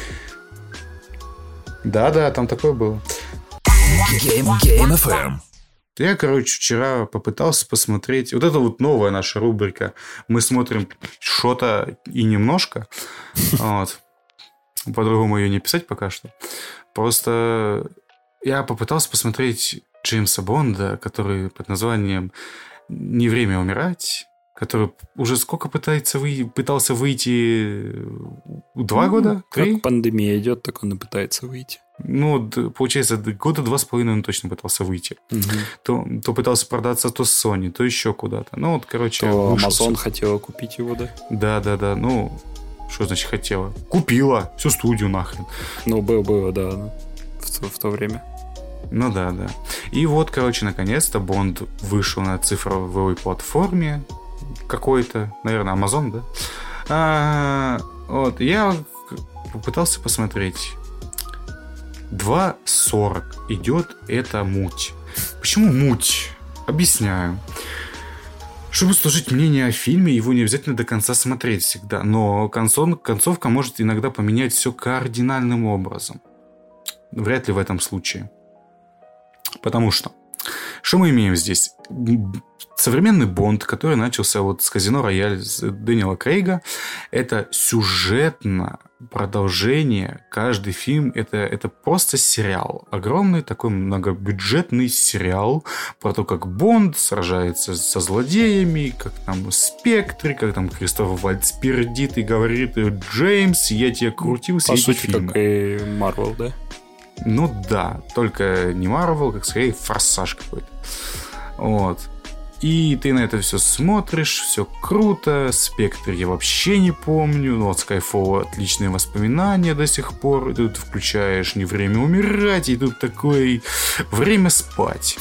Да-да, там такое было. Game, Game эф эм. Я, короче, вчера попытался посмотреть... Вот это вот новая наша рубрика. Мы смотрим что-то и немножко. Вот. По-другому ее не писать пока что. Просто я попытался посмотреть Джеймса Бонда, который под названием «Не время умирать», который уже сколько пытается вы... пытался выйти? Два ну, года? Три? Как пандемия идет, так он и пытается выйти. Ну, получается, года два с половиной он точно пытался выйти. Угу. То, то пытался продаться то с Sony, то еще куда-то. Ну, вот, короче... То вышелся. Amazon хотела купить его, да? Да, да, да. Ну, Что значит хотела? Купила всю студию нахрен. Ну, было, было, да, в, в то время. Ну да, да. И вот, короче, наконец-то Бонд вышел на цифровой платформе какой-то, наверное, Amazon, да? А, вот, я попытался посмотреть. два сорок идет эта муть. Почему муть? Объясняю. Чтобы сложить мнение о фильме, его не обязательно до конца смотреть всегда. Но концов, концовка может иногда поменять все кардинальным образом. Вряд ли в этом случае. Потому что, что мы имеем здесь? Современный Бонд, который начался вот с «Казино Рояль» с Дэниела Крейга, это сюжетно продолжение. Каждый фильм это, это просто сериал. Огромный такой многобюджетный сериал про то, как Бонд сражается со злодеями, как там Спектр, как там Кристофер Вальдс пердит и говорит: Джеймс, я тебя крутил все эти фильмы. По сути, как и Марвел, да? Ну да, только не Марвел, как скорее Форсаж какой-то. Вот. И ты на это все смотришь, все круто. Спектр я вообще не помню. Ну, от Skyfall отличные воспоминания до сих пор. И тут включаешь не время умирать, и тут такое время спать.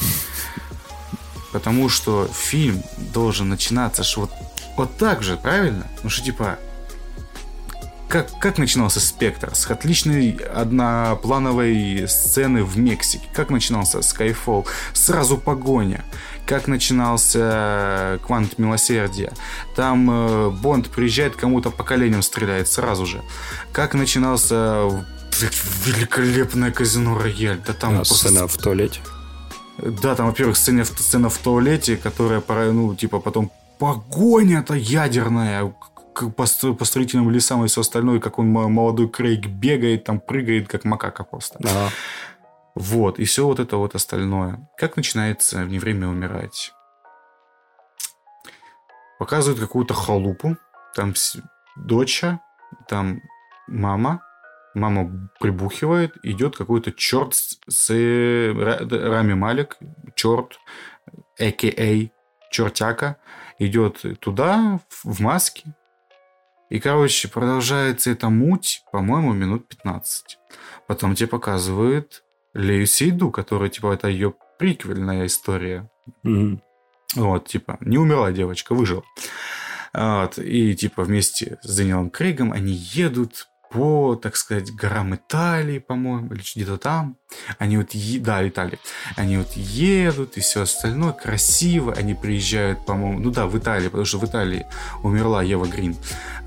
Потому что фильм должен начинаться ж вот, вот так же, правильно? Ну что типа... Как, как начинался «Спектр»? С отличной одноплановой сцены в Мексике. Как начинался «Скайфолл»? Сразу погоня. Как начинался «Квант милосердия»? Там э, Бонд приезжает, кому-то по коленям стреляет сразу же. Как начинался великолепное «Казино Рояль»? Да там а, просто... сцена в туалете. Да, там, во-первых, сцена, сцена в туалете, которая, ну, типа, потом погоня-то ядерная по строительным лесам и все остальное, как он, молодой Крейг, бегает, там прыгает, как макака просто. Ага. Вот, и все вот это вот остальное. Как начинается «Не время умирать»? Показывают какую-то халупу, там доча, там мама, мама прибухивает, идет какой-то черт с Рами Малек, черт, а ка а чертяка, идет туда в маске. И, короче, продолжается эта муть, по-моему, минут пятнадцать. Потом тебе показывают Лею Сейду, которая, типа, это ее приквельная история. Mm-hmm. Вот, типа, не умерла девочка, выжила. Вот, и, типа, вместе с Дэниелом Крейгом они едут по, так сказать, горам Италии, по-моему, или где-то там. Они вот, е... да, Италии. Они вот едут, и все остальное красиво. Они приезжают, по-моему, ну да, в Италии, потому что в Италии умерла Ева Грин.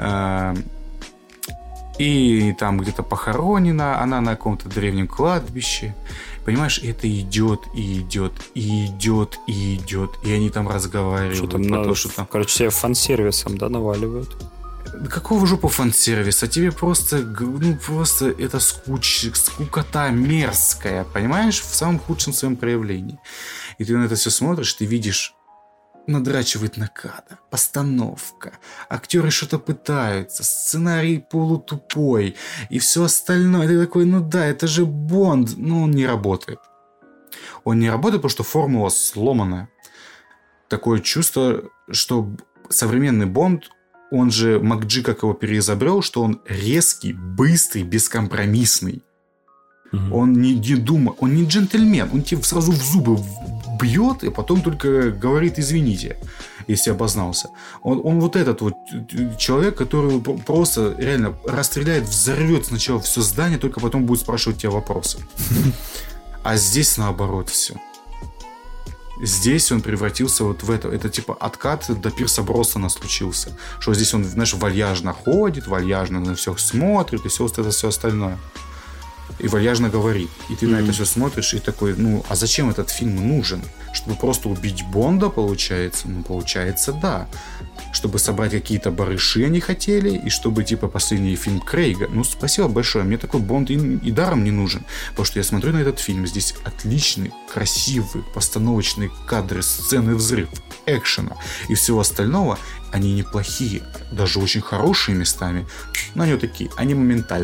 И там где-то похоронена она на каком-то древнем кладбище. Понимаешь, это идет и идет, и идет, и идет. И они там разговаривают. Что там, на... то, что там... короче, себе фан-сервисом, да, наваливают? Какого жопа фан-сервиса? Тебе просто, ну, просто это скуч... скукота мерзкая, понимаешь? В самом худшем своем проявлении. И ты на это все смотришь, ты видишь, надрачивает на кадр, постановка, актеры что-то пытаются, сценарий полутупой и все остальное. Ты такой, ну да, это же Бонд, но он не работает. Он не работает, потому что формула сломанная. Такое чувство, что современный Бонд, он же МакДжи как его переизобрел, что он резкий, быстрый, бескомпромиссный. Mm-hmm. Он не, не думает, он не джентльмен, он тебе сразу в зубы бьет, и потом только говорит извините, если обознался. Он, он вот этот вот человек, который просто реально расстреляет, взорвет сначала все здание, только потом будет спрашивать тебя вопросы. А здесь наоборот все. Здесь он превратился вот в это. Это типа откат до Пирса Броснана случился. Что здесь он, знаешь, вальяжно ходит, вальяжно на всех смотрит, и все это все остальное. И вальяжно говорит. И ты mm-hmm. на это все смотришь и такой, ну, а зачем этот фильм нужен? Чтобы просто убить Бонда, получается? Ну, получается, да. Чтобы собрать какие-то барыши они хотели, и чтобы, типа, последний фильм Крейга. Ну, спасибо большое. Мне такой Бонд и, и даром не нужен. Потому что я смотрю на этот фильм. Здесь отличные, красивые, постановочные кадры, сцены взрыв, экшена и всего остального. Они неплохие. Даже очень хорошие местами. Но они вот такие, они моментальные.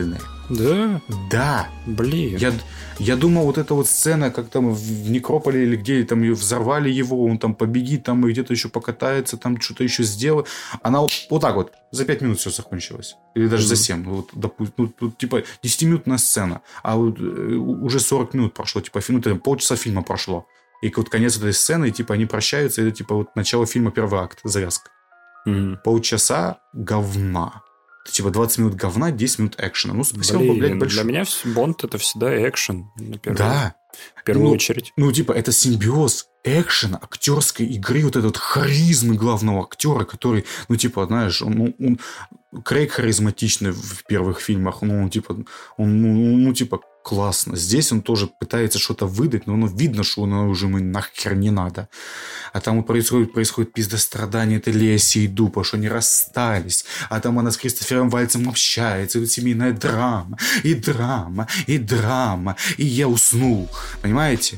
Да? Да. Блин. Я, я думал, вот эта вот сцена, как там в Некрополе или где там ее взорвали его, он там побегит, там и где-то еще покатается, там что-то еще сделает. Она вот, вот так вот за пять минут все закончилось. Или даже mm-hmm. за семь. Вот, допустим, ну, типа десятиминутная сцена. А вот уже сорок минут прошло, типа, ну, там, полчаса фильма прошло. И вот конец этой сцены, и типа они прощаются, и это типа вот начало фильма, первый акт, завязка. Mm-hmm. Полчаса говна. Типа двадцать минут говна, десять минут экшена. Ну, спасибо, Блин, блядь, большое. Для меня Бонд это всегда экшен. На первую, да. В первую ну, очередь. Ну, типа, это симбиоз экшена, актерской игры, вот этот харизмы главного актера, который, ну, типа, знаешь, он, он Крейг харизматичный в первых фильмах, ну, он, типа, он, ну, ну, типа, классно. Здесь он тоже пытается что-то выдать, но оно видно, что оно уже ему нахер не надо. А там происходит, происходит пиздострадание этой Леси и Дупа, что они расстались, а там она с Кристофером Вальцем общается, и тут семейная драма, и драма, и драма, и я уснул. Понимаете?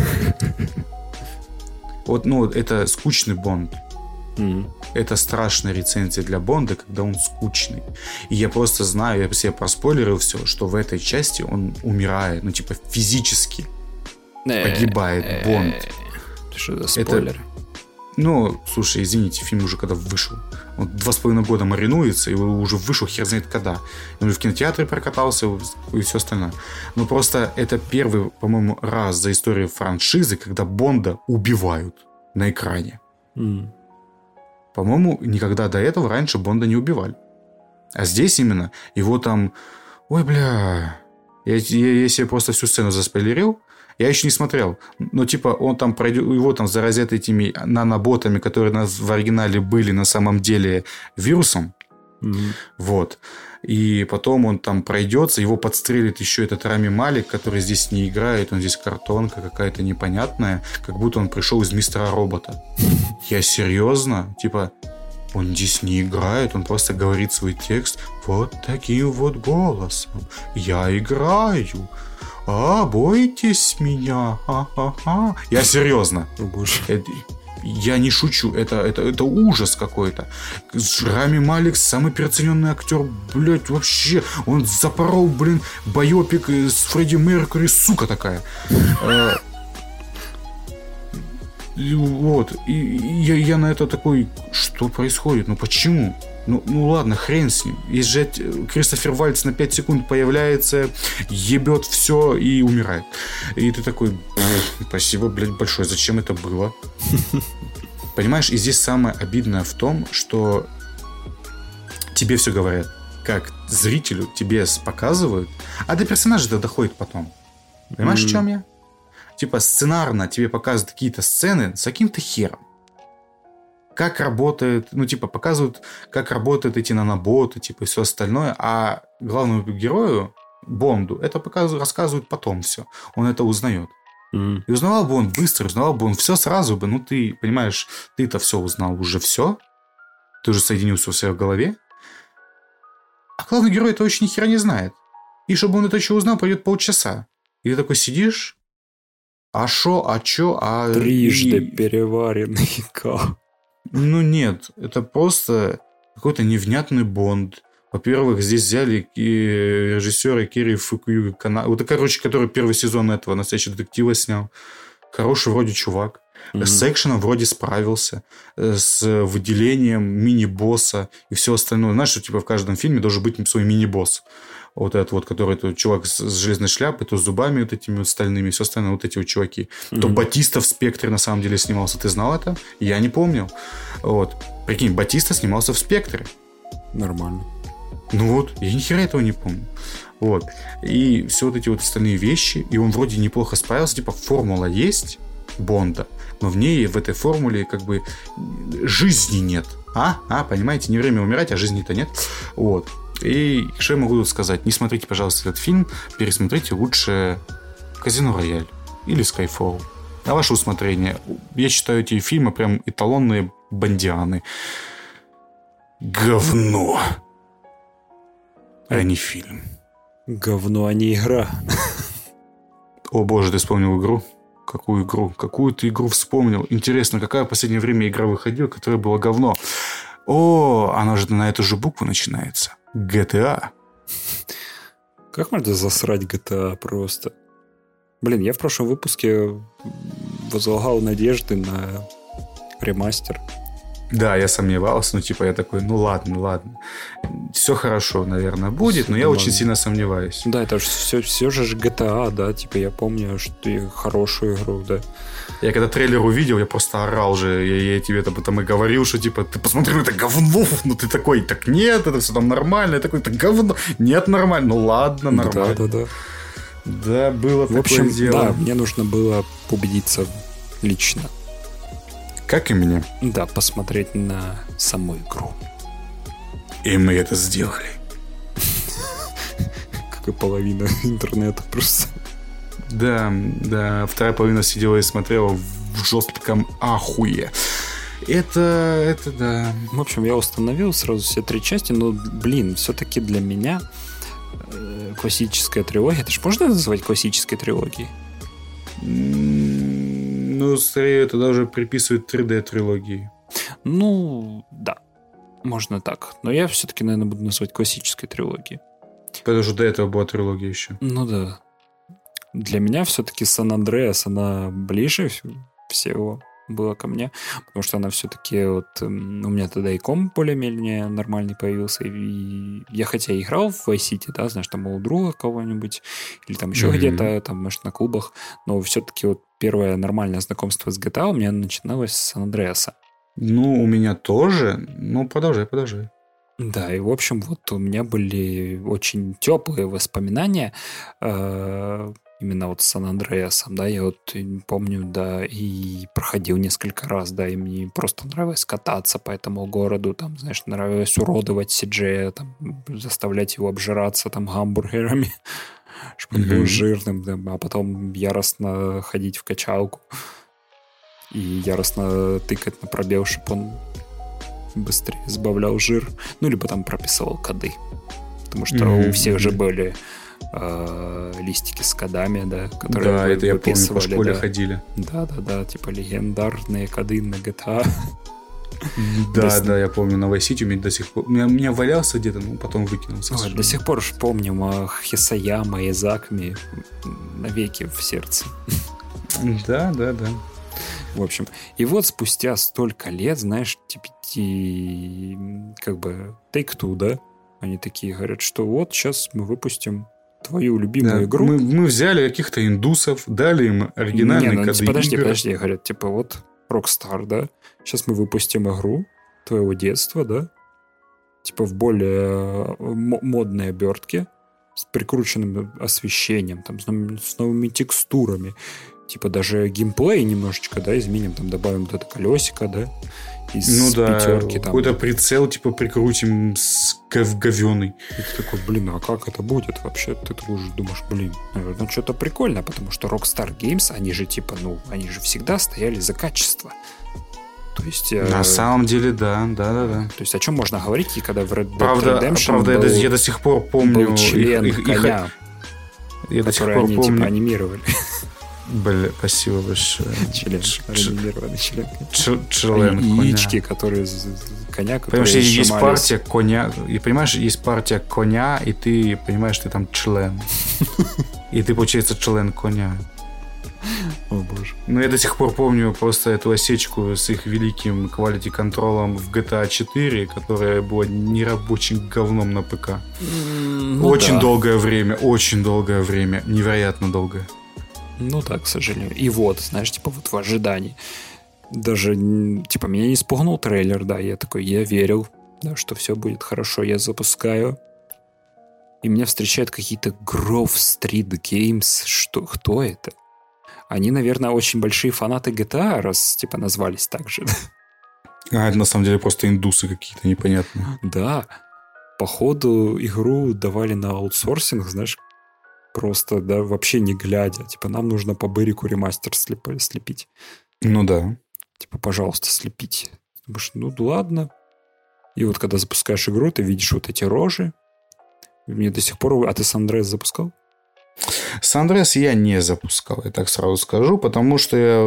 Вот, ну, это скучный Бонд. Mm-hmm. Это страшная рецензия для Бонда, когда он скучный. И я просто знаю, я себе проспойлерил все, что в этой части он умирает, ну, типа, физически погибает Бонд. Ты что за спойлеры? Это... Ну, слушай, извините, фильм уже когда вышел. Он два с половиной года маринуется, и уже вышел хер знает когда. Он в кинотеатре прокатался и все остальное. Но просто это первый, по-моему, раз за историю франшизы, когда Бонда убивают на экране. Mm. По-моему, никогда до этого раньше Бонда не убивали. А здесь именно его там... Ой, бля... Я, я, я себе просто всю сцену заспойлерил. Я еще не смотрел. Но типа он там пройдет, его там заразят этими наноботами, которые нас в оригинале были на самом деле вирусом. Mm-hmm. Вот. И потом он там пройдется, его подстрелит еще этот Рами Малик, который здесь не играет, он здесь картонка какая-то непонятная, как будто он пришел из Мистера Робота. Я серьезно? Типа, он здесь не играет, он просто говорит свой текст вот таким вот голосом. Я играю. А, боитесь меня? Ха-ха-ха. Я серьезно. О, боже. Это, я не шучу. Это, это, это ужас какой-то. Рами Малик самый переоцененный актер. Блять, вообще. Он запорол, блин, байопик с Фредди Меркьюри. Сука такая. Вот. И я, я на это такой... Что происходит? Ну почему? Ну, ну ладно, хрен с ним. Есть же Кристофер Вальц на пять секунд появляется, ебет все и умирает. И ты такой, спасибо, блядь, большое, зачем это было? Понимаешь, и здесь самое обидное в том, что тебе все говорят. Как зрителю тебе показывают, а до персонажа-то доходит потом. Понимаешь, mm-hmm. в чем я? Типа сценарно тебе показывают какие-то сцены с каким-то хером. Как работает, ну, типа, показывают, как работают эти наноботы, типа, и все остальное, а главному герою, Бонду, это показывают, рассказывают потом все. Он это узнает. Mm-hmm. И узнавал бы он быстро, узнавал бы он все сразу бы, ну, ты, понимаешь, ты-то все узнал уже все, ты уже соединился у себя в голове, а главный герой это очень ни хера не знает. И чтобы он это еще узнал, пройдет полчаса. И ты такой сидишь, а шо, а чё, а... Трижды и... переваренный кал. Ну нет, это просто какой-то невнятный Бонд. Во-первых, здесь взяли режиссера Кири Фукуюги Канада. Вот, короче, который первый сезон этого «Настоящего детектива» снял. Хороший вроде чувак. Mm-hmm. С экшеном вроде справился. С выделением мини-босса и все остальное. Знаешь, что типа в каждом фильме должен быть свой мини-босс. Вот этот вот, который этот чувак с, с железной шляпой, то с зубами вот этими вот стальными, все остальное, вот эти вот чуваки. Mm-hmm. То Батиста в «Спектре» на самом деле снимался. Ты знал это? Я не помнил. Вот. Прикинь, Батиста снимался в «Спектре». Нормально. Ну вот, я ни хера этого не помню. Вот. И все вот эти вот остальные вещи, и он вроде неплохо справился. Типа формула есть Бонда, но в ней, в этой формуле как бы жизни нет. А? А, понимаете, не время умирать, а жизни-то нет. Вот. И что я могу тут сказать? Не смотрите, пожалуйста, этот фильм. Пересмотрите лучше «Казино Рояль» или «Скайфолл». На ваше усмотрение. Я считаю эти фильмы прям эталонные бондианы. Говно. А не фильм. Говно, а не игра. О боже, ты вспомнил игру? Какую игру? Какую ты игру вспомнил? Интересно, какая в последнее время игра выходила, которая была говно? О, она же на эту же букву начинается. джи ти эй. Как можно засрать джи ти эй просто? Блин, я в прошлом выпуске возлагал надежды на ремастер. Да, я сомневался, ну, типа, я такой, ну, ладно, ладно. Все хорошо, наверное, будет, но я очень сильно сомневаюсь. Да, это же все, все же джи ти эй, да, типа, я помню, что и хорошую игру, да. Я когда трейлер увидел, я просто орал же, я, я тебе это потом и говорил, что, типа, ты посмотри, ну, это говно, ну, ты такой, так нет, это все там нормально, я такой, это говно, нет, нормально, ну, ладно, нормально. Да, да, да. Да, было в общем, такое дело. Да, мне нужно было убедиться лично. Как и мне. Да, посмотреть на саму игру. И мы это сделали. Как и половина интернета просто. Да, да, вторая половина сидела и смотрела в жестком ахуе. Это, это да. В общем, я установил сразу все три части, но, блин, все-таки для меня э, классическая трилогия, это же можно называть классической трилогией? Ну, скорее, это даже приписывают три дэ-трилогии. Ну, да, можно так. Но я все-таки, наверное, буду называть классической трилогией. Потому что до этого была трилогия еще. Ну да. Для меня все-таки Сан-Андреас, она ближе всего была ко мне, потому что она все-таки вот... У меня тогда и комп более-менее нормальный появился, и я хотя играл в Vice City, да, знаешь, там у друга кого-нибудь, или там еще mm-hmm. где-то, там, может, на клубах, но все-таки вот первое нормальное знакомство с джи ти эй у меня начиналось с Сан-Андреаса. Ну, у меня тоже, ну, продолжай, продолжай. Да, и, в общем, вот у меня были очень теплые воспоминания э- именно вот с Сан-Андреасом, да, я вот помню, да, и проходил несколько раз, да, и мне просто нравилось кататься по этому городу, там, знаешь, нравилось уродовать си джей, там, заставлять его обжираться, там, гамбургерами, чтобы он был жирным, да, а потом яростно ходить в качалку и яростно тыкать на пробел, чтобы он быстрее сбавлял жир, ну, либо там прописывал коды, потому что mm-hmm. у всех же были э, листики с кодами, да, которые да, это я помню, по школе да. ходили. Да-да-да, типа легендарные коды на джи ти эй. Да, да, я помню, на Vice City у меня до сих пор... У меня, у меня валялся где-то, но потом выкинулся. Ой, до сих пор помним о Хисаяма и Закме навеки в сердце. Да, да, да. В общем, и вот спустя столько лет, знаешь, типа, как бы Take-Two, да, они такие говорят, что вот сейчас мы выпустим твою любимую да, игру. Мы, мы взяли каких-то индусов, дали им оригинальные Не, ну, коды подожди, игр. подожди, говорят, типа, вот Rockstar, да, сейчас мы выпустим игру твоего детства, да, типа в более м- модной обертке, с прикрученным освещением, там, с новыми текстурами, типа даже геймплей немножечко, да, изменим, там добавим вот это колесико, да, из ну да, пятерки. Там. Какой-то прицел, типа, прикрутим с гов- говёный. И ты такой, блин, а как это будет вообще? Ты такой уже думаешь, блин, наверное, что-то прикольно, потому что Rockstar Games, они же, типа, ну, они же всегда стояли за качество. То есть... На э... самом деле, да, да, да, да. То есть о чем можно говорить, и когда в Red Dead правда, Redemption правда, был, я до сих пор помню... был член их, их, коня, я до сих пор они, помню... типа, анимировали. Бля, спасибо большое. Член, анимированный член. Член коня. Яички, которые коня, которые понимаешь, есть партия коня, и понимаешь, есть партия коня, и ты понимаешь, ты там член. И ты, получается, член коня. О, боже. Ну, я до сих пор помню просто эту осечку с их великим quality контролом в джи ти эй четыре, которая была нерабочим говном на ПК. Ну, очень да. долгое время, очень долгое время, невероятно долгое. Ну да, к сожалению. И вот, знаешь, типа вот в ожидании. Даже, типа, меня не спугнул трейлер, да, я такой, я верил, да, что все будет хорошо, я запускаю. И меня встречают какие-то Grove Street Games. Что, кто это? Они, наверное, очень большие фанаты джи ти эй, раз, типа, назвались так же. А, это на самом деле просто индусы какие-то непонятные. Да. Походу, игру давали на аутсорсинг, знаешь, просто, да, вообще не глядя. Типа, нам нужно по бырику ремастер слеп- слепить. Ну да. Типа, пожалуйста, слепите. Думаешь, ну ладно. И вот когда запускаешь игру, ты видишь вот эти рожи. И мне до сих пор... А ты Сан-Андреас запускал? Сан-Андреас я не запускал, я так сразу скажу, потому что я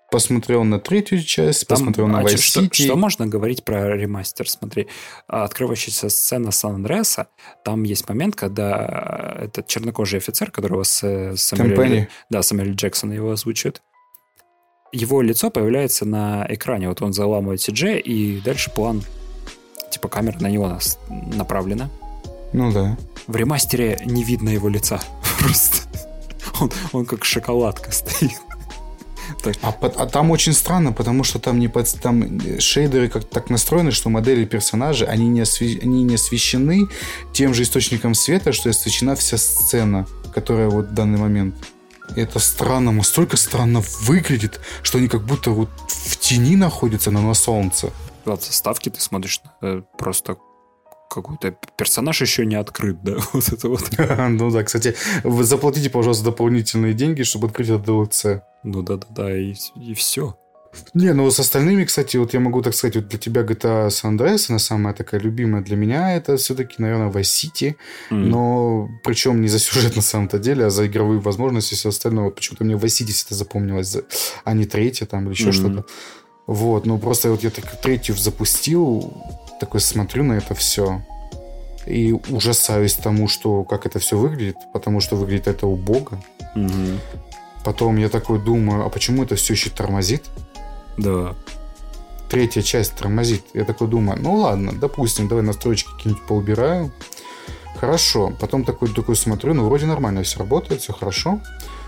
посмотрел на третью часть, там, посмотрел на Vice что, City. Что можно говорить про ремастер? Смотри, открывающаяся сцена Сан-Андреаса, там есть момент, когда этот чернокожий офицер, которого с Сэмюэль, да, Сэмюэль Джексон его озвучивает, его лицо появляется на экране. Вот он заламывает си джи, и дальше план, типа камера на него направлена. Ну да. В ремастере не видно его лица. Просто он, он как шоколадка стоит. А, а там очень странно, потому что там, не под, там шейдеры как так настроены, что модели персонажей, они не, осве, они не освещены тем же источником света, что освещена вся сцена, которая вот в данный момент. И это странно, настолько странно выглядит, что они как будто вот в тени находятся, но на солнце. Вот ставки ты смотришь, э, просто какой-то персонаж еще не открыт, да? Вот это вот. Ну да, кстати, вы заплатите, пожалуйста, дополнительные деньги, чтобы открыть это ди эл си. Ну да-да-да, и, и все. Не, ну с остальными, кстати, вот я могу так сказать, вот для тебя джи ти эй San Andreas, она самая такая любимая для меня, это все-таки, наверное, Vice City, mm. но причем не за сюжет на самом-то деле, а за игровые возможности и все остальное. Вот почему-то мне Vice City это запомнилось, а не третья там или еще mm-hmm. что-то. Вот, ну просто вот я так третью запустил, такой смотрю на это все и ужасаюсь тому, что как это все выглядит, потому что выглядит это убого. Mm-hmm. Потом я такой думаю, а почему это все еще тормозит? Да. Третья часть тормозит. Я такой думаю, ну ладно, допустим, давай настройки какие-нибудь поубираю. Хорошо. Потом такой, такой смотрю, ну вроде нормально все работает, все хорошо.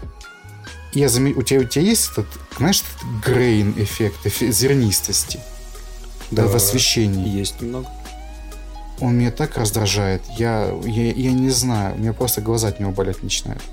Я зам... у, тебя, у тебя есть этот, знаешь, этот грейн эффект, эффект зернистости? Да, в освещении. Есть немного. Он меня так раздражает. Я, я, я не знаю, у меня просто глаза от него болеть начинают.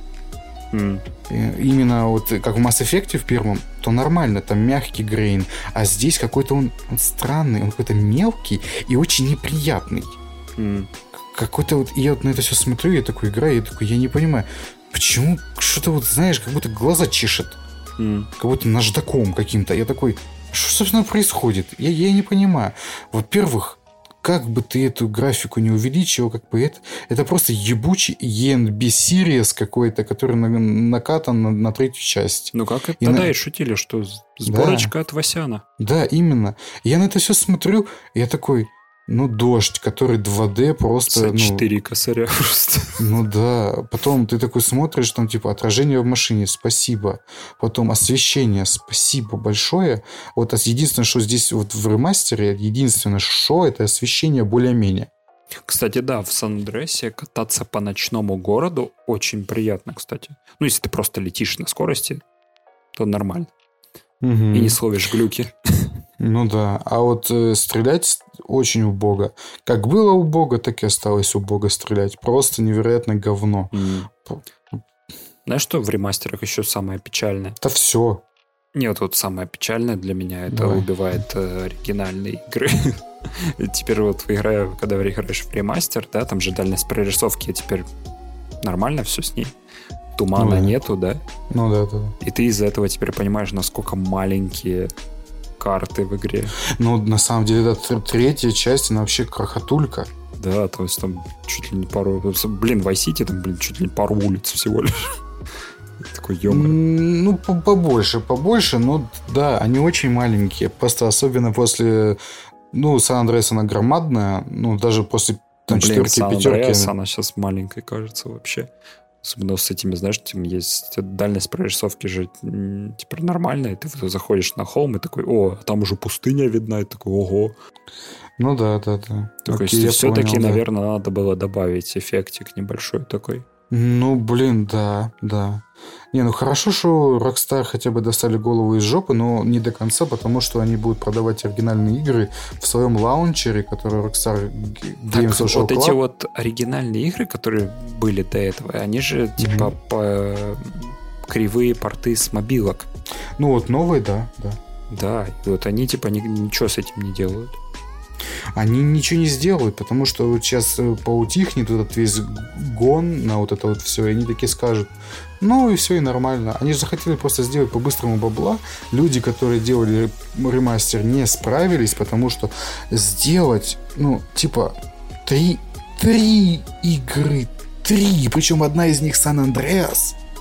Mm. Именно вот как в Mass Effect в первом, то нормально, там мягкий грейн, а здесь какой-то он, он странный, он какой-то мелкий и очень неприятный. Mm. Какой-то вот, я вот на это все смотрю, я такой играю, я такой, я не понимаю, почему что-то вот, знаешь, как будто глаза чешет, mm. как будто наждаком каким-то. Я такой, что, собственно, происходит? Я, я не понимаю. Во-первых, как бы ты эту графику не увеличил, как бы это, это просто ебучий и эн би Series какой-то, который на, накатан на, на третью часть. Ну, как это и тогда на... и шутили, что сборочка да. от Васяна. Да, именно. Я на это все смотрю, и я такой, ну, дождь, который два дэ просто... четыре ну, косаря просто. Ну, да. Потом ты такой смотришь, там, типа, отражение в машине, спасибо. Потом освещение, спасибо большое. Вот единственное, что здесь вот в ремастере, единственное, что это освещение более-менее. Кстати, да, в Сан-Андреасе кататься по ночному городу очень приятно, кстати. Ну, если ты просто летишь на скорости, то нормально. Угу. И не словишь глюки. Ну да, а вот э, стрелять очень убого. Как было убого, так и осталось убого стрелять. Просто невероятно говно. Mm. Знаешь, что в ремастерах еще самое печальное? Это все. Нет, вот самое печальное для меня это Давай. убивает э, оригинальные игры. Теперь вот играю, когда играешь в ремастер, да, там же дальность прорисовки, теперь нормально все с ней. Тумана ну, да. нету, да? Ну да, да. И ты из-за этого теперь понимаешь, насколько маленькие карты в игре. Ну, на самом деле, да, третья часть, она вообще крохотулька. Да, то есть там чуть ли не пару... Блин, в Vice City там, блин, чуть ли не пару улиц всего лишь. Такой ёмрый. Ну, побольше, побольше, но да, они очень маленькие. Просто особенно после... Ну, Сан-Андреас, она громадная. Ну, даже после там, Блин, четверки, пятерки. Она сейчас маленькой кажется вообще. Особенно с этими, знаешь, там есть дальность прорисовки же теперь нормальная. Ты заходишь на холм и такой, о, там уже пустыня видна. И такой, ого. Ну да, да, да. То Окей, есть все-таки, понял, наверное, да. надо было добавить эффектик небольшой такой. Ну, блин, да, да. Не, ну хорошо, что Rockstar хотя бы достали голову из жопы, но не до конца, потому что они будут продавать оригинальные игры в своем лаунчере, который Rockstar Games так, Social вот Club. эти вот оригинальные игры, которые были до этого, они же типа Mm-hmm. по... кривые порты с мобилок. Ну вот новые, да, да. Да, и вот они типа ни- ничего с этим не делают. Они ничего не сделают, потому что вот сейчас поутихнет этот весь гон на вот это вот все, и они такие скажут, ну и все, и нормально. Они же захотели просто сделать по-быстрому бабла. Люди, которые делали ремастер, не справились, потому что сделать, ну, типа, три, три игры, три, причем одна из них Сан-Андреас,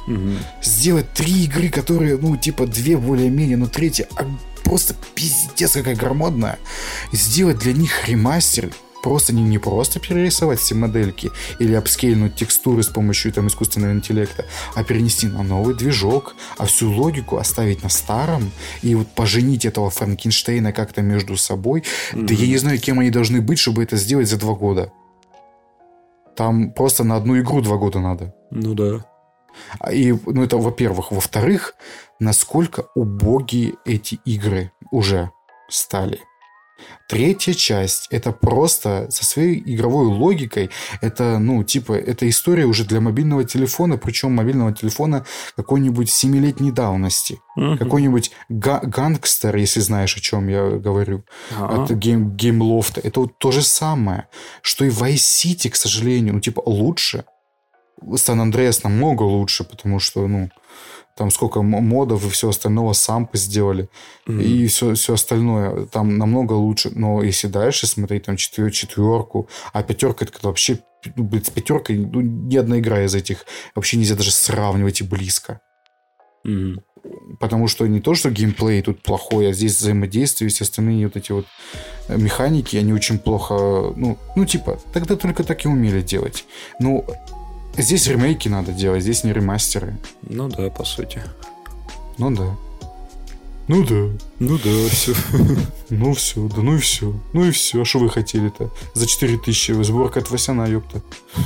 Угу. Сделать три игры, которые, ну, типа, две более-менее, но третья а просто пиздец какая громадная. Сделать для них ремастер, просто не, не просто перерисовать все модельки или апскейльнуть текстуры с помощью там искусственного интеллекта, а перенести на новый движок, а всю логику оставить на старом и вот поженить этого Франкенштейна как-то между собой. Mm-hmm. Да я не знаю, кем они должны быть, чтобы это сделать за два года. Там просто на одну игру два года надо. Ну да. И, ну, это, во-первых. Во-вторых, насколько убогие эти игры уже стали. Третья часть, это просто со своей игровой логикой, это, ну, типа, это история уже для мобильного телефона, причем мобильного телефона какой-нибудь семилетней давности. Uh-huh. Какой-нибудь га- гангстер, если знаешь, о чем я говорю, uh-huh. от гейм- геймлофта. Это вот то же самое, что и Vice City, к сожалению, ну, типа, лучше. Сан-Андреас намного лучше, потому что, ну, там сколько модов и всего остального сампы сделали. Mm-hmm. И все, все остальное там намного лучше. Но если дальше смотреть, там четвер- четверку, а пятерка это вообще, ну, с пятеркой ну, ни одна игра из этих вообще нельзя даже сравнивать и близко. Mm-hmm. Потому что не то, что геймплей тут плохой, а здесь взаимодействие и все остальные вот эти вот механики, они очень плохо, ну, ну типа, тогда только так и умели делать. Ну, здесь ремейки надо делать, здесь не ремастеры. Ну да, по сути. Ну да. Ну да. Ну да, все. Ну все, да ну и все. Ну и все, а что вы хотели-то? За четыре тысячи сборка от Васяна, ёпта.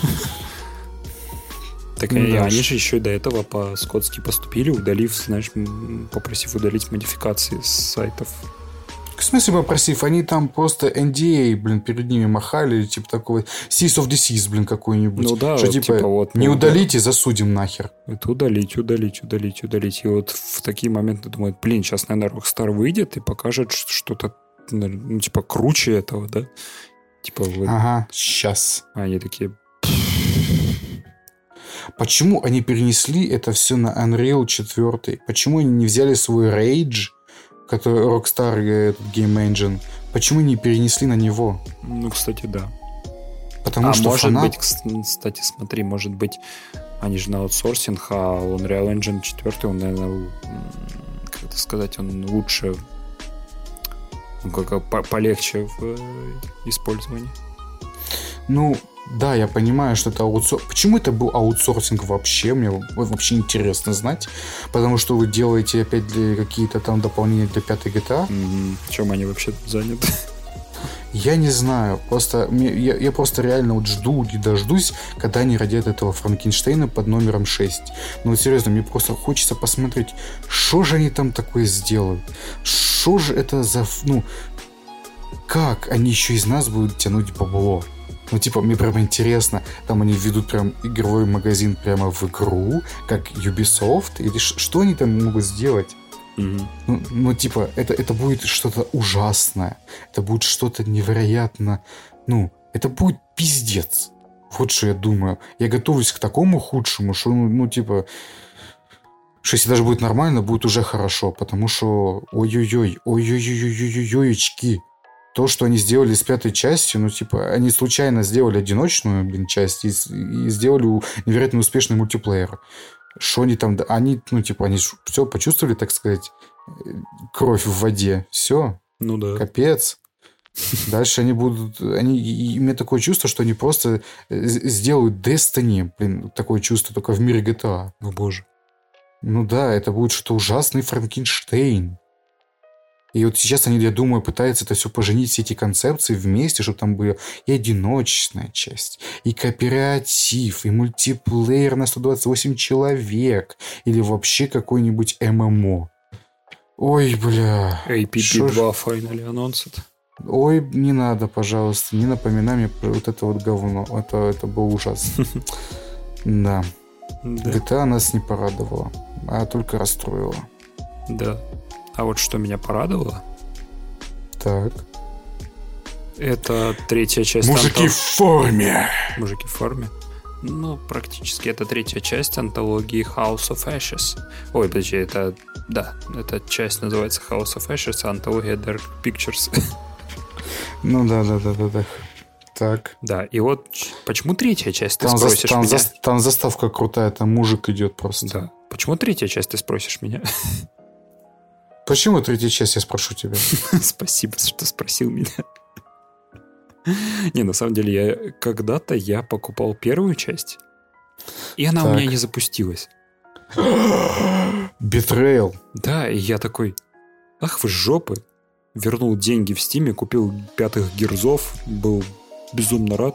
Так ну, да, они же еще и до этого по-скотски поступили, удалив, знаешь, попросив удалить модификации с сайтов. В смысле попросив? Они там просто эн ди эй, блин, перед ними махали, типа такого Cease of Disease, блин, какой-нибудь. Ну да, что вот, типа, типа вот, не ну, удалите, да. Засудим нахер. Это удалить, удалить, удалить, удалить. И вот в такие моменты думают, блин, сейчас, наверное, Rockstar выйдет и покажет что-то, ну, типа, круче этого, да? Типа, вот. Ага, сейчас. А они такие... Почему они перенесли это все на Unreal четыре? Почему они не взяли свой Rage, который Rockstar, этот Game Engine, почему не перенесли на него? Ну, кстати, да. Потому а что может фанат... быть, кстати, смотри, может быть, они же на аутсорсинг, а Unreal Engine четыре, он, наверное, как это сказать, он лучше, ну, как полегче в использовании. Ну, да, я понимаю, что это аутсорсинг. Почему это был аутсорсинг вообще? Мне вообще интересно знать. Потому что вы делаете опять для какие-то там дополнения для пятой джи ти эй. Mm-hmm. Чем они вообще заняты? Я не знаю. Просто я, я просто реально вот жду и дождусь, когда они родят этого Франкенштейна под номером шесть. Ну, серьезно, мне просто хочется посмотреть, что же они там такое сделают. Что же это за... Ну, как они еще из нас будут тянуть бабло? Ну, типа, мне прям интересно, там они введут прям игровой магазин прямо в игру, как Ubisoft, или ш- что они там могут сделать? Mm-hmm. Ну, ну, типа, это, это будет что-то ужасное, это будет что-то невероятно, ну, это будет пиздец. Вот что я думаю. Я готовлюсь к такому худшему, что, ну, ну типа, что если даже будет нормально, будет уже хорошо, потому что ой-ой-ой, ой-ой-ой-ой-ой-ой-очки. То, что они сделали с пятой частью, ну, типа, они случайно сделали одиночную, блин, часть и, и сделали невероятно успешный мультиплеер. Что они там... Они, ну, типа, они все почувствовали, так сказать, кровь в воде. Все. Ну да. Капец. Дальше они будут... Они, и у меня такое чувство, что они просто сделают Destiny, блин, такое чувство, только в мире джи ти эй. О, боже. Ну да, это будет что-то ужасный Франкенштейн. И вот сейчас они, я думаю, пытаются это все поженить, все эти концепции вместе, чтобы там была и одиночная часть, и кооператив, и мультиплеер на сто двадцать восемь человек, или вообще какой-нибудь эм эм о. Ой, бля. эй пи пи два finally announced. Ой, не надо, пожалуйста, не напоминай мне про вот это вот говно. Это, это был ужас. Да. джи ти эй нас не порадовала, а только расстроила. Да. А вот что меня порадовало, так, это третья часть... Мужики антол... в форме! Мужики в форме. Ну, практически это третья часть антологии House of Ashes. Ой, подожди, это... Да, эта часть называется House of Ashes, а антология Dark Pictures. Ну да, да, да, да, да. Так. Да, и вот почему третья часть, ты Там, за, спросишь там, меня? за, там заставка крутая, там мужик идет просто. Да. Почему третья часть, ты спросишь меня? Почему третья часть, я спрошу тебя? Спасибо, что спросил меня. Не, на самом деле, я когда-то я покупал первую часть, и она Так. у меня не запустилась. Betrayal. Да, и я такой, ах вы жопы. Вернул деньги в Стиме, купил пятых гирзов, был безумно рад.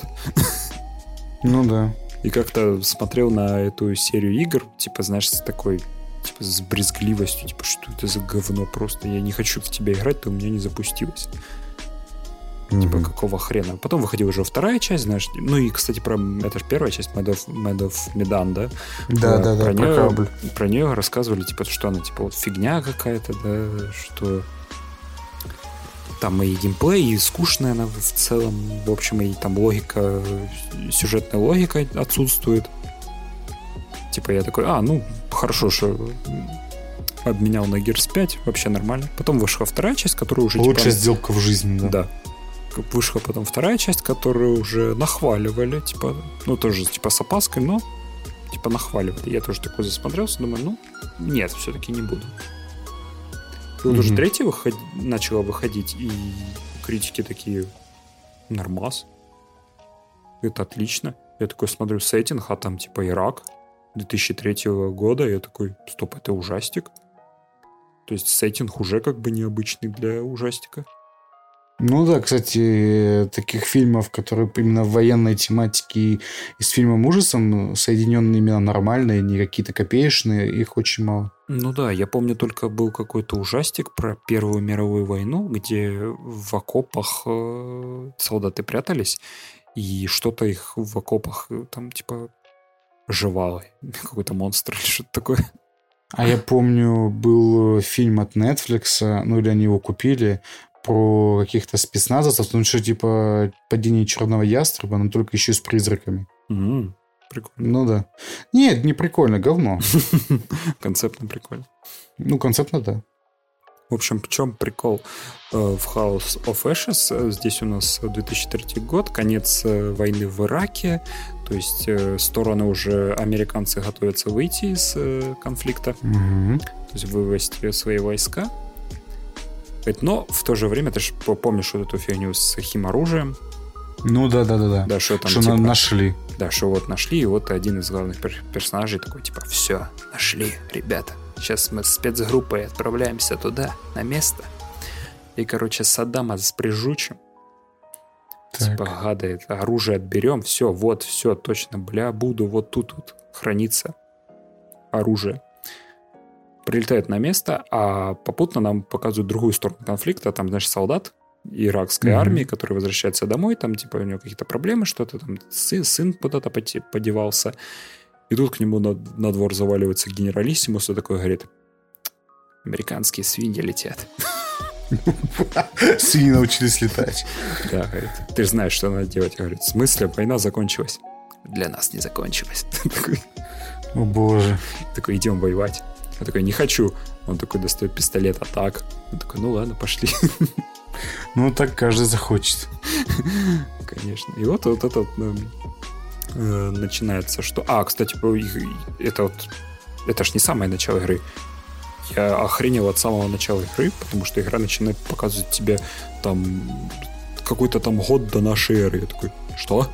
Ну да. И как-то смотрел на эту серию игр, типа, знаешь, с такой, типа, с брезгливостью, типа, что это за говно просто, я не хочу в тебя играть, ты у меня не запустилась. Mm-hmm. Типа, какого хрена? Потом выходила уже вторая часть, знаешь. Ну и, кстати, про это же первая часть Mad of, Mad of Medan, да? Да, да, да, про, про нее, корабль. Про нее рассказывали, типа, что она, типа, вот фигня какая-то, да, что там и геймплей, и скучная она в целом, в общем, и там логика, сюжетная логика отсутствует. Типа, я такой, а, ну, хорошо, что обменял на Gears пять, вообще нормально. Потом вышла вторая часть, которая уже... Лучшая типа, сделка в жизни, да. Да. Вышла потом вторая часть, которую уже нахваливали, типа, ну, тоже, типа, с опаской, но, типа, нахваливали. Я тоже такой засмотрелся, думаю, ну, нет, все-таки не буду. И вот mm-hmm. уже третья выход... начала выходить, и критики такие, нормас. Это отлично. Я такой смотрю сеттинг, а там, типа, Ирак две тысячи третьего года, я такой, стоп, это ужастик? То есть сеттинг уже как бы необычный для ужастика. Ну да, кстати, таких фильмов, которые именно в военной тематике и с фильмом ужасом соединенные именно нормальные, не какие-то копеечные, их очень мало. Ну да, я помню, только был какой-то ужастик про Первую мировую войну, где в окопах э, солдаты прятались, и что-то их в окопах там типа жевало. Какой-то монстр или что-то такое. А я помню, был фильм от Netflix, ну или они его купили, про каких-то спецназовцев, ну что типа падение черного ястреба, но только еще с призраками. Mm, прикольно. Ну да. Нет, не прикольно, говно. Концептно прикольно. Ну, концептно, да. В общем, в чем прикол э, в House of Ashes? Здесь у нас две тысячи третий год, конец э, войны в Ираке, то есть э, стороны уже, американцы готовятся выйти из э, конфликта, угу. то есть вывести свои войска. Но в то же время, ты же помнишь вот эту фигню с химоружием? Ну да, да, да, да. Да, что там что типа, нашли. Да, что вот нашли, и вот один из главных пер- персонажей такой, типа, все, нашли, ребята. Сейчас мы с спецгруппой отправляемся туда, на место. И, короче, Саддама с прижучим. Так. Типа, гадает, оружие отберем, все, вот, все, точно, бля, буду, вот тут вот хранится оружие. Прилетает на место, а попутно нам показывают другую сторону конфликта. Там, знаешь, солдат иракской mm-hmm. армии, который возвращается домой, там, типа, у него какие-то проблемы, что-то там, сын, сын куда-то подевался. И тут к нему на, на двор заваливается генералиссимус и такой говорит, американские свиньи летят. Свиньи научились летать. Да, говорит, ты же знаешь, что надо делать. Говорит, в смысле, война закончилась? Для нас не закончилась. О боже. Такой, идем воевать. Я такой, не хочу. Он такой достает пистолет, а так. Он такой, ну ладно, пошли. Ну, так каждый захочет. Конечно. И вот, вот это ну, э, начинается, что... А, кстати, это вот... Это ж не самое начало игры. Я охренел от самого начала игры, потому что игра начинает показывать тебе там какой-то там год до нашей эры. Я такой, что?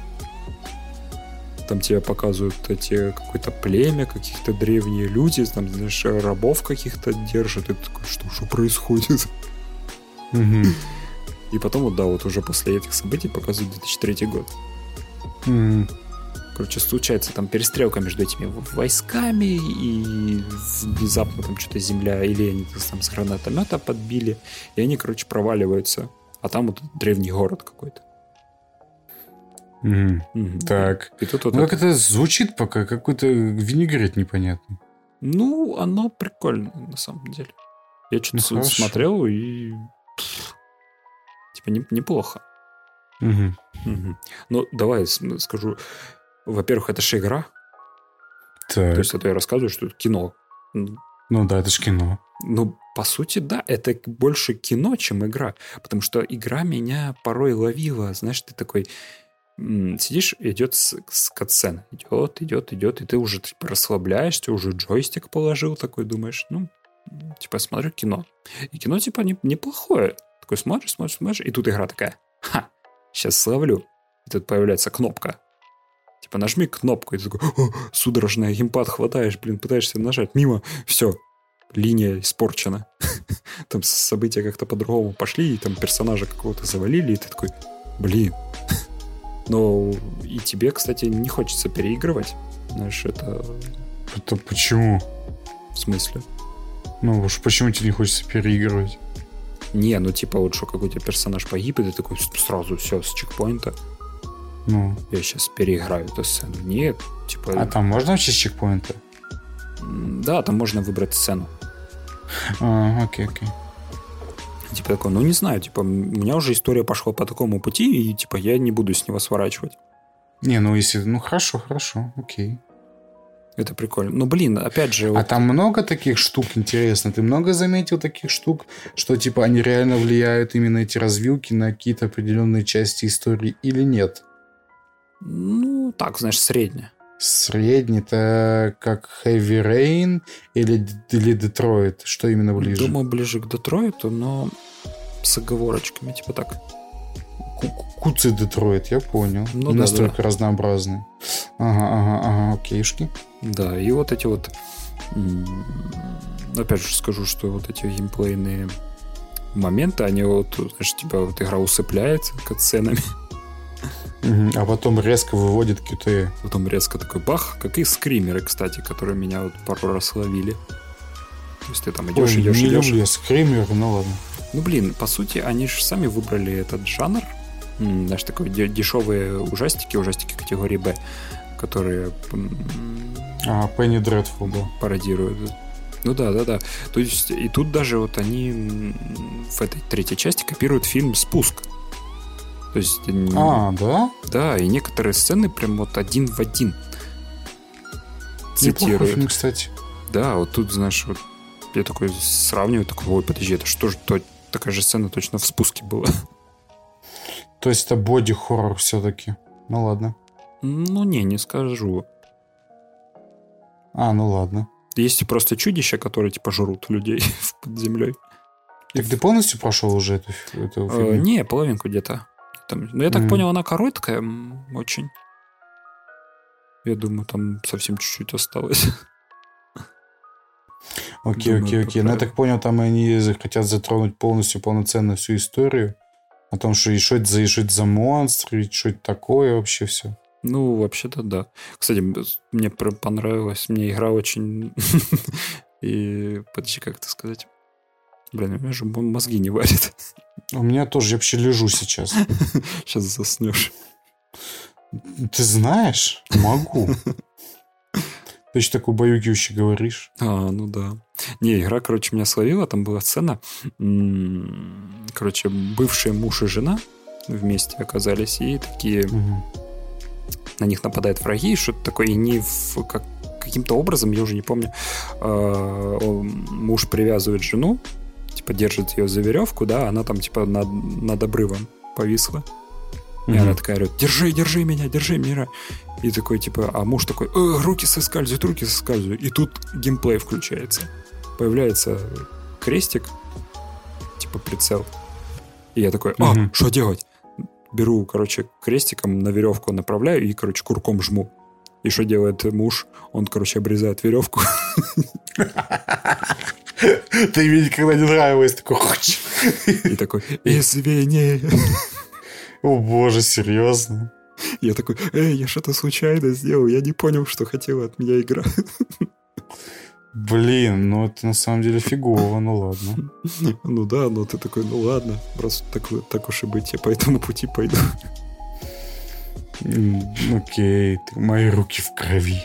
Там тебе показывают эти какое-то племя, каких-то древние люди, там, знаешь, рабов каких-то держат. И ты такой, что же происходит? Mm-hmm. И потом, вот да, вот уже после этих событий показывают две тысячи третий год. Mm-hmm. Короче, случается там перестрелка между этими войсками, и внезапно там что-то земля, или они там с гранатомета подбили, и они, короче, проваливаются. А там вот древний город какой-то. Mm-hmm. Mm-hmm. Так. И тут вот ну, это... как это звучит пока, какой-то винегрет непонятный. Ну, оно прикольно, на самом деле. Я что-то ну, смотрел, и... Типа, не, неплохо. Mm-hmm. Mm-hmm. Ну, давай скажу... Во-первых, это же игра. Так. То есть, это я рассказываю, что это кино. Ну да, это же кино. Ну, по сути, да, это больше кино, чем игра. Потому что игра меня порой ловила. Знаешь, ты такой... м, сидишь, идет с, с катсцена. Идет, идет, идет, и ты уже типа, расслабляешься, уже джойстик положил, такой думаешь, ну, типа, смотрю кино. И кино, типа, не, неплохое. Такой смотришь, смотришь, смотришь, и тут игра такая, ха, сейчас словлю. И тут появляется кнопка. Типа, нажми кнопку, и ты такой, судорожно геймпад хватаешь, блин, пытаешься нажать, мимо, все, линия испорчена. Там события как-то по-другому пошли, и там персонажа какого-то завалили, и ты такой, блин. Но и тебе, кстати, не хочется переигрывать. Знаешь, это... Это почему? В смысле? Ну уж почему тебе не хочется переигрывать? Не, ну типа вот что какой-то персонаж погиб, и ты такой сразу все с чекпоинта. Ну. Я сейчас переиграю эту сцену. Нет, типа... А там можно вообще с чекпоинта? Да, там можно выбрать сцену. А, окей, окей. Типа такой, ну не знаю, типа, у меня уже история пошла по такому пути, и типа я не буду с него сворачивать. Не, ну если... Ну хорошо, хорошо, окей. Это прикольно. Ну, блин, опять же... А вот... там много таких штук, интересно? Ты много заметил таких штук, что типа они реально влияют именно эти развилки на какие-то определенные части истории или нет? Ну, так, знаешь, среднее. Средний, это как Heavy Rain или, или Детройт? Что именно ближе? Думаю, ближе к Детройту, но с оговорочками, типа так. Куцый Детройт, я понял. Ну, не да, настолько да. разнообразный. Ага, ага, ага, окейшки. Да, и вот эти вот... Опять же скажу, что вот эти геймплейные моменты, они вот, знаешь, типа вот игра усыпляет катсценами. Угу. А потом резко выводит кью ти и. Потом резко такой бах, как и скримеры, кстати, которые меня вот пару раз ловили. То есть ты там идешь, Ой, идешь, не идешь. люблю скример, ну ладно. Ну, блин, по сути, они же сами выбрали этот жанр. М, Знаешь, такой де- дешевые ужастики, ужастики категории Б, которые м, А, Penny Dreadful, да. пародируют. Ну да, да, да. То есть и тут даже вот они м, в этой третьей части копируют фильм «Спуск». То есть... м, А, да? Да, и некоторые сцены прям вот один в один Неплохой цитируют. фильм, кстати. Да, вот тут, знаешь, вот я такой сравниваю, такой, ой, подожди, это что же то, такая же сцена точно в «Спуске» была. То есть это боди-хоррор все-таки. Ну ладно. Ну, не, не скажу. А, ну ладно. Есть просто чудища, которые типа жрут людей под землей. Так ты полностью прошел уже эту, эту Э, фигню? не, половинку где-то. Там, ну, я так Мгм. понял, она короткая м, очень. Я думаю, там совсем чуть-чуть осталось. Окей, думаю, окей, окей. Ну, я поправим. так понял, там они за- хотят затронуть полностью, полноценно всю историю. О том, что и что это за, и что это за монстры, и что это такое вообще все. Ну, вообще-то да. Кстати, м- мне пр- понравилась. Мне игра очень... И... Подожди, как это сказать? Блин, у меня же м- мозги не варят. У меня тоже, я вообще лежу сейчас. Сейчас заснешь. Ты знаешь? Могу. Ты еще так убаюкивающе говоришь. А, ну да. Не, игра, короче, меня словила. Там была сцена. м, Короче, бывшие муж и жена вместе оказались. И такие... Мгм. На них нападают враги. Что-то такое. И не в... Как, каким-то образом, я уже не помню, а, он- муж привязывает жену. Типа держит ее за веревку, да. Она там типа над, над обрывом повисла. И Мгм. она такая орет: держи, держи меня, держи меня. И такой, типа, а муж такой: «Э, руки соскальзывают, руки соскальзывают. И тут геймплей включается. Появляется крестик, типа прицел. И я такой: а, Мгм. что делать? Беру, короче, крестиком на веревку направляю и, короче, курком жму. И что делает муж? Он, короче, обрезает веревку. Ты мне никогда не нравилось. Такой, хоч. И такой: извини. О боже, серьезно? Я такой: эй, я что-то случайно сделал. Я не понял, что хотела от меня игра. Блин, ну это на самом деле фигово, ну ладно. Ну да, но ты такой: ну ладно, просто так, так уж и быть, я по этому пути пойду. М, Окей, ты- мои руки в крови.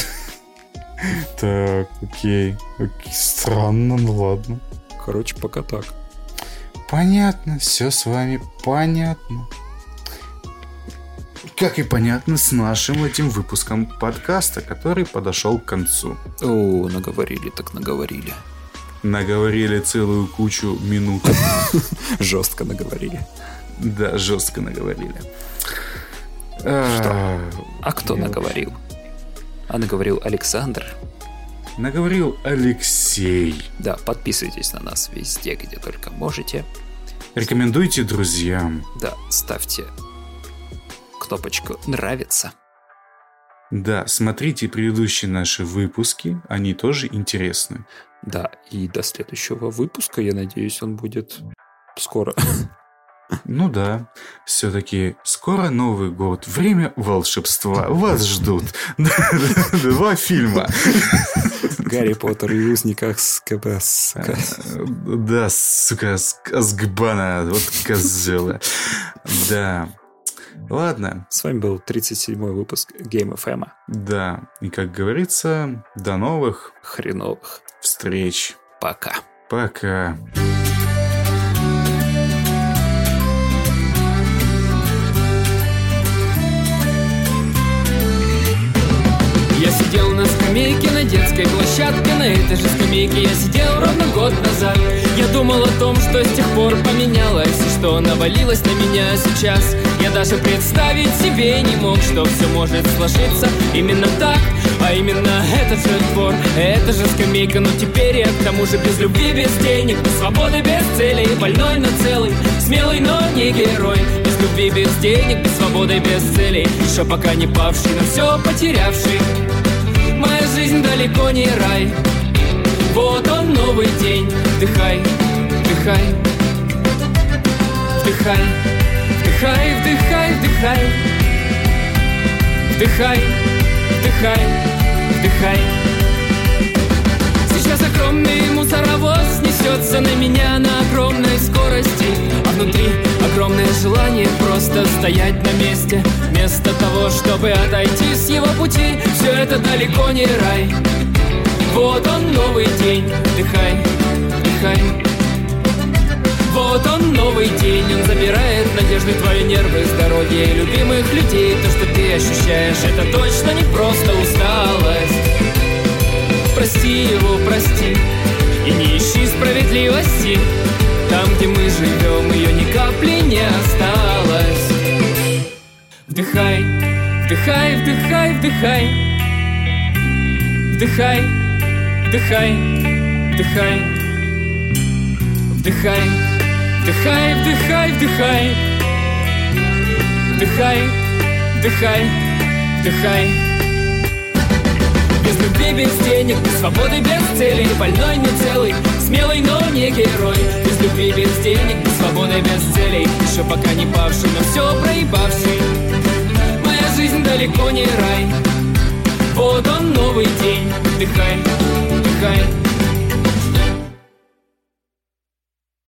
Так, окей. Окей, странно, ну ладно. Короче, пока так. Понятно, все с вами понятно. Как и понятно с нашим этим выпуском подкаста, который подошел к концу. О, наговорили, так наговорили. Наговорили целую кучу минут. Жестко наговорили. Да, жестко наговорили. Что? А кто наговорил? А наговорил Александр. Наговорил Алексей. Да, подписывайтесь на нас везде, где только можете. Рекомендуйте друзьям. Да, ставьте кнопочку «Нравится». Да, смотрите предыдущие наши выпуски, они тоже интересны. Да, и до следующего выпуска, я надеюсь, он будет скоро. Ну да, все-таки скоро Новый год, время волшебства, вас ждут два фильма. Гарри Поттер и узник Азкабана. Да, сука, Азкабана, вот козела. Да. Ладно. С вами был тридцать седьмой выпуск Game эф эм. Да, и как говорится, до новых хреновых встреч. Пока. Пока. Я сидел на скамейке на детской площадке. На этой же скамейке я сидел ровно год назад. Я думал о том, что с тех пор поменялось, и что навалилось на меня сейчас. Я даже представить себе не мог, что все может сложиться именно так. А именно этот же двор, эта же скамейка. Но теперь я к тому же без любви, без денег, без свободы, без целей. Больной, но целый, смелый, но не герой. Без любви, без денег, без свободы, без целей. Еще пока не павший, но все потерявший. Моя жизнь далеко не рай. Вот он, новый день. Вдыхай, вдыхай, вдыхай, вдыхай, вдыхай, вдыхай, вдыхай, вдыхай, вдыхай. Сейчас огромный мусоровоз несется на меня на огромной скорости, а внутри огромное желание просто стоять на месте. Вместо того, чтобы отойти с его пути, все это далеко не рай. Вот он, новый день. Вдыхай, вдыхай. Вот он, новый день. Он забирает надежды, твои нервы, здоровье любимых людей. То, что ты ощущаешь, это точно не просто усталость. Прости его, прости, и не ищи справедливости. Там, где мы живем, ее ни капли не осталось. Вдыхай, вдыхай, вдыхай, вдыхай. Вдыхай, вдыхай, вдыхай. Вдыхай, вдыхай, вдыхай, вдыхай. Вдыхай, вдыхай, вдыхай. Без любви, без денег, без свободы, без цели. Больной, но целый, смелый, но не герой. Без любви, без денег, без свободы, без целей. Еще пока не павший, но все проебавший. Моя жизнь далеко не рай. Вот он, новый день. Вдыхай, вдыхай.